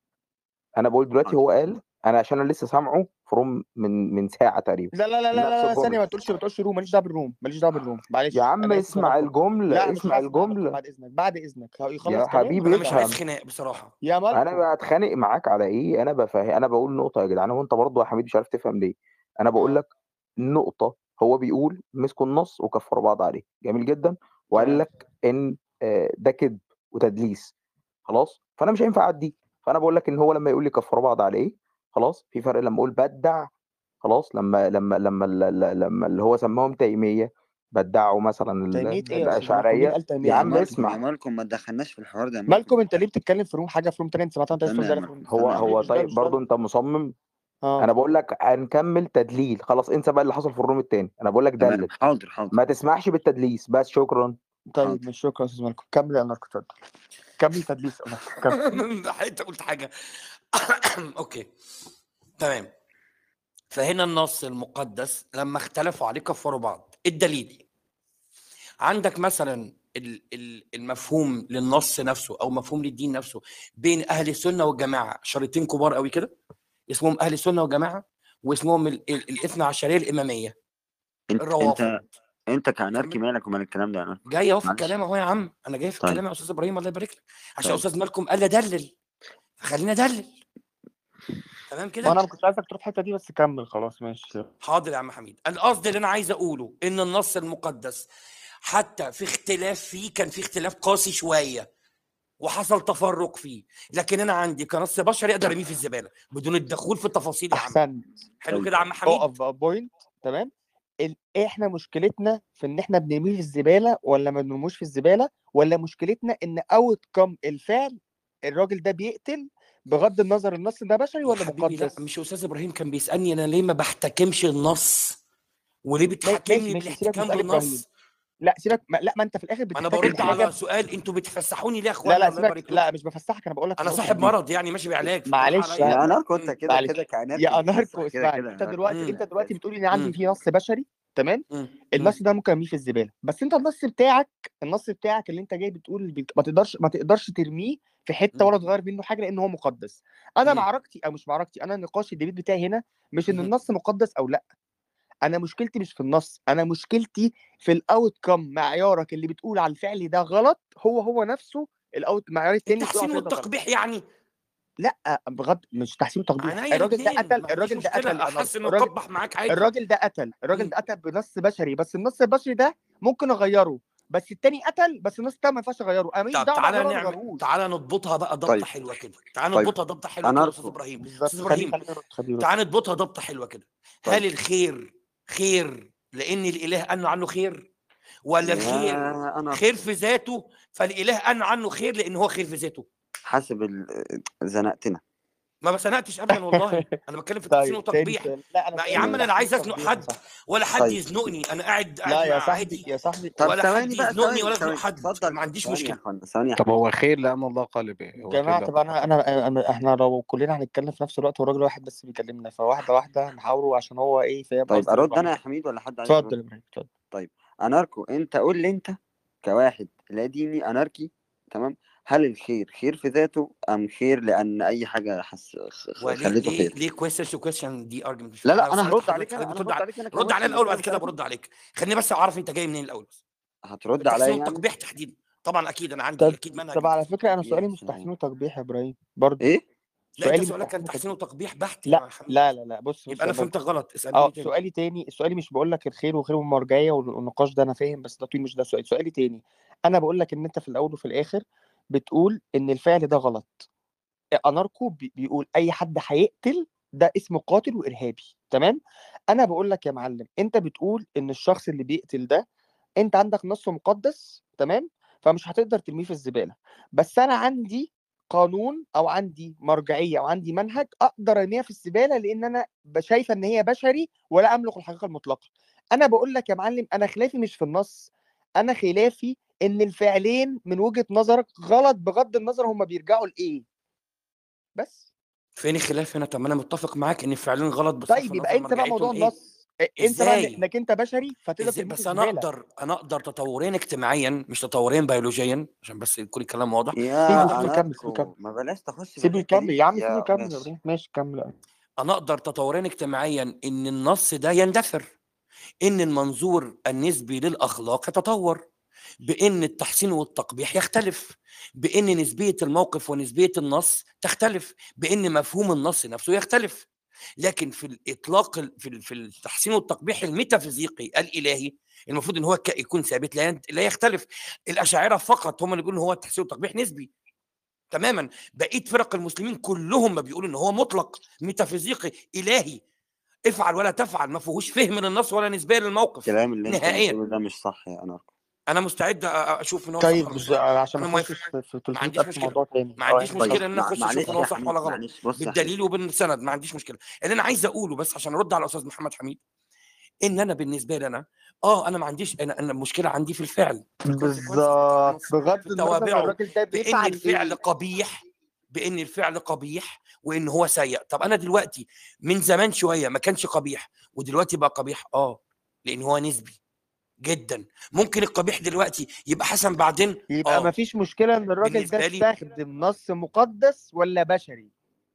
أنا بقول دلوقتي حاضر. هو قال، أنا عشان أنا لسه سامعه فروم من من ساعة تقريبا لا لا لا لا نفس لا, لا ثانيه، الجملة. ما تقولش ما تقولش روم، ماليش دعوه بالروم، ماليش دعوه بالروم يا معلش عم انا اسف يا اسمع مالكم. لا الجملة مش اسمع هسمع يا مالكم الجملة بعد اذنك بعد اذنك يا يخلص كلام حبيبي انا مش وبعد عايز افهم. خناق بصراحه. يا انا مالكم. بتخانق معاك على ايه؟ انا بفهم، انا بقول نقطه يا جدعان، وانت برضه يا حميد مش عارف تفهم ليه. انا بقول اه لك نقطه، هو بيقول مسكوا النص وكفروا بعض عليه، جميل جدا، وقال تمام لك ان آه، ده كذب وتدليس، خلاص، فانا مش هينفع اعدي. فانا بقول لك ان هو لما يقول لي كفروا بعض عليه، خلاص، في فرق لما اقول بدع، خلاص، لما لما لما لما, لما اللي هو سماهم تيميه بدعوا مثلا ال- تيميه ال- ايه يا استاذ مالكم؟ مين الاشعريه. قال تيميه يا يا يا عم مالكم؟ مالكم يا اسمع. مالكم ما تدخلناش في الحوار ده يا مالكم مالكم. انت ليه بتتكلم في روم حاجه في روم تاني؟ انت سمعتها انت لسه استنى تقول يا ده في مالكم روم. هو استنى يا مش هو مش مالكم. ده طيب مش ده. برضه انت مصمم. اه انا بقول لك هنكمل تدليل، خلاص انسى بقى اللي حصل في الروم التاني، انا بقول لك تمام دلل، حاضر حاضر ما تسمحش بالتدليس بس، شكرا. طيب حاضر. مش شكرا يا استاذ مالكم. كمل يا اناركو اتفضل. كمل تدليس يا مالكم كمل. انت قلت حاجه. اوكي تمام. فهنا النص المقدس لما اختلفوا عليه كفروا بعض. الدليل عندك مثلا ال- ال- المفهوم للنص نفسه او مفهوم للدين نفسه بين اهل السنه والجماعه، شريطين كبار قوي كده اسمهم اهل السنه والجماعه، واسمهم ال- ال- الاثنى عشريه الاماميه، انت انت الروافض. انت كأناركي كمل. مالك ومال الكلام ده يا اناركي؟ جاي اهو في معلش. الكلام اهو يا عم، انا جاي في طيب الكلام يا استاذ ابراهيم الله يبارك لك، عشان طيب استاذ مالكم قال لي دلل، فخلينا ادلل. تمام ما كده؟ انا ما كنتش عايزك تروح الحته دي، بس كمل خلاص ماشي. حاضر يا عم حميد. القصد اللي انا عايز اقوله ان النص المقدس حتى في اختلاف فيه، كان في اختلاف قاسي شويه وحصل تفرق فيه، لكن انا عندي كنص بشري اقدر ارميه في الزباله بدون الدخول في التفاصيل يا عم. احسنت. حلو طيب كده يا عم حميد؟ اقف بقى بوينت. تمام. ال... احنا مشكلتنا في ان احنا بنرميه في الزباله ولا ما بنرموش في الزباله، ولا مشكلتنا ان اوت كم الفعل الراجل ده بيقتل بغض النظر النص ده بشري يا ولا حبيبي لا، مقدس؟ مش استاذ ابراهيم كان بيسالني انا ليه ما بحتكمش النص وليه ما- بتحاكمني ماشي ماشي، سيبك من بالاحتكام سؤال ابراهيم. بالنص؟ لا سيبك، ما... لا ما انت في الاخر ما انا بتحتكم برد على بحاجه. سؤال، انتوا بتفسحوني ليه يا لا اخوانا؟ لا الله سيبك، يبارك لا لكم. مش بفسحك، انا بقول لك انا النقطه صاحب دي. مرض يعني ماشي بعلاج، بالراحه معلش عليا. يا لا اناركو، انت امم كده معلش كده كأناركي يا اناركو بتفسح كده اسمعني. كده انت يا اناركو. دلوقتي امم انت دلوقتي اسف. بتقولي ان عندي امم في نص بشري، تمام؟ امم النص ده ممكن ارميه في الزباله، بس انت النص بتاعك النص بتاعك اللي انت جاي بتقول بت- ما تقدرش ما تقدرش ترميه في حته ولا تغير منه حاجه لان هو مقدس. انا امم معركتي او مش معركتي، انا النقاش الديبيت بتاعي هنا مش ان امم النص مقدس او لا. انا مشكلتي مش في النص، انا مشكلتي في الاوت كم. معيارك اللي بتقول على الفعل ده غلط هو هو نفسه الاوت معيار التاني اللي بتقول على التحسين الفعل ده غلط. والتقبيح يعني. لا بغض مش تحسين وتقبيح. عينيا الراجل ده الاثنين، قتل، ما عنديش الراجل ده مشكله قتل يا نار. احسن الراجل واقبح معاك عادي. الراجل ده قتل الراجل امم ده قتل بنص بشري، بس النص البشري ده ممكن اغيره، بس التاني قتل بس النص التاني ما ينفعش اغيره. انا ماليش طب دعوه بقى تعالى غيره ولا نعمل، غيروش. تعالى نضبطها بقى ضبطه طيب حلوه كده، تعالى طيب نضبطها ضبطه حلوه كده يا استاذ اناركو. ابراهيم. استاذ بالظبط. خليه ابراهيم خليه يرد خليه يرد. تعالى نضبطها ضبطه حلوه كده. طيب هل الخير خير لان الاله انه عنه خير، ولا يا الخير خير اناركو، في ذاته فالاله انه عنه خير لان هو خير في ذاته؟ حاسب ال- زنقتنا. ما بسنقتش ابدا والله، انا بتكلم في تحسين طيب تاني وتقبيح. سؤال. لا انا ما يا سؤالي عم في انا لا تحسين عايز ازنق وتقبيح يا حد صاحبي. ولا حد طيب يزنقني، انا قاعد قاعد لا يا مع صاحبي عادي، يا صاحبي. طب ولا حد ثواني بقى، يزنقني ثواني ولا ازنق ثواني حد، اتفضل. ما عنديش ثواني يا مشكله. اخوانا، ثواني يا طب اخوانا. هو خير لأن الله قال به، هو خير جماعه لأن طب انا انا أنا- احنا لو كلنا هنتكلم في نفس الوقت والراجل واحد بس بيكلمنا، فواحده واحده نحاوره عشان هو ايه فاهم طيب قصدي اللي ارد بعمل انا يا كده. حميد ولا حد عايز اتفضل يرد؟ يا ابراهيم اتفضل. طيب اناركو، انت قول لي انت كواحد لا ديني اناركي، تمام؟ هل الخير خير في ذاته ام خير لان اي حاجه حس... خ- خ- وليه خليته ليه خير؟ ليه كويستشن تو كويستشن دي ارجمنت مش لا فاهم. انا لا انا سالت هرد عليك، حضرتك، حضرتك انا انا بترد هرد على عليك انا رد عليا كمسلم، الاول بس بعد انا كده سألتك. برد عليك. خليني بس اعرف انت جاي منين الاول بس. هترد التحسين عليا يعني؟ والتقبيح تحديدا طبعا اكيد انا عندي طب اكيد منهج طب على للتحسين فكره انا والتقبيح. سؤالي يا مش تحسين سلام. وتقبيح يا ابراهيم برضو. ايه؟ لا انت سؤالي مش سؤالك تحسين كان تحسين وتقبيح. وتقبيح بحت لا يا حميد. لا لا لا بص يبقى بص انا يا فهمتك غلط، اسالني اه تاني. سؤالي تاني. سؤالي مش بقول لك الخير وخير والمرجعيه والنقاش ده انا فاهم، بس ده طويل مش ده سؤالي. سؤالي تاني. انا بقول لك ان انت في الاول وفي الاخر بتقول ان الفعل ده غلط. اناركو بي- بيقول اي حد هيقتل ده اسمه قاتل وارهابي، تمام؟ انا بقول لك يا معلم انت بتقول ان الشخص اللي بيقتل ده انت عندك نص مقدس، تمام؟ فمش هتقدر ترميه في الزباله. بس انا عندي قانون او عندي مرجعيه او عندي منهج اقدر ارميها في الزباله لان انا شايفه ان هي بشري ولا املك الحقيقه المطلقه. انا بقول لك يا معلم انا خلافي مش في النص، انا خلافي ان الفعلين من وجهه نظرك غلط بغض النظر هما بيرجعوا لايه. بس فين الخلاف هنا؟ طب ما انا متفق معاك ان الفعلين غلط بصرف طيب يبقى النظر انت بقى موضوع مرجعيتهم ايه. النص إيه، انت بقى ازاي انك انت بشري فتقدر ازاي ترميه في بس انا الزباله. اقدر انا اقدر تطورين اجتماعيا مش تطورين بيولوجيا عشان بس يكون الكلام واضح. سيبه يا اقدر سيبه يكمل سيبه يكمل اناركو ما بلاش تخش في سيبه الحته يكمل دي يا عم سيبه يا يكمل يا ماشي. ابراهيم ماشي كمل. انا اقدر تطورين اجتماعيا ان النص ده يندثر، ان المنظور النسبي للاخلاق يتطور، بان التحسين والتقبيح يختلف، بان نسبيه الموقف ونسبيه النص تختلف، بان مفهوم النص نفسه يختلف. لكن في الاطلاق ال- في ال- في التحسين والتقبيح الميتافيزيقي الالهي المفروض ان هو ك- يكون ثابت، لا ينت- لا يختلف. الاشاعره فقط هم اللي بيقولوا ان هو التحسين والتقبيح نسبي تماما. بقيه فرق المسلمين كلهم ما بيقولوا ان هو مطلق ميتافيزيقي الهي، افعل ولا تفعل، ما فيهوش فهم للنص ولا نسبيه للموقف الكلام اللي انت نهائيا. بتقوله ده مش صح يا اناركو. انا مستعد أ- اشوف ان هو طيب صح ولا مش بس صح. عشان ما انا موافق، نخشش في, في ما ثلاثمية عنديش ألف مشكله، موضوع تاني. ما اه عنديش احنا طيب مشكله ان انا مع... اخش اشوف ان معلش هو يا صح ولا حميد، غلط معلش بص يا حميد. بالدليل وبالسند، ما عنديش مشكله. اللي انا عايز اقوله بس عشان ارد على الاستاذ محمد حميد ان انا بالنسبه لي انا اه انا ما عنديش، انا انا المشكله عندي في الفعل، في الكونسيكونسز بتاع بالظبط النص، بغض في النظر توابعه، الراجل ده بان بيفعل الفعل ايه. قبيح، بان الفعل قبيح وان هو سيء. طب انا دلوقتي من زمان شويه ما كانش قبيح ودلوقتي بقى قبيح، اه لان هو نسبي جدا. ممكن القبيح دلوقتي يبقى حسن بعدين، يبقى ما اه فيش مشكله ان الراجل ده بالنسبه لي استخدم نص مقدس ولا بشري.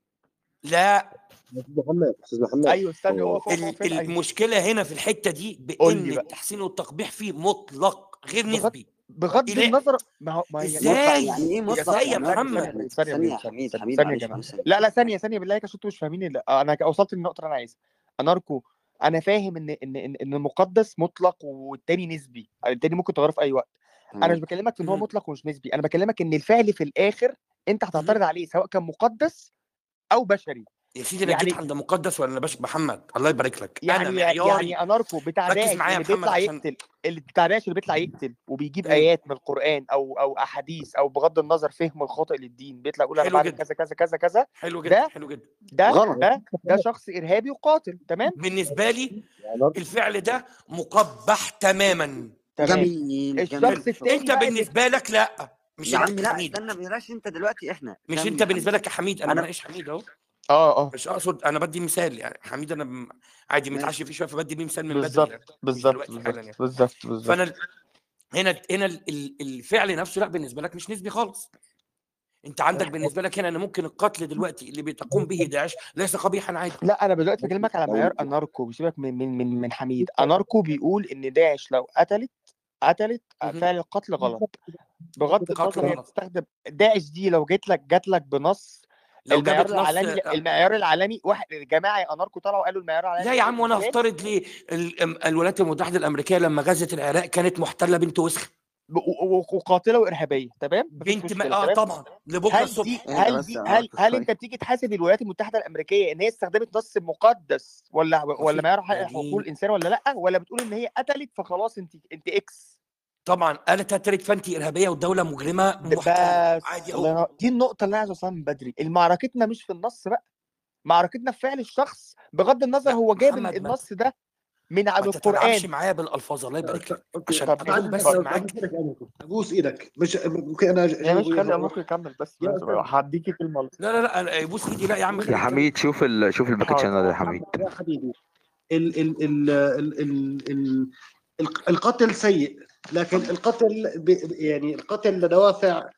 لا. استاذ محمد استاذ محمد ايوه استنى هو اقف اقف اقف ال- هنا ايوه. المشكله هنا في الحته دي قول لي بان بقى التحسين والتقبيح فيه مطلق غير بغض نسبي. بغض إله النظر ما هو ما هي مطلق ازاي يعني ايه يا مطلق ازاي ثانيه يا يعني انا ثانيه محمد ثانية ثانيه ثانيه ثانية يا ثانيه حميد ثانيه حميد ثانيه يا معلش جماعه. معلش ثانية. لا لا ثانيه ثانيه بالله عليك عشان انتوا مش فاهمين ال- انا وصلت للنقطه اللي انا عايزها. اناركو، انا فاهم ان ان ان إن المقدس مطلق والتاني نسبي، التاني ممكن تغيره في اي وقت. انا مش تمام بكلمك في ان هو مم. مطلق ومش نسبي، انا بكلمك ان الفعل في الاخر انت هتعترض مم. عليه سواء كان مقدس او بشري. يا سيدي انا جيت يعني عند مقدس ولا باش محمد، الله يبارك لك. انا يعني معياري يعني اناركو بتاع ركز داعش معايا يا اللي محمد بيطلع عشان يقتل، اللي بتاع داعش اللي بيطلع يقتل وبيجيب مم. ايات من القران او او احاديث او بغض النظر فهم الخاطئ للدين، بيطلع يقول انا حلو بعمل جدا كذا كذا كذا كذا. حلو جدا ده حلو جدا ده غلط. ده ده شخص ارهابي وقاتل. تمام بالنسبه لي يعني الفعل ده مقبح تماما. تمام. جميل الشخص جميل. حلو التاني انت بقى اللي بالنسبه لك لا، مش يا انت عم لا كحميد، استنى بلاش انت دلوقتي، احنا مش كمل انت يا بالنسبه حميد. لك كحميد. انا انا بناقش حميد اهو، اه اه مش اقصد، انا بدي مثال يعني. حميد انا م- عادي ماشي متعشي فيه شويه، فبدي بيه مثال من بدري يعني، بالظبط مش بالظبط دلوقتي حالا بالظبط يعني. بالظبط بالظبط. فانا ال- هنا هنا ال- ال- الفعل نفسه لا بالنسبه لك مش نسبي خالص. انت عندك بالنسبه لك هنا ان ممكن القتل دلوقتي اللي بتقوم به داعش ليس قبيحا عادي. لا انا دلوقتي بكلمك على معيار لو اناركو، بيسيبك من من من من حميد. اناركو بيقول ان داعش لو قتلت قتلت مهم. فعل القتل غلط، بغض قتل النظر هي غلط. بتستخدم داعش دي. لو جيت لك جات لك بنص لو المعيار جابت نص العالمي، المعيار العالمي واحد جماعه يا اناركو طلعوا قالوا المعيار لا العالمي يا بيقول عم، وانا ازاي. افترض ليه ال- الولايات المتحده الامريكيه لما غزت العراق كانت محتله بنت وسخ، ب- و- و- وقاتله وارهابيه. تمام مفيش بنت ما... مشكله. اه تمام. طبعا لبكره هل دي الصبح. اهدى هل بس دي يا هل اناركو هل شويه. انت بتيجي تحاسب الولايات المتحده الامريكيه ان هي استخدمت نص مقدس ولا ما ولا في معيار ما حق حقوق دي الانسان ولا لا، ولا بتقول ان هي قتلت فخلاص انت انت اكس. طبعا قالت هترك فانتي ارهابيه والدوله مجرمه د- محتله بس عادي الله اهو. ينور. دي النقطه اللي انا عايز اوصلها من بدري. معركتنا مش في النص بقى، معركتنا في فعل الشخص بغض النظر لا هو جاب ال- محمد ما النص ده من ما عن تتلاعبش القران. معايا بالالفاظ، الله يبارك لك، اوكي عشان طب اكون ماشي بس اتفضل. معاك. ابوس ايدك يا أنكو. ابوس ايدك مش ممكن انا يا اجاوب ماشي خلي يا انوكو يكمل بس يا بس استاذ هديكي كلمه. لا لا لا، أنا- يبوس ايدي، لا يا عم يا خليه يا يتكلم. حميد شوف ال... شوف الباكج حاضر. شانل يا حميد. يا حبيبي ال ال ال ال ال ال الق- القتل سيء، لكن القتل ب يعني القتل لدوافع،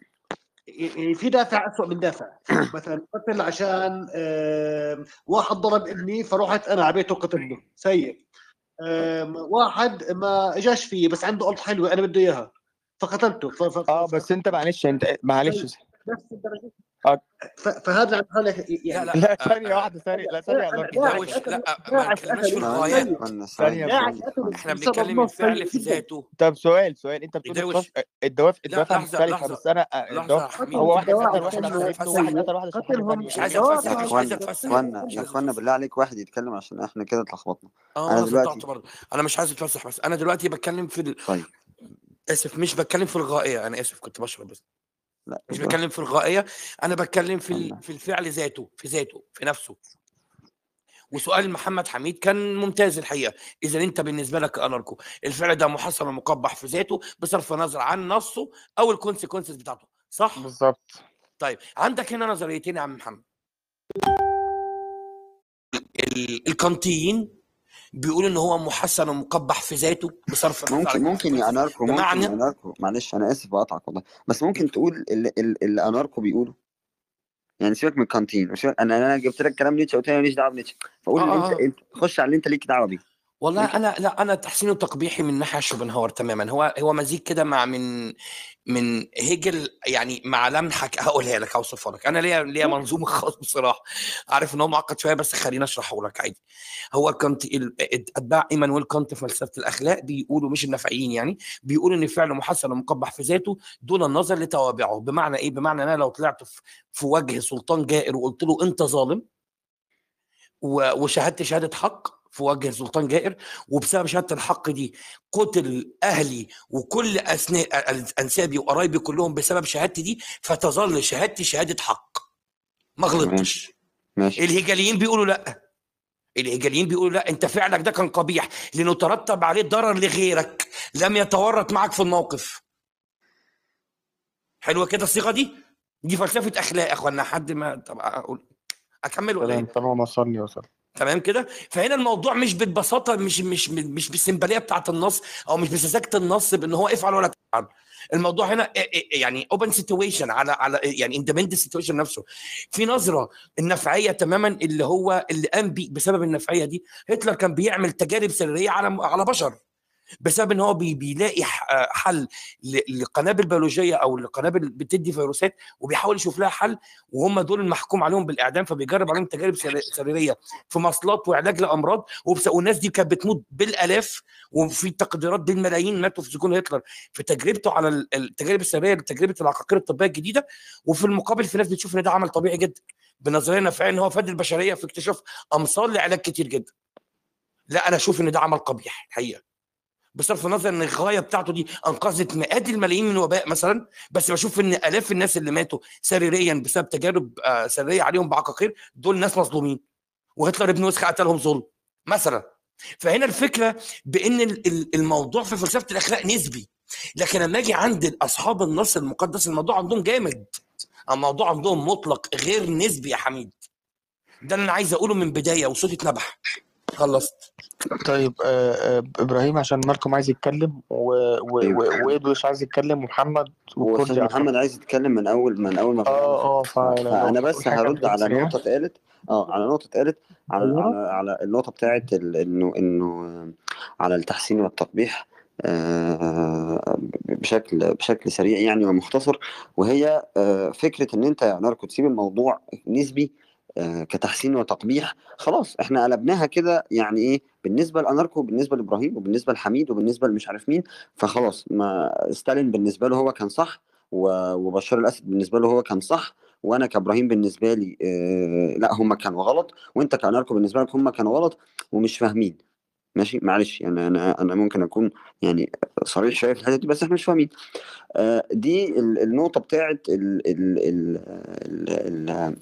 يعني في دافع أسوأ من دافع. مثلا قتل عشان آم، واحد ضرب ابني فرحت انا على بيته وقتلته، سيء. آم، واحد ما اجاش فيه بس عنده قلط حلوه انا بده اياها فقتلته ف ف اه ف بس انت معلش انت معلش نفس الدرجه. آه. ف- فهذا عن حالك لا يعني. لا لا آه، ثانيه آه، واحده ثانيه لا ثانيه يا لا، اناركو داعش ثانيه. يدوش لا قتلوا آه، ما داعش نتكلمناش في قتلوا ثواني الغايات، سيء. اخوانا ثانيه ثواني داعش ثواني قتلوا ثواني. احنا بسبب بنتكلم نص الفعل سيء في جدا. ذاته. طب سؤال سؤال انت بتقول يدوش القص... الدوافع لا الدوافع لحظه مختلفه لحظه بس انا لحظه الدوافع يا حميد، هو قتلهم واحد انا قتل بدواعي مش واحد عايز قتل ابنه وواحد اتفسح، قتل واحد عشان حاجه قتلهم ثانيه. مش عايز بدوافع اتفسح، مش عايز يا اتفسح، اخوانا مش يا عايز اخوانا اتفسح. بالله عليك واحد يتكلم عشان احنا كده اتلخبطنا. اه انا انا صدعت دلوقتي برضه، انا مش عايز اتفسح، بس انا دلوقتي بتكلم في ال... طيب اسف مش بتكلم في الغائيه، انا اسف كنت بشرب بس، لا مش براحتك. بتكلم في الغائيه، انا بتكلم في ال... الله. في الفعل ذاته، في ذاته في نفسه. وسؤال محمد حميد كان ممتاز الحقيقه. اذا انت بالنسبه لك اناركو الفعل ده محصن ومقبح في ذاته بصرف النظر عن نصه او الكونسيكونسز بتاعته، صح؟ بالظبط. طيب عندك هنا نظريتين يا عم محمد. ال- الكانتيين بيقولوا ان هو محسن ومقبح في ذاته بصرف النظر ممكن عن ممكن يا الكونسيكونسز، اناركو ممكن بمعنى يا اناركو معلش انا اسف بقطعك والله، بس ممكن تقول اللي, اللي اناركو بيقوله. يعني سيبك من الكانتين وسيبك- انا انا جبت لك كلام نيتشه قلت لي ماليش دعوه بنيتشه، فقول اه اللي اه انت آه. انت خش على اللي انت ليك دعوه بيه. والله ماشي. انا لا انا تحسين وتقبيحي من ناحيه شوبنهاور تماما، هو هو مزيج كده مع من من هيجل يعني، مع لمحك هقولها لك اوصفها لك. انا ليا ليا منظومه خاص بصراحه، عارف ان هو معقد شويه بس خليني اشرحه لك عادي. هو كانت ال- اتباع ايمانويل كانت فلسفه الاخلاق بيقولوا، مش النفعيين يعني، بيقولوا ان الفعل محسن ومقبح في ذاته دون النظر لتوابعه. بمعنى ايه؟ بمعنى انا لو طلعت في في وجه سلطان جائر وقلت له انت ظالم، و- وشهدت شهاده حق في وجه سلطان جائر، وبسبب شهاده الحق دي قتل اهلي وكل أسنا- انسابي وقرايبي كلهم بسبب شهادتي دي، فتظل شهادتي شهاده حق، ما تمام غلطتش. ماشي. الهجاليين بيقولوا لا، الهجاليين بيقولوا لا، انت فعلك ده كان قبيح لانه ترتب عليه ضرر لغيرك لم يتورط معك في الموقف. حلوه كده الصيغه دي؟ دي فلسفه اخلاق يا اخوانا. حد ما طب اقول اكمل ولا تمام ايه؟ طالما وصلني وصل. تمام كده. فهنا الموضوع مش بالبساطه، مش مش مش بالسمبليه بتاعه النص، او مش بسذاجه النص بان هو افعل ولا تفعل. الموضوع هنا يعني اوبن سيتويشن، على على يعني اندبندنت سيتويشن نفسه. في نظره النفعيه تماما اللي هو اللي قام بيه بسبب النفعيه دي. هتلر كان بيعمل تجارب سريه على على بشر، بسبب ان هو بي بيلاقي حل لقنابل بيولوجيه او لقنابل بتدي فيروسات وبيحاول يشوف لها حل، وهم دول المحكوم عليهم بالاعدام، فبيجرب عليهم تجارب سريريه في مصلات وعلاج لامراض، والناس دي كانت بتموت بالالاف، وفي تقديرات بالملايين ماتوا في سجون هتلر في تجربته على التجارب السريريه لتجربه العقاقير الطبيه الجديده. وفي المقابل في ناس بتشوف ان ده عمل طبيعي جدا بنظريه نفعيه، ان هو فاد البشريه في اكتشاف امثال لعلاج كتير جدا. لا انا اشوف ان ده عمل قبيح الحقيقه، بصرف النظر ان الغايه بتاعته دي انقذت مئات الملايين من وباء مثلا، بس بشوف ان الاف الناس اللي ماتوا سريريا بسبب تجارب سريه عليهم بعقاقير دول ناس مظلومين، وهتلر ابن وسخ قتلهم ظلم مثلا. فهنا الفكره بان الموضوع في فلسفه الاخلاق نسبي، لكن لما اجي عند اصحاب النص المقدس الموضوع عندهم جامد، الموضوع عندهم مطلق غير نسبي يا حميد. ده اللي انا عايز اقوله من بدايه وصوتي اتنبح. خلصت. طيب آه آه ابراهيم عشان مالكم عايز يتكلم وادوش عايز يتكلم ومحمد واستاذ محمد عايز يتكلم من اول من اول ما اه اه فانا بس هرد على نقطه اتقالت اه على نقطه اتقالت على على على النقطه بتاعت انه انه على التحسين والتقبيح آه بشكل بشكل سريع يعني ومختصر، وهي آه فكره ان انت يا ناركو تسيب الموضوع نسبي آه كتحسين وتقبيح. خلاص احنا قلبناها كده يعني ايه بالنسبه لاناركو، بالنسبه لابراهيم، وبالنسبه لحميد، وبالنسبه لمش عارف مين. فخلاص ما ستالين بالنسبه له هو كان صح، وبشار الاسد بالنسبه له هو كان صح، وانا كابراهيم بالنسبه لي آه لا هم كانوا غلط، وانت كاناركو بالنسبه لك هم كانوا غلط ومش فاهمين. ماشي معلش يعني انا انا ممكن اكون يعني صريح شويه في الحته دي، بس احنا مش فاهمين. آه دي النقطه بتاعت ال ال ال ال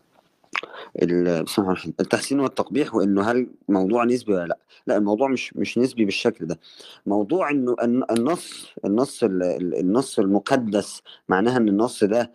التحسين والتقبيح، وانه هل موضوع نسبي ولا لا. لا الموضوع مش مش نسبي بالشكل ده. موضوع انه النص النص النص المقدس معناها ان النص ده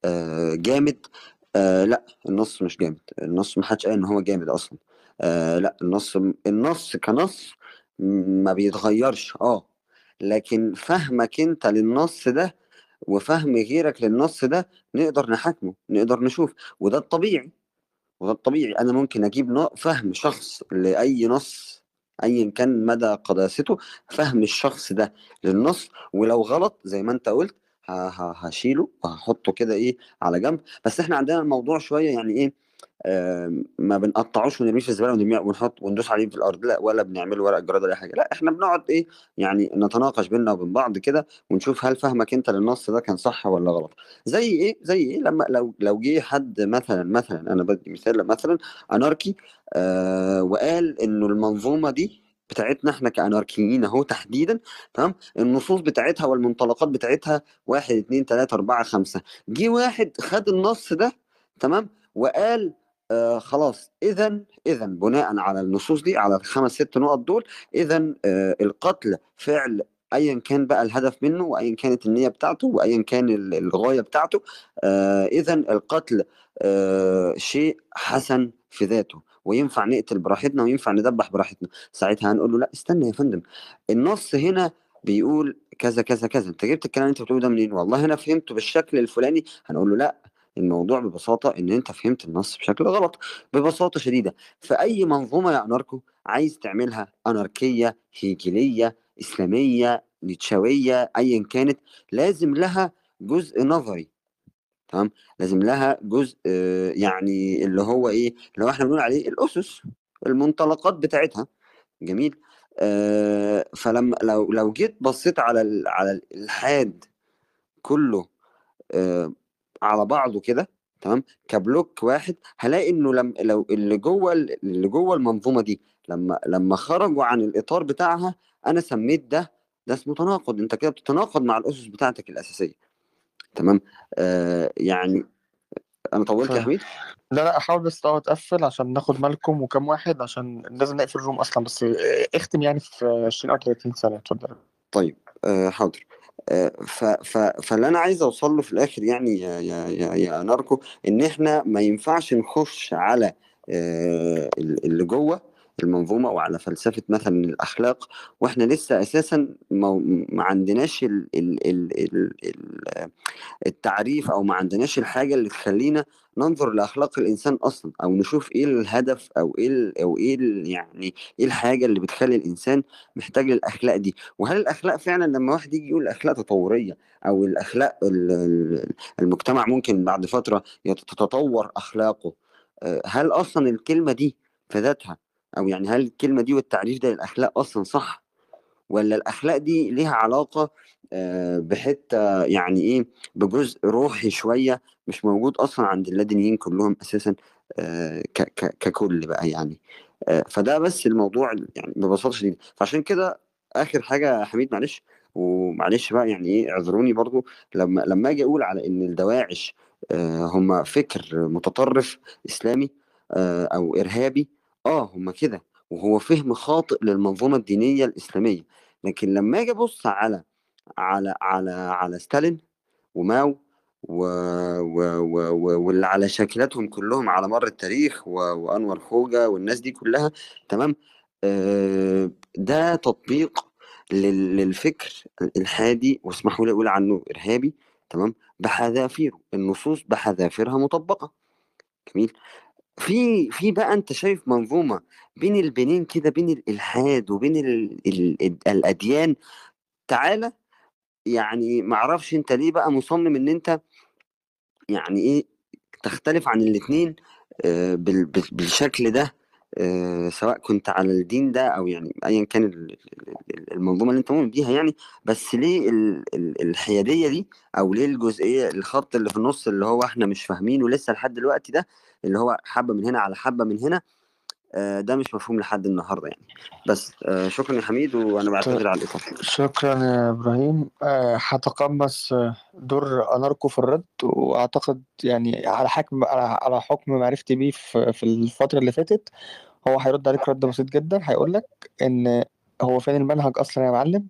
جامد. آه لا النص مش جامد، النص ما حدش قال ان هو جامد اصلا. آه لا النص النص كنص ما بيتغيرش اه لكن فهمك انت للنص ده وفهم غيرك للنص ده نقدر نحاكمه، نقدر نشوف، وده الطبيعي وده الطبيعي. انا ممكن اجيب فهم شخص لاي نص ايا كان مدى قداسته، فهم الشخص ده للنص، ولو غلط زي ما انت قلت هشيله وهحطه كده ايه على جنب. بس احنا عندنا الموضوع شويه يعني ايه آه ما بنقطعوش ونرميه في الزباله ونرميه ونحط وندوس عليه في الارض، لا، ولا بنعمله ورق جراد ولا حاجه. لا احنا بنقعد ايه يعني نتناقش بيننا وبين بعض كده ونشوف هل فهمك انت للنص ده كان صح ولا غلط. زي ايه زي ايه لما لو لو جه حد مثلا مثلا انا بدي مثال مثلا اناركي آه وقال انه المنظومه دي بتاعتنا احنا كاناركيين اهو تحديدا تمام النصوص بتاعتها والمنطلقات بتاعتها واحد اتنين تلاته اربعه خمسه. جه واحد خد النص ده تمام وقال آه خلاص اذا اذا بناء على النصوص دي على الخمس ست نقط دول اذا آه القتل فعل ايا كان بقى الهدف منه وايا كانت النيه بتاعته وايا كان الغايه بتاعته آه اذا القتل آه شيء حسن في ذاته وينفع نقتل براحتنا وينفع ندبح براحتنا. ساعتها هنقول له لا استنى يا فندم، النص هنا بيقول كذا كذا كذا، انت جبت الكلام اللي انت بتقوله ده منين؟ والله انا فهمته بالشكل الفلاني. هنقول له لا، الموضوع ببساطة إن أنت فهمت النص بشكل غلط ببساطة شديدة. فأي منظومة يا أناركو عايز تعملها أناركية هيجيلية إسلامية نيتشاوية أيا كانت لازم لها جزء نظري تمام، لازم لها جزء آه يعني اللي هو إيه لو إحنا بنقول عليه الأسس المنطلقات بتاعتها. جميل. آه فلما لو لو جيت بصيت على على الإلحاد كله آه على بعضه كده تمام كبلوك واحد، هلاقي انه لم لو اللي جوه اللي جوه المنظومه دي لما لما خرجوا عن الاطار بتاعها انا سميت ده ده اسمه تناقض. انت كده بتتناقض مع الاسس بتاعتك الاساسيه تمام. آه يعني انا طولت ف... يا حميد. لا لا احاول بس اه تقفل عشان ناخد مالكم وكم واحد عشان لازم نقفل الروم اصلا، بس اختم يعني في عشرين او تلاتين ثانيه اتفضل. طيب آه حاضر. آه ف ف فاللي انا عايز اوصل له في الاخر يعني يا يا يا, يا ناركو ان احنا ما ينفعش نخش على آه اللي جوه المنظومة وعلى فلسفة مثلا الأخلاق، وإحنا لسه أساسا ما ما عندناش ال ال ال ال ال التعريف، او ما عندناش الحاجه اللي تخلينا ننظر لاخلاق الانسان اصلا، او نشوف ايه الهدف او ايه ال او ايه ال يعني ايه الحاجه اللي بتخلي الانسان محتاج للاخلاق دي. وهل الاخلاق فعلا لما واحد يجي يقول الاخلاق تطوريه، او الاخلاق ال- ال- المجتمع ممكن بعد فتره يت- تتطور اخلاقه، آه، هل اصلا الكلمه دي في ذاتها، او يعني هل الكلمه دي والتعريف ده للاخلاق اصلا صح، ولا الأخلاق دي ليها علاقة آه، بحتة يعني إيه، بجزء روحي شوية مش موجود أصلا عند اللادينيين كلهم أساسا، آه، ك- ك- ككل بقى يعني. آه، فده بس الموضوع يعني ببساطة شديدة. فعشان كده آخر حاجة يا حميد معلش، ومعلش بقى يعني إيه اعذروني برضو، لما لما أجي أقول على إن الدواعش آه، هم فكر متطرف إسلامي آه، أو إرهابي، آه هم كده، وهو فهم خاطئ للمنظومة الدينية الإسلامية. لكن لما اجي ابص على على على على ستالين وماو و... و... و... و... واللي على شاكلتهم كلهم على مر التاريخ و... وانور خوجة والناس دي كلها، تمام، آه، ده تطبيق لل... للفكر الالحادي، واسمحوا لي اقول عنه ارهابي، تمام، بحذافيره، النصوص بحذافيرها مطبقة. جميل. في في بقى انت شايف منظومة بين البنين كده، بين الالحاد وبين ال... ال... ال... الاديان. تعالى يعني معرفش انت ليه بقى مصمم ان انت يعني ايه تختلف عن الاتنين آه، بال- بال- بالشكل ده، آه، سواء كنت على الدين ده او يعني ايا كان ال- ال- المنظومه اللي انت مؤمن بيها يعني. بس ليه ال- ال- الحياديه دي، او ليه الجزئيه الخط اللي في النص اللي هو احنا مش فاهمينه لسه لحد دلوقتي ده، اللي هو حبه من هنا على حبه من هنا، آه، ده مش مفهوم لحد النهارده يعني. بس آه، شكرا يا حميد، وانا بعتذر على الاطاله. شكرا يا إبراهيم. آه، هتقمص آه، دور أناركو في الرد، وأعتقد يعني على حكم على على حكم معرفتي بيه في في الفترة اللي فاتت، هو هيرد عليك رد بسيط جدا، هيقول لك إن هو فين المنهج أصلا يا معلم،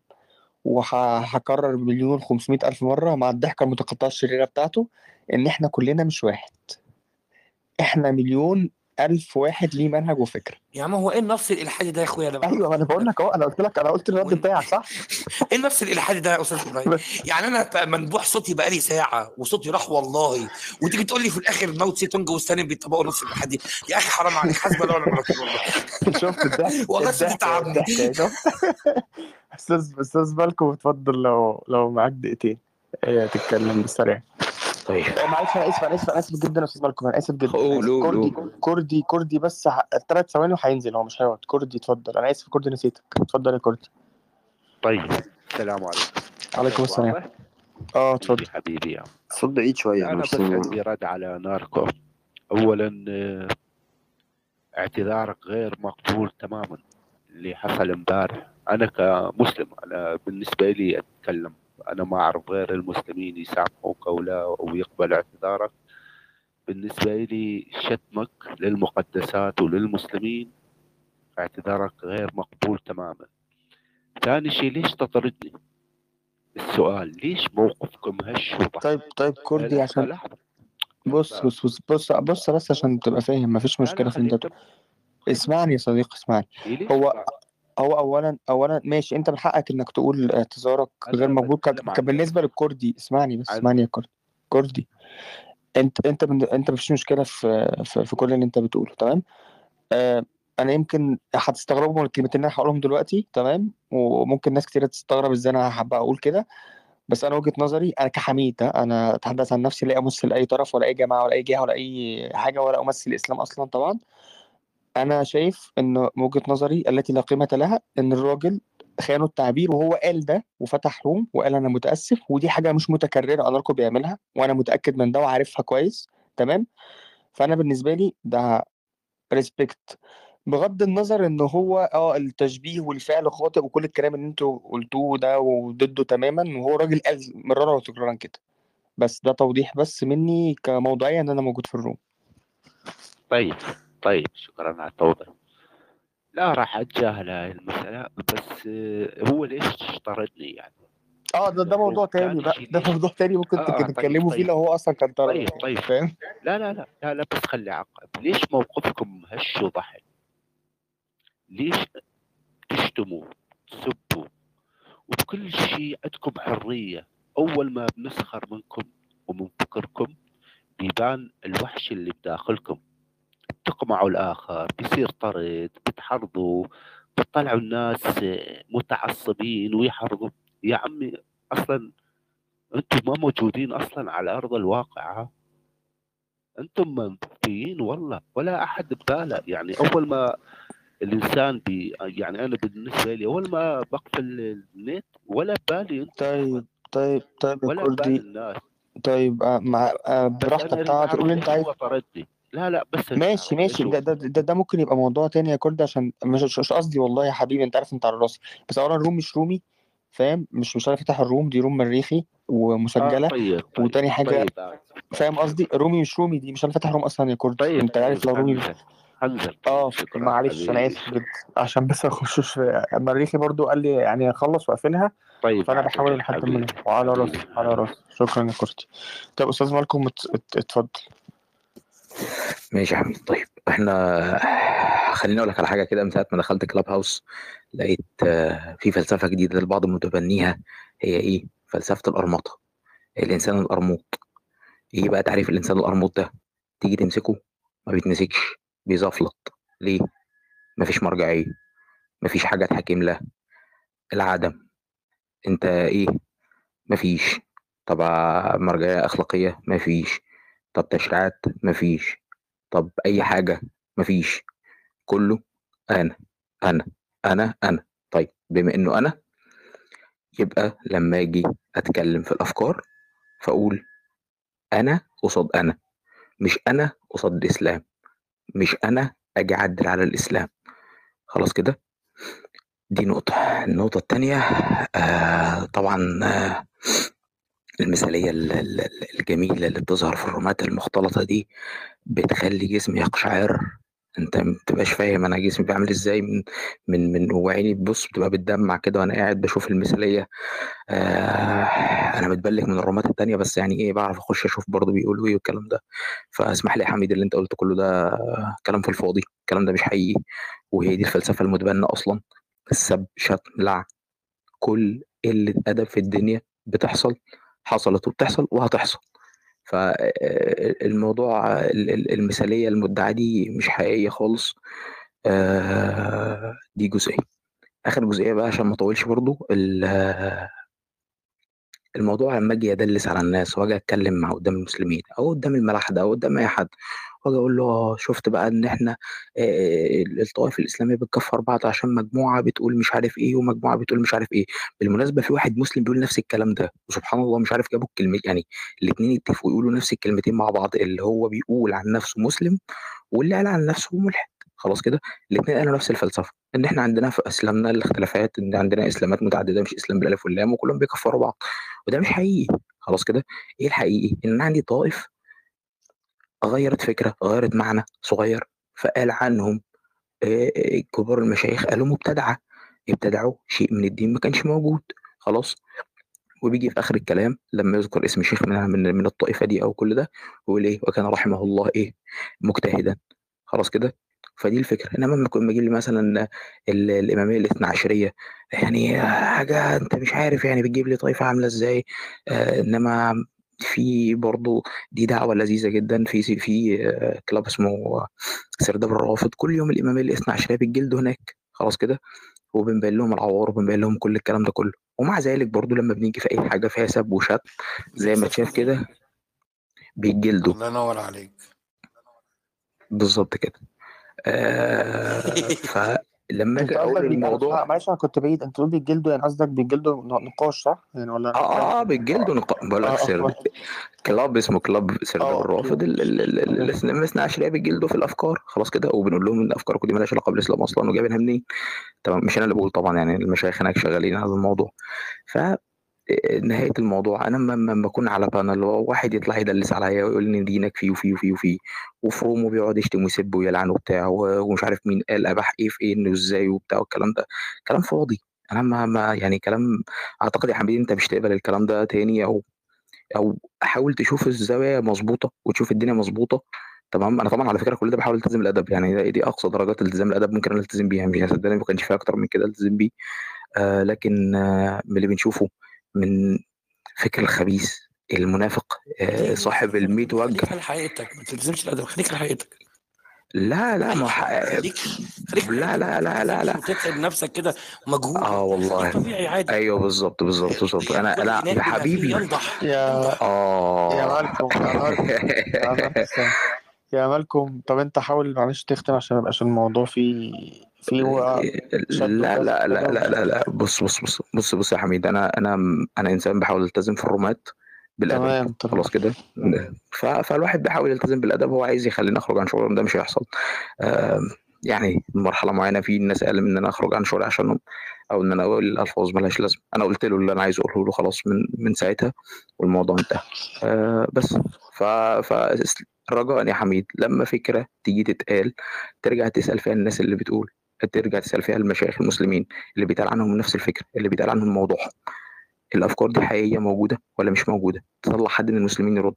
وهكرر مليون خمسمائة ألف مرة مع الضحكة المتقطعة الشريرة بتاعته إن إحنا كلنا مش واحد، إحنا مليون ألف واحد ليه منهج وفكرة. يا عم هو ايه النفس الالحادي ده يا اخويا؟ انا أيوه، ما أنا بقول لك أهو، أنا قلت لك أنا قلت الرد وإن- بتاعك صح. ايه النفس الالحادي ده يا استاذ ابراهيم؟ بس يعني انا ت- منبوح صوتي بقالي ساعه وصوتي راح والله، وتيجي تقول لي في الاخر ماو تسي تونج والسالم بيطبقوا نفس الالحادي؟ يا اخي حرام عليك، حسبي الله ونعم الوكيل والله. شفت الضحك والله صوتي الضحك تعبني. الضحك شفت. استاذ استاذ بالكم، اتفضل لو لو معاك دقيقتين إيه تتكلم بالسريع. طيب إيه، معلش انا اسف انا اسف انا اسف جدا يا استاذ بالكم، انا اسف جدا، انا قول اسف. قول كردي قول كردي كردي بس ثلاث ثواني وهينزل، هو مش هيقعد. كردي اتفضل، انا اسف كردي نسيتك، اتفضل يا كردي. طيب السلام عليكم. عليكم الصوت السلام. واضح؟ اه حبيبي اتفضل. حبيبي يا عم. صوت بعيد شويه لا انا أنا مش بس سامع. عندي رد على ناركو. أولا آه، اعتذارك غير مقبول تماما اللي حصل امبارح. أنا كمسلم، أنا بالنسبة لي أتكلم، أنا ما أعرف غير المسلمين يسامحوك أو لا أو يقبلوا اعتذارك. بالنسبة لي شتمك للمقدسات وللمسلمين، اعتذارك غير مقبول تماما. ثاني شيء، ليش تطردني؟ السؤال ليش موقفكم هش وضح؟ طيب طيب كردي لحظة عشان لحظة بص لحظة بص بص بص بص بس عشان تبقى فاهم، مفيش لا لا مشكلة في خليك انت. تب... اسمعني يا صديقي اسمعني. إيه ليش هو بقى؟ هو اولا اولا ماشي، انت من حقك انك تقول اعتذارك غير أنا مقبول ك- بتكلم ك- عن بالنسبه للكردي. اسمعني بس، عن اسمعني يا كردي. كردي، انت انت من... انت مفيش مشكله في في, في كل اللي انت بتقوله، تمام. آه انا يمكن هتستغربوا من الكلمتين اللي انا هقولهم دلوقتي، تمام، وممكن ناس كتير تستغرب ازاي انا حابة اقول كده، بس انا وجهه نظري انا كحميد، ها، انا اتحدث عن نفسي، لا امثل اي طرف ولا اي جماعه ولا اي جهه ولا اي حاجه، ولا امثل الاسلام اصلا طبعا. انا شايف ان من وجهة نظري التي لا قيمة لها ان الراجل خانوا التعبير، وهو قال ده وفتح روم وقال انا متاسف، ودي حاجه مش متكرره اناركو بيعملها، وانا متاكد من ده وعارفها كويس، تمام. فانا بالنسبه لي ده ريسبكت، بغض النظر ان هو اه التشبيه والفعل خاطئ وكل الكلام اللي انتوا قلتوه ده وضده تماما، وهو راجل قال مرارا وتكرارا كده. بس ده توضيح بس مني كموضوعيه ان انا موجود في الروم. طيب طيب شكرا على التوضيح. لا راح أتجاهل هاي المسألة، بس آه، هو ليش طردني يعني؟ اه ده ده موضوع المفروض تاني ثاني بقى، شيء ده ليش موضوع تاني ممكن آه آه طيب تتكلموا فيه طيب لو هو اصلا كان طردك طيب يعني، طيب فاهم. لا لا لا لا لا بس خلي عقب. ليش موقفكم هش وضحك؟ ليش تشتموا تسبوا وبكل شيء عندكم حرية؟ أول ما بنسخر منكم ومن فكركم بيبان الوحش اللي بداخلكم، بتقمعوا الآخر، بيصير طرد، بتحرضوا، بتطلعوا الناس متعصبين ويحرضوا. يا عمي أصلا أنتم ما موجودين أصلا على أرض الواقع، أنتم منفيين والله، ولا أحد بباله. يعني أول ما الإنسان بي يعني أنا بالنسبة لي أول ما بقفل النت ولا بالي أنتم طيب طيب طيب يا ولا بال كردي، الناس. طيب آه، مع آه، بس براحتك أنا أريد طبعا أعرف تقول اللي انت ليش عايز. هو طردني. لا لا بس أريد ماشي أعرف ماشي، ليش ده هو ده ده, ده ممكن يبقى موضوع تاني يا كردي، عشان مش مش مش قصدي والله يا حبيبي، انت عارف انت على راسي. بس اولا الروم مش رومي، فاهم؟ مش مش انا فاتح الروم، دي روم مريخي آه ومسجله. طيب طيب وتاني حاجه طيب آه. فاهم قصدي، رومي مش رومي دي، مش انا فاتح روم اصلا يا كردي، طيب انت عارف طيب لو رومي. هنزل هنزل اه طيب شكرا معلش انا حبيبي. اسف جدا، عشان بس ما اخشش في مريخي برضو قال لي يعني اخلص واقفلها، طيب فانا بحاول بعتذر لحد حبيبي منها. وعلى راسي حبيبي على راسي، شكرا يا كردي. طب استاذ مالكم ات- ات- اتفضل. ماشي يا حميد. طيب احنا خليني اقول لك على حاجه كده. من ساعه ما دخلت كلاب هاوس لقيت آه، في فلسفه جديده البعض متبنيها. هي ايه؟ فلسفه الارمطه، الانسان الارموط. ايه بقى تعريف الانسان الارموط ده؟ تيجي تمسكه ما بيتمسكش، بيزفلط. ليه؟ مفيش مرجعيه، مفيش حاجه تحكم لها، العدم. انت ايه؟ مفيش. طب ع- مرجعيه اخلاقيه؟ مفيش. طب تشريعات؟ مفيش. طب اي حاجه؟ مفيش. كله انا انا انا انا. طيب بما انه انا، يبقى لما اجي اتكلم في الافكار فاقول انا قصاد انا، مش انا قصاد الاسلام، مش انا اجي اعدل على الاسلام. خلاص كده، دي نقطة. النقطة التانية آه طبعا آه المثالية ال- ال- الجميلة اللي بتظهر في الرومات المختلطة دي بتخلي جسمي يقشعر. انت ما بتبقاش فاهم انا جسمي بيعمل ازاي من من من وعيني بص بتبقى بتدمع كده وانا قاعد بشوف المثالية. آه انا متبلك من الرومات التانية، بس يعني ايه بعرف اخش اشوف برضه بيقولوا ايه والكلام ده. فاسمح لي يا حميد، اللي انت قلته كله ده كلام في الفاضي، الكلام ده مش حقيقي. وهي دي الفلسفة المتبنة اصلا. السب، شتم، لعن، كل قلة ادب في الدنيا بتحصل، حصلت وبتحصل وهتحصل. فالموضوع المثالية المدعاة دي مش حقيقية خالص. آه، دي جزئية. آخر جزئية بقى عشان ما اطولش برضو، ال- الموضوع لما اجي ادلس على الناس واجي اتكلم مع قدام المسلمين او قدام الملاحده او قدام اي حد، واجي اقول له آه، شفت بقى ان احنا آه، الطوائف الاسلاميه بتكفر بعض عشان مجموعه بتقول مش عارف ايه ومجموعه بتقول مش عارف ايه. بالمناسبه في واحد مسلم بيقول نفس الكلام ده، وسبحان الله مش عارف جابوا الكلمه يعني الاثنين يتفقوا يقولوا نفس الكلمتين مع بعض، اللي هو بيقول عن نفسه مسلم واللي قال عن نفسه ملحد. خلاص كده، الاثنين قالوا نفس الفلسفه، ان احنا عندنا في اسلامنا الاختلافات، ان عندنا اسلامات متعدده مش اسلام بالالف واللام وكلهم بيكفروا بعض. وده مش حقيقي. خلاص كده، ايه الحقيقي؟ ان انا عندي طائف غيرت فكره، غيرت معنى صغير، فقال عنهم آه، آه، كبار المشايخ قالوا مبتدعه، ابتدعوا شيء من الدين ما كانش موجود. خلاص. وبيجي في اخر الكلام لما يذكر اسم شيخ من من من الطائفه دي او كل ده، ويقول ايه؟ وكان رحمه الله ايه؟ مجتهدا. خلاص كده. فدي الفكره. انما لما يكون بيجي لي مثلا ال- الاماميه الاثنا عشريه، يعني حاجه انت مش عارف يعني بتجيب لي طائفه عامله ازاي. آه انما في برضه دي دعوه لذيذه جدا في في آه، كلاب اسمه سرداب الروافض. كل يوم الاماميه الاثنا عشريه بتجلدوا هناك. خلاص كده. وبنبين لهم العوار وبنبين لهم كل الكلام ده كله. ومع ذلك برضو لما بنيجي في اي حاجه فيها سب وشتم زي ما تشاف كده بيتجلدوا. الله ينور عليك. بالظبط كده. آه فلما انت اجي قصدك اقول بي... انا الموضوع أنا- معلش انا كنت بعيد، انت تقول بيتجلدوا يعني قصدك بيتجلدوا ن- نقاش صح يعني ولا اه انا فاهم؟ اه اه بيتجلدوا نق... بقول لك اه سرد اه كلاب اسمه كلاب سرداب اه اوكي الرافض. ال- ال- ال- ال- تمام. الاسلام الاثنى عشريه بيتجلدوا في الافكار. خلاص كده. وبنقول لهم ان افكاركم دي مالهاش علاقه بالاسلام اصلا وجايبينها منين. تمام. مش انا اللي بقول طبعا، يعني المشايخ هناك شغالين على الموضوع. ف نهاية الموضوع أنا لما لما بكون على بانل واحد يطلع يدلس عليا ويقول لي دينك فيه وفيه وفيه وفيه، وفي رومه بيقعد يشتم ويسب ويلعن وبتاع و- ومش عارف مين قال أباح إيه في إيه إنه إزاي وبتاع والكلام ده كلام فاضي. أنا ما, ما يعني كلام. أعتقد يا حبيبي أنت مش تقبل الكلام ده تاني، أو أو حاول تشوف الزاوية مظبوطة وتشوف الدنيا مظبوطة. تمام. انا طبعا على فكره كل ده بحاول التزم الادب، يعني دي اقصى درجات التزام الادب ممكن انا التزم بيها، مش صدقني ما كانش فيها اكتر من كده التزم بيه. آه لكن آه من اللي بنشوفه من فكر الخبيث المنافق آه صاحب ال100 خليك وجه. على حقيقتك، ما تلزمش الادب، خليك على حقيقتك. لا لا ما خليك خليك لا لا لا لا لا وتتعب نفسك كده ومجهود. اه والله طبيعي عادي. ايوه بالظبط بالظبط بالظبط انا انا يا حبيبي ينضح يا اه يا مالكم يا مالكم يا مالكم يا مالكم طب انت حاول معلش تختم عشان ميبقاش الموضوع فيه فيه شد لا وجذب لا لا كده لا لا لا بص بص بص بص بص يا حميد، انا انا انا انسان بحاول التزم في الرومات بالادب. تمام تمام خلاص كده. ف- فالواحد بيحاول يلتزم بالادب، هو عايز يخليني اخرج عن شغلي، ده مش هيحصل. آم، يعني مرحله معينه في الناس قال ان انا اخرج عن شغلي عشانهم، او ان انا اقول الفاظ ملهاش لازمه. انا قلت له اللي انا عايز اقوله له خلاص من من ساعتها، والموضوع انتهى. آه، بس ف ف رجاء يا حميد لما فكره تيجي تتقال ترجع تسال فيها الناس اللي بتقول، ترجع تسال فيها المشايخ المسلمين اللي بيتقال عنهم نفس الفكره، اللي بيتقال عنهم موضوع الافكار دي حقيقيه موجوده ولا مش موجوده، تطلع حد من المسلمين يرد.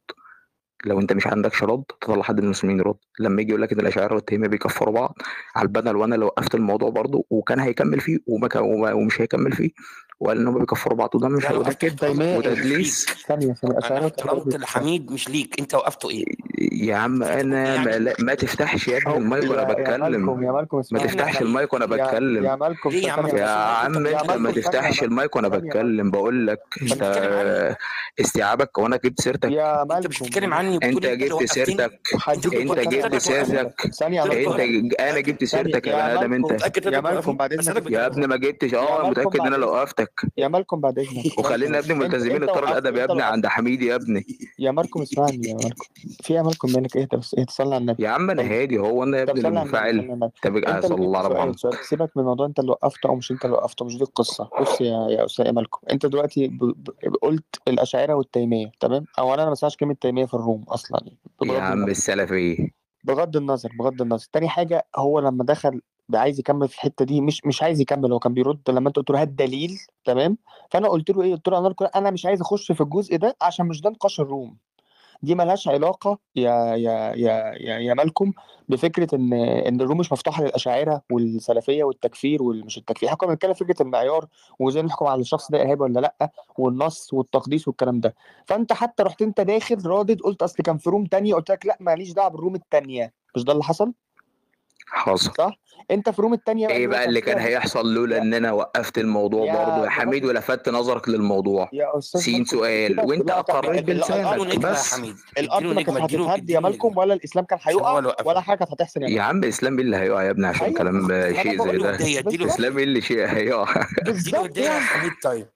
لو انت مش عندكش رد تطلع حد من المسلمين يرد. لما يجي يقول لك ان الاشاعره والتيميه بيكفروا بعض على البدل، وانا لو وقفت الموضوع برضه وكان هيكمل فيه وما كان وما- ومش هيكمل فيه، وقال ان هم بيكفروا بعض، وده مش لا، وده وقفت كده احترمت وتدليس. ثانية ثانية انا أشعرت احترمت لحميد، مش ليك. انت وقفته ايه؟ يا عم انا ما, لا ما تفتحش يا ابني أو المايك وانا يا يا بتكلم، مالكم يا مالكم ما اسمعني تفتحش على ايه؟ المايك وانا يا بتكلم. يا مالكم ليه يا عم ما ثانية يا تفتحش المايك؟ انت عم يا انت ما مالكم ثانية يا تفتحش مالكم المايك وانا ثانية يا مالكم بتكلم، بقول لك انت انت بتتكلم عني. استيعابك وانا جبت سيرتك. يا انت مش مالكم بتتكلم عني انت وبتقول انت اللي جبت وقفتني. سيرتك انت هديك كنت انت ثانية جبت متاكد سيرتك ثانية يا تقدر مالكم انت توقفني؟ انا متاكد جبت ثانية سيرتك يا يا بني ادم مالكم انت. متاكد يا تقدر مالكم توقفني؟ بعد بس إذنك انا يا بجاوب. ابني ما جبتش يا اه مالكم متاكد ان بعد انا لو إذنك وقفتك. يا مالكم بعد إذنك وخلينا يا مالكم ابني انت ملتزمين انت اطار وقفت الادب يا انت ابني وقفت عند حميد يا ابني. يا مالكم اسمعني يا مالكم في يا مالكم مالك اهدى بس اهدى صلي على النبي يا عم انا صلي. هادي، هو انا يا طب ابني اللي صلي على النبي صلي منفعل. على النبي طب انت صلى الله على سؤال محمد. سؤال سيبك من الموضوع انت اللي وقفته او مش انت اللي وقفته، مش دي القصه. بص يا يا استاذ مالكم، انت دلوقتي ب... ب... قلت الاشاعره والتيميه تمام، او انا ما بسمعش كلمه تيميه في الروم اصلا يعني يا بغض عم النظر السلفي بغض النظر بغض النظر تاني حاجه هو لما دخل عايز يكمل في الحته دي، مش مش عايز يكمل، هو كان بيرد لما انت قلت له هات دليل تمام. فانا قلت له ايه، قلت له انا انا مش عايز اخش في الجزء ده عشان مش ده نقاش الروم. دي ملهاش علاقة يا يا يا يا, يا مالكم بفكرة إن إن الروم مش مفتوحة للأشاعرة والسلفية والتكفير والمش التكفير. إحنا كنا بنتكلم فكرة المعيار وإزاي نحكم على الشخص ده إرهابي ولا لأ، والنص والتقديس والكلام ده. فأنت حتى رحت أنت داخل رادد قلت أصل كان في روم تانية، قلت لك لأ ماليش دعوة بالروم التانية. مش ده اللي حصل؟ حصل. صح؟ أنت في روم التانية بقى ايه اللي هو بقى كان اللي كان فيها هيحصل لولا يا ان انا وقفت الموضوع برضه يا يا حميد بغض ولفت نظرك للموضوع؟ يا استاذ سين مالكم سؤال سيبك وانت لا طب اقريت ال- ال- اديله الارض بلسانك نجمه يا بس. حميد، الارض اديله ما نجمه، كانت اديله هتتهد يا اديله مالكم، نجمه ولا الاسلام كان عشان هو هيقع اللي ولا وقفني. حاجه كانت هتحصل يا يا مالكم. عم اسلام ايه اللي هيقع يا ابني عشان ايوه كلام ما انا شيء زي بقول اديله ده؟ هديه، اديله بالظبط اسلام ايه اللي شيء هيقع؟ اديله بالظبط هديه يا يعني. حميد. طيب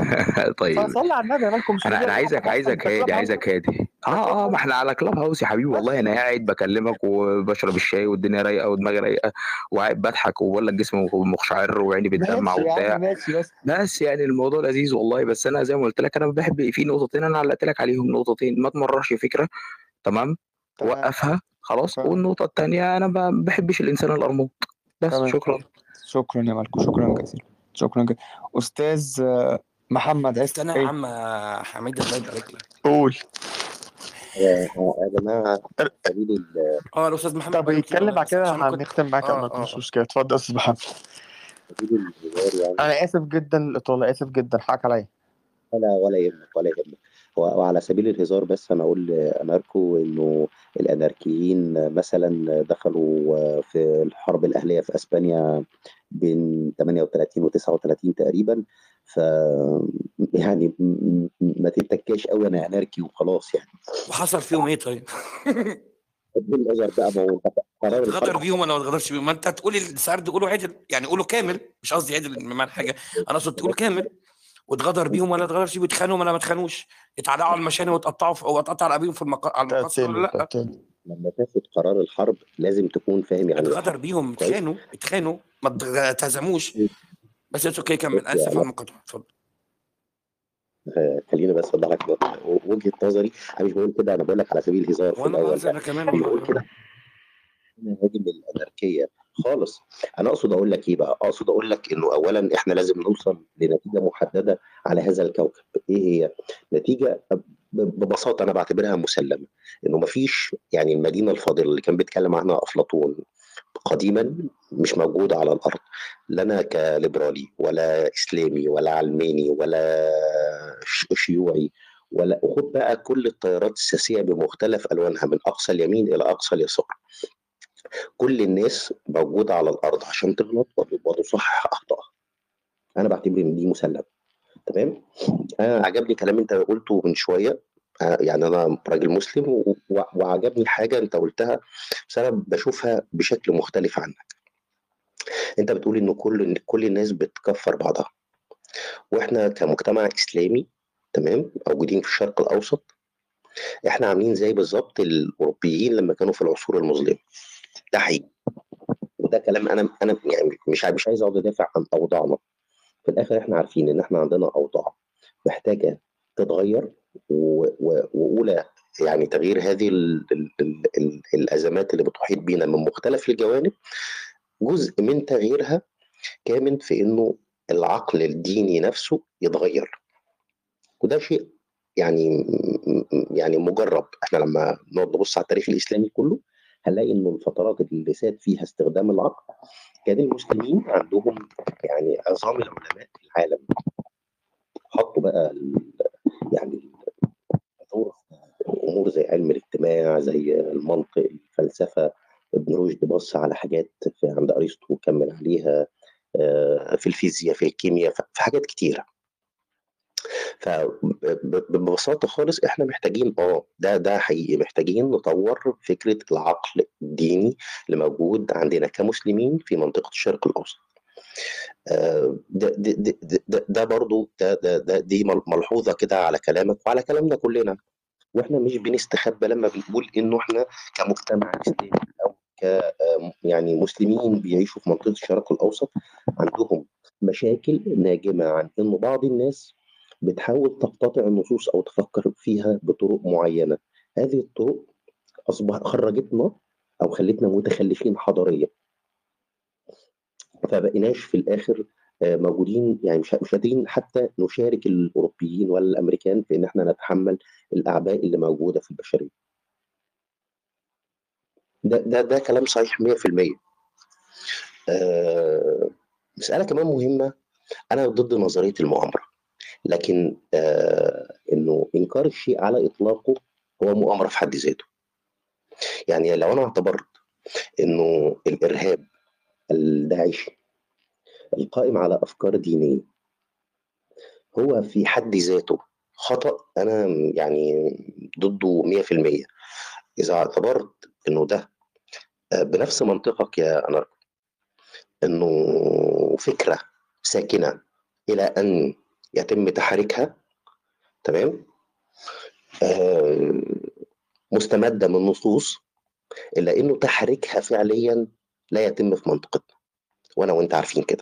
طيب فصلي على النبي يا مالكم، مش انا دي انا الحاجه عايزك بتحصل عايزك ده كلاب هادي هاوس عايزك هادي. ده كلاب اه اه ما هاوس احنا على كلاب هاوس يا حبيبي، والله بس انا قاعد بكلمك وبشرب الشاي والدنيا رايقه ودماغي رايقه وقاعد بضحك وبقول لك جسمي مقشعر وعيني بتدمع ماشي يا عم وبتاع. ماشي بس بس يعني الموضوع لذيذ والله. بس انا زي ما قلت لك انا بحب في نقطتين انا علقت لك عليهم، نقطتين ما تمررش فكره تمام تمام وقفها خلاص، تمام والنقطه الثانيه انا ما بحبش الانسان القرموط. بس تمام شكرا. شكرا يا مالكم شكرا جزيلا شكرا جزيلا. استاذ آه، محمد عايز استنى يا ايه عم حميد الله يبارك لك. قول. يا يا جماعة على سبيل ال- اه الاستاذ محمد طب بقاله كتير يتكلم والله، بعد بس كده عشان انا كنت هنختم معاك يا اه مالكم، اه مش اه مشكله. اتفضل يا استاذ محمد. سبيل الهزار يعني. انا اسف جدا الاطاله، اسف جدا حقك عليا. ولا ولا يهمك ولا يهمك. هو- وعلى سبيل الهزار بس انا اقول لاناركو انه الاناركيين مثلا دخلوا في الحرب الاهليه في اسبانيا بين ثمانية وثلاثين و تسعة وثلاثين تقريبا. ف يعني م- م- ما تتكاش قوي انا اناركي وخلاص يعني. وحصل فيهم ايه طيب؟ بالنظر بقى ما هو قرار اتغدر الحرب. بيهم ولا ما اتغدرش بيهم؟ ما انت تقول السعر قوله عدل، يعني قوله كامل، مش قصدي عدل بمعنى حاجه، انا اقصد تقوله كامل. واتغدر بيهم ولا اتغدرش بيهم؟ اتخانوا ولا ما اتخانوش؟ اتعلقوا على المشاني واتقطعوا في... واتقطع رقابيهم في المق... على المقاصر ولا لا؟ لما تاخد قرار الحرب لازم تكون فاهم يعني ايه اتغدر حرب بيهم، كويس. اتخانوا اتخانوا ما اتهزموش. بس اتس اوكي كمل، بص اسف يا على المقاطعه، اتفضل. آه، خليني بس اوضح لك وجهه نظري. انا مش بقول كده، انا بقول لك على سبيل الهزار في وانا الاول بهزر يعني. انا كمان مش بقول والله. كده انا هاجم الاناركيه خالص. انا اقصد اقول لك ايه بقى، اقصد اقول لك انه اولا احنا لازم نوصل لنتيجه محدده على هذا الكوكب. ايه هي نتيجه ب- ببساطه انا بعتبرها مسلمه، انه ما فيش يعني المدينه الفاضله اللي كان بيتكلم عنها افلاطون قديما مش موجوده على الارض. لا انا كليبرالي ولا اسلامي ولا علماني ولا ش- شيوعي، ولا خد بقى كل التيارات السياسيه بمختلف الوانها من اقصى اليمين الى اقصى اليسار، كل الناس موجوده على الارض عشان تغلط وتصحح اخطائها. انا بعتبر ان دي مسلمه. تمام. انا عجبني كلام انت قلته من شويه. آه، يعني انا راجل مسلم و- و- وعجبني حاجه انت قلتها، بس انا بشوفها بشكل مختلف عنك. انت بتقول ان كل إن كل الناس بتكفر بعضها، واحنا كمجتمع اسلامي تمام موجودين في الشرق الاوسط، احنا عاملين زي بالظبط الاوروبيين لما كانوا في العصور المظلمه. ده حقيقي، وده كلام انا انا يعني مش عاي- مش عايز اقعد ادافع عن اوضاعنا. في الاخر احنا عارفين ان احنا عندنا اوضاع محتاجه تتغير، و- و- واولى يعني تغيير هذه ال ال ال ال الازمات اللي بتحيط بينا من مختلف الجوانب. جزء من تغييرها كامن في انه العقل الديني نفسه يتغير، وده شيء يعني م- م- يعني مجرب. احنا لما نقعد نبص على التاريخ الاسلامي كله هنلاقي انه الفترات اللي ساد فيها استخدام العقل كان المسلمين عندهم يعني عظام العلماء في العالم حطوا بقى ال- يعني دور امور زي علم الاجتماع، زي المنطق، الفلسفه. ابن رشد بص على حاجات في عند ارسطو وكمل عليها، آه، في الفيزياء، في الكيمياء، ف- في حاجات كتيره. فببساطه خالص احنا محتاجين اه ده ده حقيقي محتاجين نطور فكره العقل الديني اللي موجود عندنا كمسلمين في منطقه الشرق الاوسط. آه، ده ده ده ده, ده برضو ده, ده, ده دي مل- ملحوظه كده على كلامك وعلى كلامنا كلنا. واحنا مش بنستخبى لما بنقول انه احنا كمجتمع اسلامي او ك آم، يعني مسلمين بيعيشوا في منطقه الشرق الاوسط عندهم مشاكل ناجمه عن انه بعض الناس بتحاول تقتطع النصوص او تفكر فيها بطرق معينه. هذه الطرق اصبح خرجتنا او خلتنا متخلفين حضاريا، فبقيناش في الاخر آه، موجودين يعني مش مش قادرين حتى نشارك الاوروبيين ولا الامريكان في ان احنا نتحمل الاعباء اللي موجوده في البشريه. ده ده ده كلام صحيح مية في المية. آه، مسألة كمان مهمة. أنا ضد نظرية المؤامرة، لكن آه، إنه إنكار الشيء على إطلاقه هو مؤامرة في حد ذاته. يعني لو أنا اعتبرت إنه الإرهاب الداعشي القائم على أفكار دينية هو في حد ذاته خطأ، أنا يعني ضده مية في المية. إذا اعتبرت إنه ده آه، بنفس منطقك يا أنار، إنه فكرة ساكنة إلى أن يتم تحريكها، تمام، آه، مستمدة من نصوص، إلا إنه تحريكها فعليا لا يتم في منطقتنا، وأنا وأنت عارفين كده.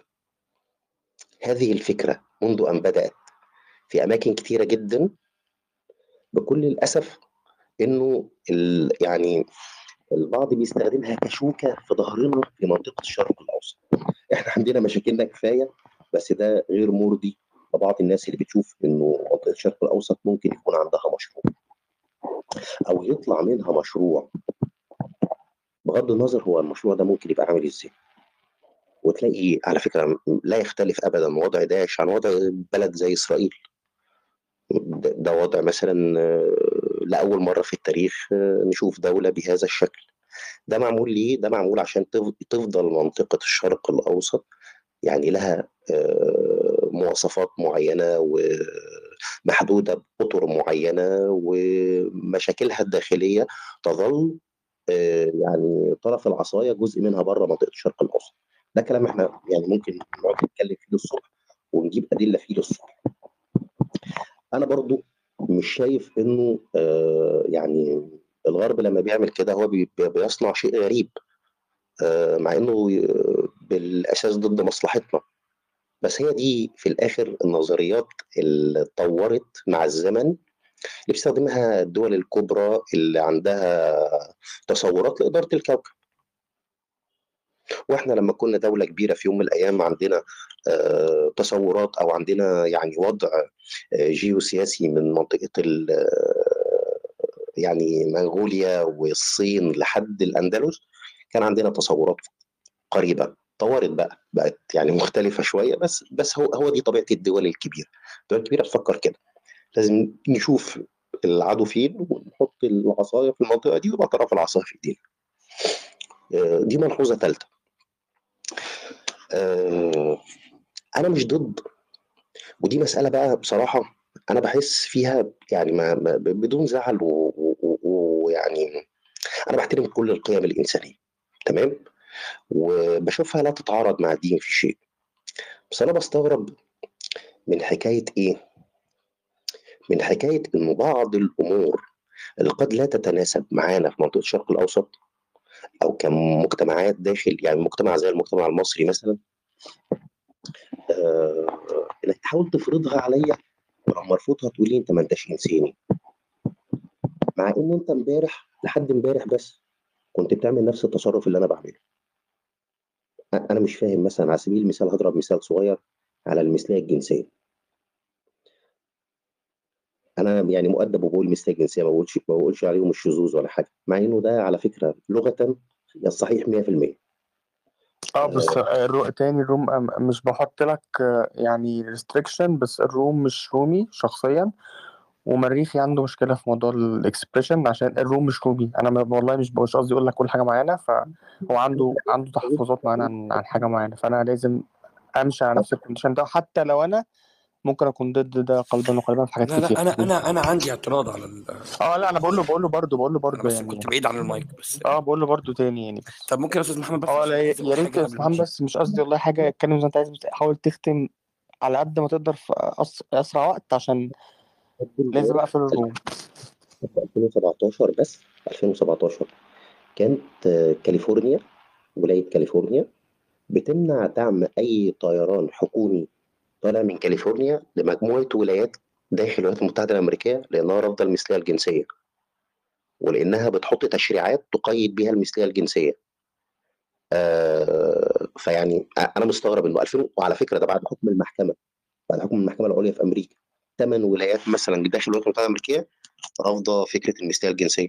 هذه الفكرة منذ أن بدأت في أماكن كتيرة جدا، بكل الأسف إنه ال- يعني البعض بيستخدمها كشوكة في ظهرنا في منطقة الشرق الأوسط. إحنا عندنا مشاكلنا كفاية، بس ده غير مرضي لبعض الناس اللي بتشوف إنه منطقة الشرق الأوسط ممكن يكون عندها مشروع أو يطلع منها مشروع، بغض النظر هو المشروع ده ممكن يبقى عامل إزاي. وتلاقي على فكرة لا يختلف أبدا وضع داعش عن وضع بلد زي إسرائيل. ده ده وضع مثلا آه، لأول مرة في التاريخ آه، نشوف دولة بهذا الشكل. ده معمول ليه؟ ده معمول عشان تف- تفضل منطقة الشرق الأوسط يعني لها آه، مواصفات معينة ومحدودة بأطر معينة، ومشاكلها الداخلية تظل آه، يعني طرف العصاية جزء منها بره منطقة الشرق الأوسط. ده كلام احنا يعني ممكن نقعد نتكلم فيه للصبح ونجيب أدلة فيه للصبح. أنا برضو مش شايف إنه آه، يعني الغرب لما بيعمل كده هو بي- بي- بيصنع شيء غريب، آه، مع إنه آه، بالأساس ضد مصلحتنا. بس هي دي في الآخر النظريات اللي اتطورت مع الزمن اللي بيستخدمها الدول الكبرى اللي عندها تصورات لإدارة الكوكب. واحنا لما كنا دولة كبيرة في يوم من الأيام عندنا آه، تصورات أو عندنا يعني وضع آه، جيوسياسي من منطقة ال- يعني منغوليا والصين لحد الأندلس كان عندنا تصورات قريبة، طورت بقى بقت يعني مختلفة شوية، بس بس هو هو دي طبيعة الدول الكبيرة. الدول الكبيرة بتفكر كده، لازم نشوف العدو فين ونحط العصاية في المنطقة دي ويبقى طرف العصاية في ايدينا. آه، دي ملحوظة ثالثة. آه، أنا مش ضد، ودي مسألة بقى بصراحة أنا بحس فيها يعني ما ما- بدون زعل و- و- و- ويعني أنا بحترم كل القيم الإنسانية، تمام، وبشوفها لا تتعارض مع الدين في شيء. بس أنا بستغرب من حكاية إيه؟ من حكاية إن بعض الأمور اللي قد لا تتناسب معانا في منطقة الشرق الأوسط أو كمجتمعات داخل يعني مجتمع زي المجتمع المصري مثلا، آه، إنك تحاول تفرضها عليا ولما أرفضها تقول لي أنت ما أنتش إنساني، مع إن أنت امبارح لحد امبارح بس كنت بتعمل نفس التصرف اللي أنا بعمله. أ- أنا مش فاهم مثلا، على سبيل المثال هضرب مثال صغير على المثلية الجنسية. أنا يعني مؤدب وبقول مثلية جنسية، ما بقولش ما بقولش عليهم الشذوذ ولا حاجة، مع إنه ده على فكرة لغة الصحيح مية في المية. اه بس آه، الرو... تاني الروم أم- مش بحط لك آه، يعني ريستريكشن، بس الروم مش رومي شخصيا، ومريخي عنده مشكلة في موضوع الاكسبريشن عشان الروم مش رومي. انا ما- والله مش مش قصدي اقول لك كل حاجة معينة، فهو عنده عنده تحفظات معينة عن عن حاجة معينة، فانا لازم امشي على نفس الكونديشن ده حتى لو انا ممكن اكون ضد ده قلبا وقالبا في حاجات لا كتير. لا، انا انا انا عندي اعتراض على ال... اه لا انا بقول له بقول له برضه بقول له انا برضه بس يعني. كنت بعيد عن المايك بس. اه بقول له برضه تاني يعني بس. طب ممكن يا استاذ محمد بس اه عشان لا عايز يا اقول ريت حاجه يا قبل استاذ ما محمد، امشي. بس مش قصدي والله حاجة، اتكلم زي ما انت عايز، بس حاول تختم على قد ما تقدر في أس... اسرع وقت عشان لازم اقفل الروم. في ألفين وسبعتاشر بس ألفين وسبعتاشر كانت آه، كاليفورنيا، ولاية كاليفورنيا بتمنع دعم أي طيران حكومي طالع من كاليفورنيا لمجموعة ولايات داخل الولايات المتحدة الأمريكية، لأنها رافضة المثلية الجنسية ولأنها بتحط تشريعات تقيد بها المثلية الجنسية. آه فيعني أنا مستغرب إنه ألفين، وعلى فكرة ده بعد حكم المحكمة، بعد حكم المحكمة العليا في أمريكا، ثمان ولايات مثلا داخل الولايات المتحدة الأمريكية رافضة فكرة المثلية الجنسية.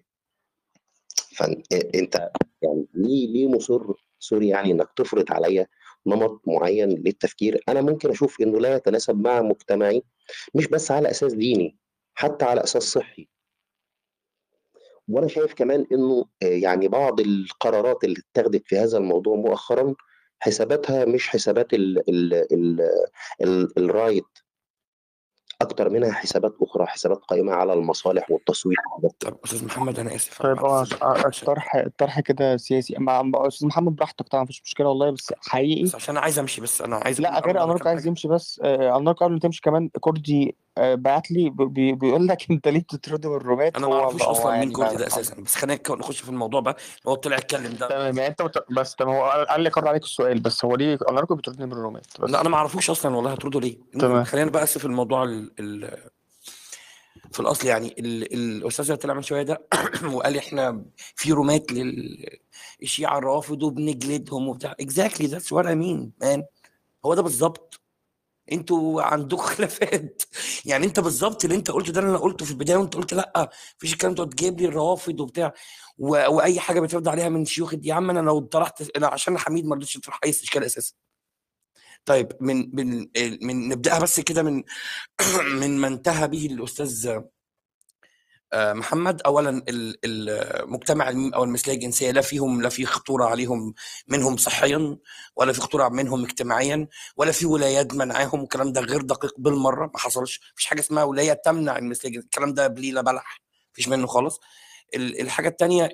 فانت يعني ليه ليه مصر سوري يعني انك تفرض عليا نمط معين للتفكير انا ممكن اشوف انه لا يتناسب مع مجتمعي، مش بس على اساس ديني، حتى على اساس صحي. وانا شايف كمان انه آه، يعني بعض القرارات اللي اتخذت في هذا الموضوع مؤخرا حساباتها مش حسابات ال ال ال ال الرايت، اكتر منها حسابات اخرى، حسابات قائمه على المصالح والتسويق. طب استاذ محمد انا اسف، انا طيب بعد اه اذنك عش- عشان الطرح الطرح كده سياسي مع مع استاذ محمد براحتك طبعا مفيش مشكله والله، بس حقيقي بس عشان انا عايز امشي، بس انا عايز لا اقول غير ارد على انارك كام عايز حاجه. يمشي، بس آه، انارك قبل ما تمشي كمان كوردي آه، بعت لي ب- بي- بيقول لك انت ليه بتطرده من الرومات. انا ما هو اعرفوش هو اصلا مين يعني كوردي بقى ده اساسا، بس خلينا ك- نخش في الموضوع بقى. هو طلع اتكلم ده. تمام يعني انت مت... بس تمام هو قال قال لي قرر عليك السؤال، بس هو ليه انارك بتطردني من الرومات لا بس. انا ما اعرفوش اصلا والله، هترده ليه؟ المهم تمام خلينا بقى اسف الموضوع ال... ال... في الاصل يعني ال... الاستاذ اللي طلع من شويه ده وقال احنا في رومات للشيعه الرافض وبنجلدهم وبتاع. اكزاكتلي ذاتس وات اي مين مان. هو ده بالظبط. انتوا عندكم خلافات. يعني انت بالظبط اللي انت قلته ده اللي انا قلته في البدايه، وانت قلت لا مفيش الكلام ده، تجيب لي الروافض وبتاع و... واي حاجه بيترد عليها من شيوخ الدين. يا عم انا لو طرحت انا عشان حميد ما رضيتش يطرح اي استشكال اساسا. طيب من من من نبداها بس كده من من ما انتهى به الاستاذ آه، محمد. اولا ال- المجتمع الميم او المثليه الجنسيه لا فيهم لا في خطوره عليهم منهم صحيا، ولا في خطوره منهم اجتماعيا، ولا في ولايات منعاهم. الكلام ده غير دقيق بالمره، ما حصلش. مفيش حاجه اسمها ولايه تمنع المثليه الجنسيه، الكلام ده بليله بلح، مفيش منه خالص. ال- الحاجه الثانيه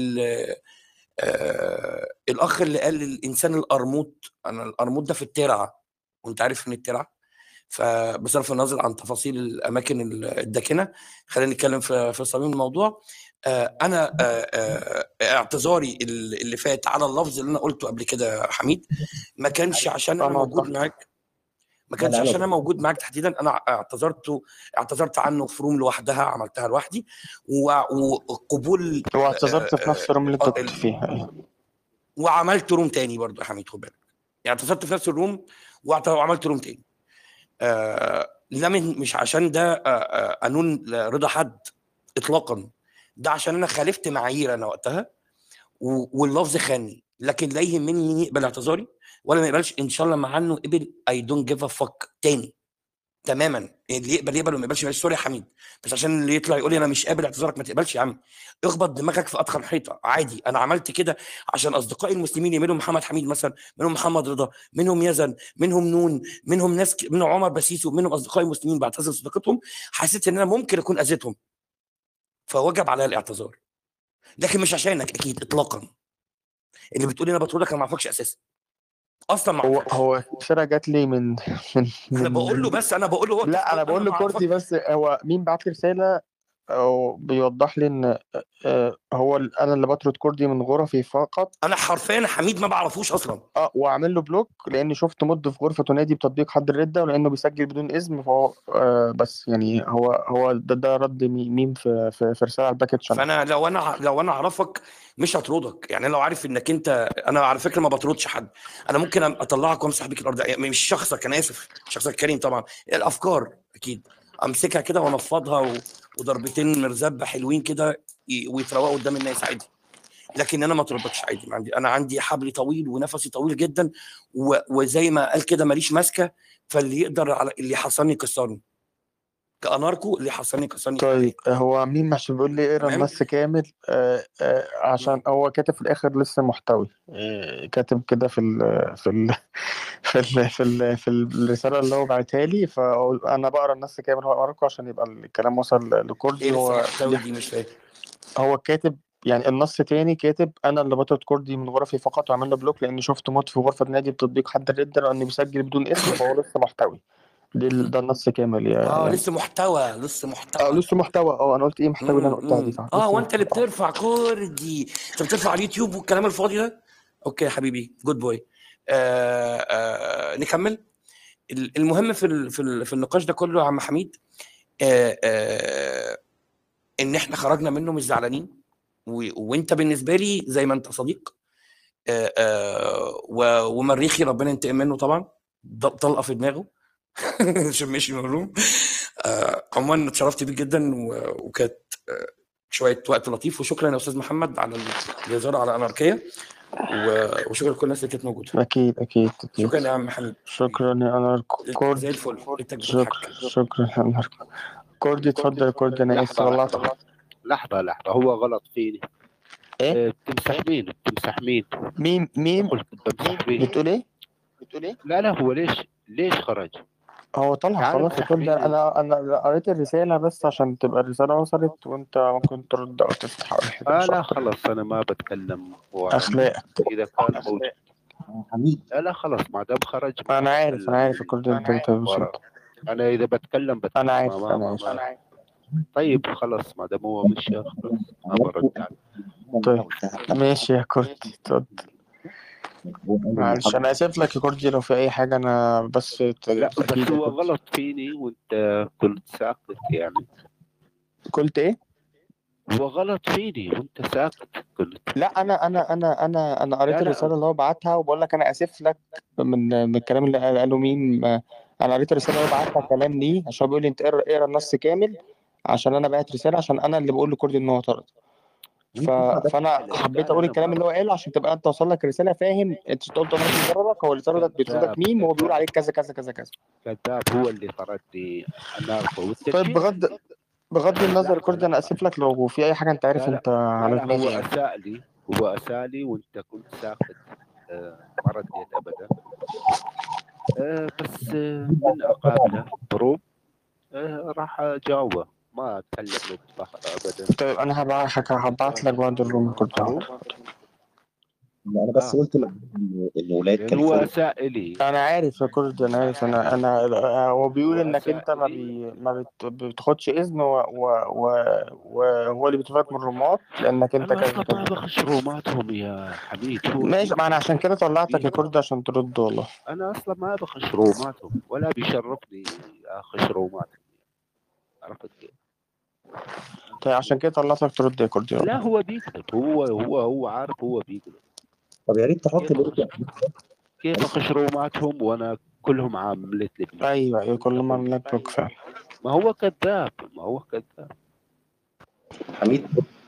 آه الاخ اللي قال الانسان القرموط، انا القرموط ده في الترعه، وانت عارف ان الترعه. فبصرف النظر عن تفاصيل الاماكن الداكنه، خلينا نتكلم في في صميم الموضوع. آه انا آه آه اعتذاري اللي فات على اللفظ اللي انا قلته قبل كده يا حميد، ما كانش عشان انا انا موجود وضحت. معاك، ما لا كانش لا انا عشان انا موجود معاك تحديدا. انا اعتذرت اعتذرت عنه في روم لوحدها، عملتها لوحدي، و- وقبول واعتذرت في نفس الروم اللي انت آه، كنت فيها. وعملت روم تاني برضه يا حميد، خد بالك. يعني اعتذرت في نفس الروم وعت- وعملت روم تاني. آه لا من- مش عشان ده آه آه قانون رضا حد اطلاقا. ده عشان انا خالفت معايير انا وقتها و- واللفظ خاني، لكن لا يهمني مين يقبل اعتذاري ولا ما يقبلش. ان شاء الله مع عنه قبل اي دونت جيف ا فك تاني تماما. اللي يقبل يقبل وما يقبلش يقبلش. سوري يا حميد، بس عشان اللي يطلع يقول لي انا مش قابل اعتذارك ما تقبلش يا عم. اخبط دماغك في ادخل حيطه عادي. انا عملت كده عشان اصدقائي المسلمين، منهم محمد حميد مثلا، منهم محمد رضا، منهم يزن، منهم نون، منهم ناس ك... منهم عمر بسيسو، منهم اصدقائي المسلمين بعتذر صداقتهم. حسيت ان انا ممكن اكون اذيتهم فوجب عليا الاعتذار، لكن مش عشانك اكيد اطلاقا. اللي بتقولي انا بطردك انا ما اعرفكش اساسا، اصلا ما هو اعرفكش. هو الرسالة جات لي من من انا من بقول له بس انا بقول له هو لا انا تختار، انا بقول ما لكوردي، اعرفكش. بس هو مين بعت لي رسالة او بيوضح لي ان آه، هو ال- انا اللي بطرد كوردي من غرفي فقط. انا حرفيا حميد ما بعرفوش اصلا. اه واعمل له بلوك لاني شفت مد في غرفه تنادي بتطبيق حد الرده، ولانه بيسجل بدون اذن. فهو آه بس يعني هو هو ده, ده رد مي- ميم في في, في رساله على الباكت شانل. فانا لو انا لو انا اعرفك مش هطردك. يعني لو عارف انك انت، انا على فكره ما بطردش حد. انا ممكن اطلعك وامسح بيك الارض، يعني مش شخصك، انا اسف، شخصك كريم طبعا. الافكار اكيد امسكها كده وانفضها و... وضربتين مرزبه حلوين كده ي- ويتروقوا قدام الناس عادي. لكن انا ما اطردكش عادي. ما عندي، انا عندي حبل طويل ونفسي طويل جدا و... وزي ما قال كده ماليش ماسكه. فاللي يقدر على اللي حصلني كسرني كاناركو، اللي حصلني كسرني طيب فعليا. هو مين مش بيقول لي اقرا تمام. النص كامل؟ آه آه عشان مم. هو كاتب في الاخر لسه محتوي. آه كاتب كده في ال في ال في ال في ال في الرساله اللي هو بعتها لي، فانا بقرا النص كامل هو اقرا عشان يبقى الكلام وصل لكوردي. ايه لسه هو محتوي ليه دي؟ مش فاهم. هو كاتب يعني النص تاني كاتب انا اللي بطرد كوردي من غرفي فقط وعمل له بلوك لاني شفت موت في غرفه نادي بتطبيق حد الرده لاني بيسجل بدون اسم. فهو لسه محتوي. ده ال- ده النص كامل يا اه يعني. لسه محتوى، لسه اه محتوى. لسه محتوى. اه انا قلت ايه محتوي اللي انا امم قلتها دي امم صح؟ اه لسه وانت اللي محتوى. بترفع كوردي، انت بترفع على اليوتيوب والكلام الفاضي ده. اوكي يا حبيبي، جود بوي. آه آه نكمل. ال- المهم في ال في ال في النقاش ده كله يا عم حميد، آه آه ان احنا خرجنا منه مش زعلانين. و- وانت بالنسبه لي زي ما انت صديق. آه آه و- ومريخي ربنا ينتقم منه طبعا، ض- طلقه في دماغه عشان ماشي مغلوم. آه عموما اتشرفت بيك جدا و- وكانت آه شويه وقت لطيف. وشكرا يا استاذ محمد على الجزارة على اناركيه، و- وشكرا لكل الناس اللي كانت موجوده. اكيد اكيد اكيد. شكرا يا عم حميد. شكرا يا انا زي كورد. الفل انت شكرا بتضحك. شكرا يا انا كوردي. اتفضل يا كوردي، انا اسف لحظة غلطت. لحظة لحظة لحظة هو غلط فيني. ايه آه، بتمسح مين بتمسح مين مين مين قلت بمسح مين بتقول ايه؟ لا لا هو ليش ليش خرج هو طلع تعال خلاص يا امسح كوردي. مين انا انا قريت الرساله بس عشان تبقى الرساله وصلت وانت ممكن ترد او تفتح او حاجه آه مش لا اكتر. خلاص أنا ما بتكلم ورا اخلاقك. إذا كان موجود. حميد لا لا خلاص ما دام خرج ما انا عارف انا بتكلم عارف يا كوردي انت انت ورا. بسيط. أنا إذا بتكلم انا بتكلم ما عارف ما انا ما, عارف. ما. طيب خلاص ما دام هو مشي خلاص ما برد عليه. طيب ماشي يا كوردي اتفضل. معلش انا اسف لك يا كوردي لو في اي حاجه. انا بس ت- لا بس تاكيد يا هو كوردي. غلط فيني وأنت كنت ساكت يعني. قلت ايه؟ هو غلط فيني وأنت ساكت كنت. لا انا انا انا انا انا قريت لا لا الرساله اللي هو بعتها وبقول لك انا اسف لك من من الكلام اللي قال- قاله مين. ما- انا قريت الرساله اللي هو بعتها كلام ليه عشان هو بيقول لي انت اقرا اقرا النص كامل عشان انا بعت رساله عشان انا اللي بقول لكوردي ان هو طرد. ف... فانا حبيت قال اقول أنا الكلام ما اللي هو قاله عشان تبقى انت وصل لك رساله فاهم انت قلت انا مش بضربك. هو اللي طردك بيطردك كذاب مين وهو بيقول كذاب عليك كذا كذا كذا كذا. كذاب هو اللي طردني أناركو طيب والتسجيل. بغض بغض النظر لحظة كوردي انا لحظة اسف لك لو في اي حاجه. انت عارف لا لا انت لا على لا دماغي هو يعني. أساء لي هو أساء لي وأنت كنت ساكت. آه، ما رديت أبدا. آه، بس آه، من أقابله بروب آه، راح أجاوبه ما أتكلم ضد فخر أبدا. طيب انا هبعت هبعت لك بعد الروم كوردي. بروب لا، انا بس آه قلت إن الولاد لأن كان هو فوق. أساء لي. انا عارف يا كورد انا عارف. انا انا هو بيقول هو انك أساء انت ما لي. بي ما بت- بتاخدش اذن و- و- و- وهو اللي بيطردك من الرومات لانك انت أنا كذا أصلا ما كذا. بخش روماتهم يا حميد. هو ماشي فيه ما انا عشان كده طلعتك يا فيه كورد عشان ترد والله. أنا أصلا ما بخش روماتهم ولا بيشرفني أخش روماتهم. عرفت كيف؟ طيب عشان كده طلعتك ترد يا كورد لا والله. هو بيكذب. هو هو هو عارف هو بيكذب. طب يا ريت تحط كيف لينك. أخش كيف أخش روماتهم وأنا كلهم عاملت لي بلوك. ايوه ايوه كل ما عمل لك بلوك فعلا. ما هو كذاب ما هو كذاب. حميد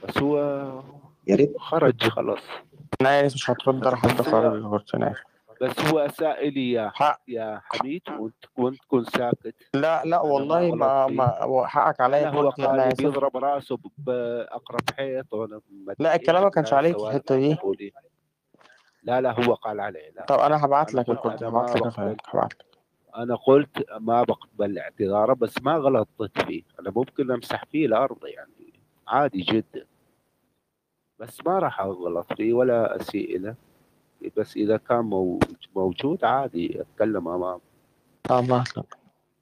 بس هو يا ريت خرج خلاص. انا عارف مش هترد على حد بس خارج هو الغرفة، انا عارف. بس هو اساء لي يا حق يا حميد، وانت وانت تكون ساكت. لا لا انا ما والله غلطت ما فيه. ما هو حقك عليا انا هو كورتي، قال انا لي اسف. بيضرب راسه باقرب حيط، وانا ما لا الكلام ما يعني كانش لا عليك في سوالف الحتة دي. طفولي. لا لا هو قال عليه. لا طب انا هبعت انا لك يا قلت كورتي، انا هبعت ما لك بقبل، افهمك، هبعت لك. انا قلت ما بقبل اعتذاره، بس ما غلطت فيه. انا ممكن امسح فيه الارض يعني عادي جدا، بس ما راح اغلط فيه ولا اسيء له. بس اذا كان مو- موجود عادي اتكلم امامه. هبعت لك.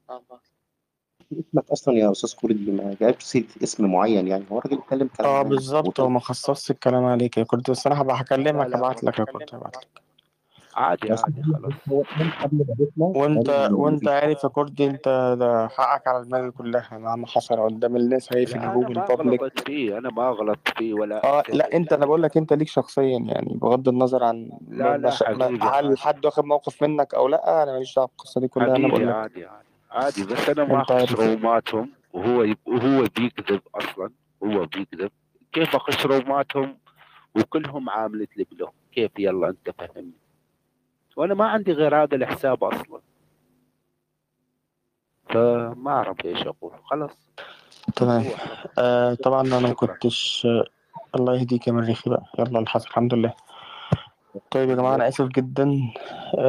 اسمك اصلا يا استاذ خالد، ما جابش سيره اسم معين، يعني هو الراجل اتكلم كلام اه عام بالظبط، هو وطلع. ما خصصش الكلام عليك يا كورتي، بس انا هبقى لا هكلمك، لا هبعت ما لك يا كورتي، هبعت لك. عادي بس عادي خلاص. هو كان قبل ما بيطلع وانت قال وانت عارف يا كورتي، انت ده حقك على دماغي كلها مهما حصل قدام الناس، هي في لا انا الجروب ما البابليك. غلطت فيه، انا ما غلطت فيه ولا اه اسيء لا انت، له. انا بقول لك انت ليك شخصيا يعني، بغض النظر عن لا م- لا مش... ما... حبيبي هل عادي، حد واخد موقف منك او لا، انا ماليش دعوه بالقصه دي كلها، انا حبيبي بقول لك عادي عادي عادي. بس انا ما انت اخش عارف. روماتهم، وهو يب... وهو بيكذب اصلا. هو بيكذب. كيف اخش روماتهم وكلهم عاملة لي بلوك؟ كيف؟ يلا انت فهمني. وانا ما عندي غير هذا الحساب اصلا، فما اعرف ايش اقول. خلاص تمام. روح روح. آه طبعا انا ما شكرا. كنتش. الله يهديك يا مريخي بقى، يلا اللي حصل الحمد لله. طيب يا جماعه انا اسف جدا.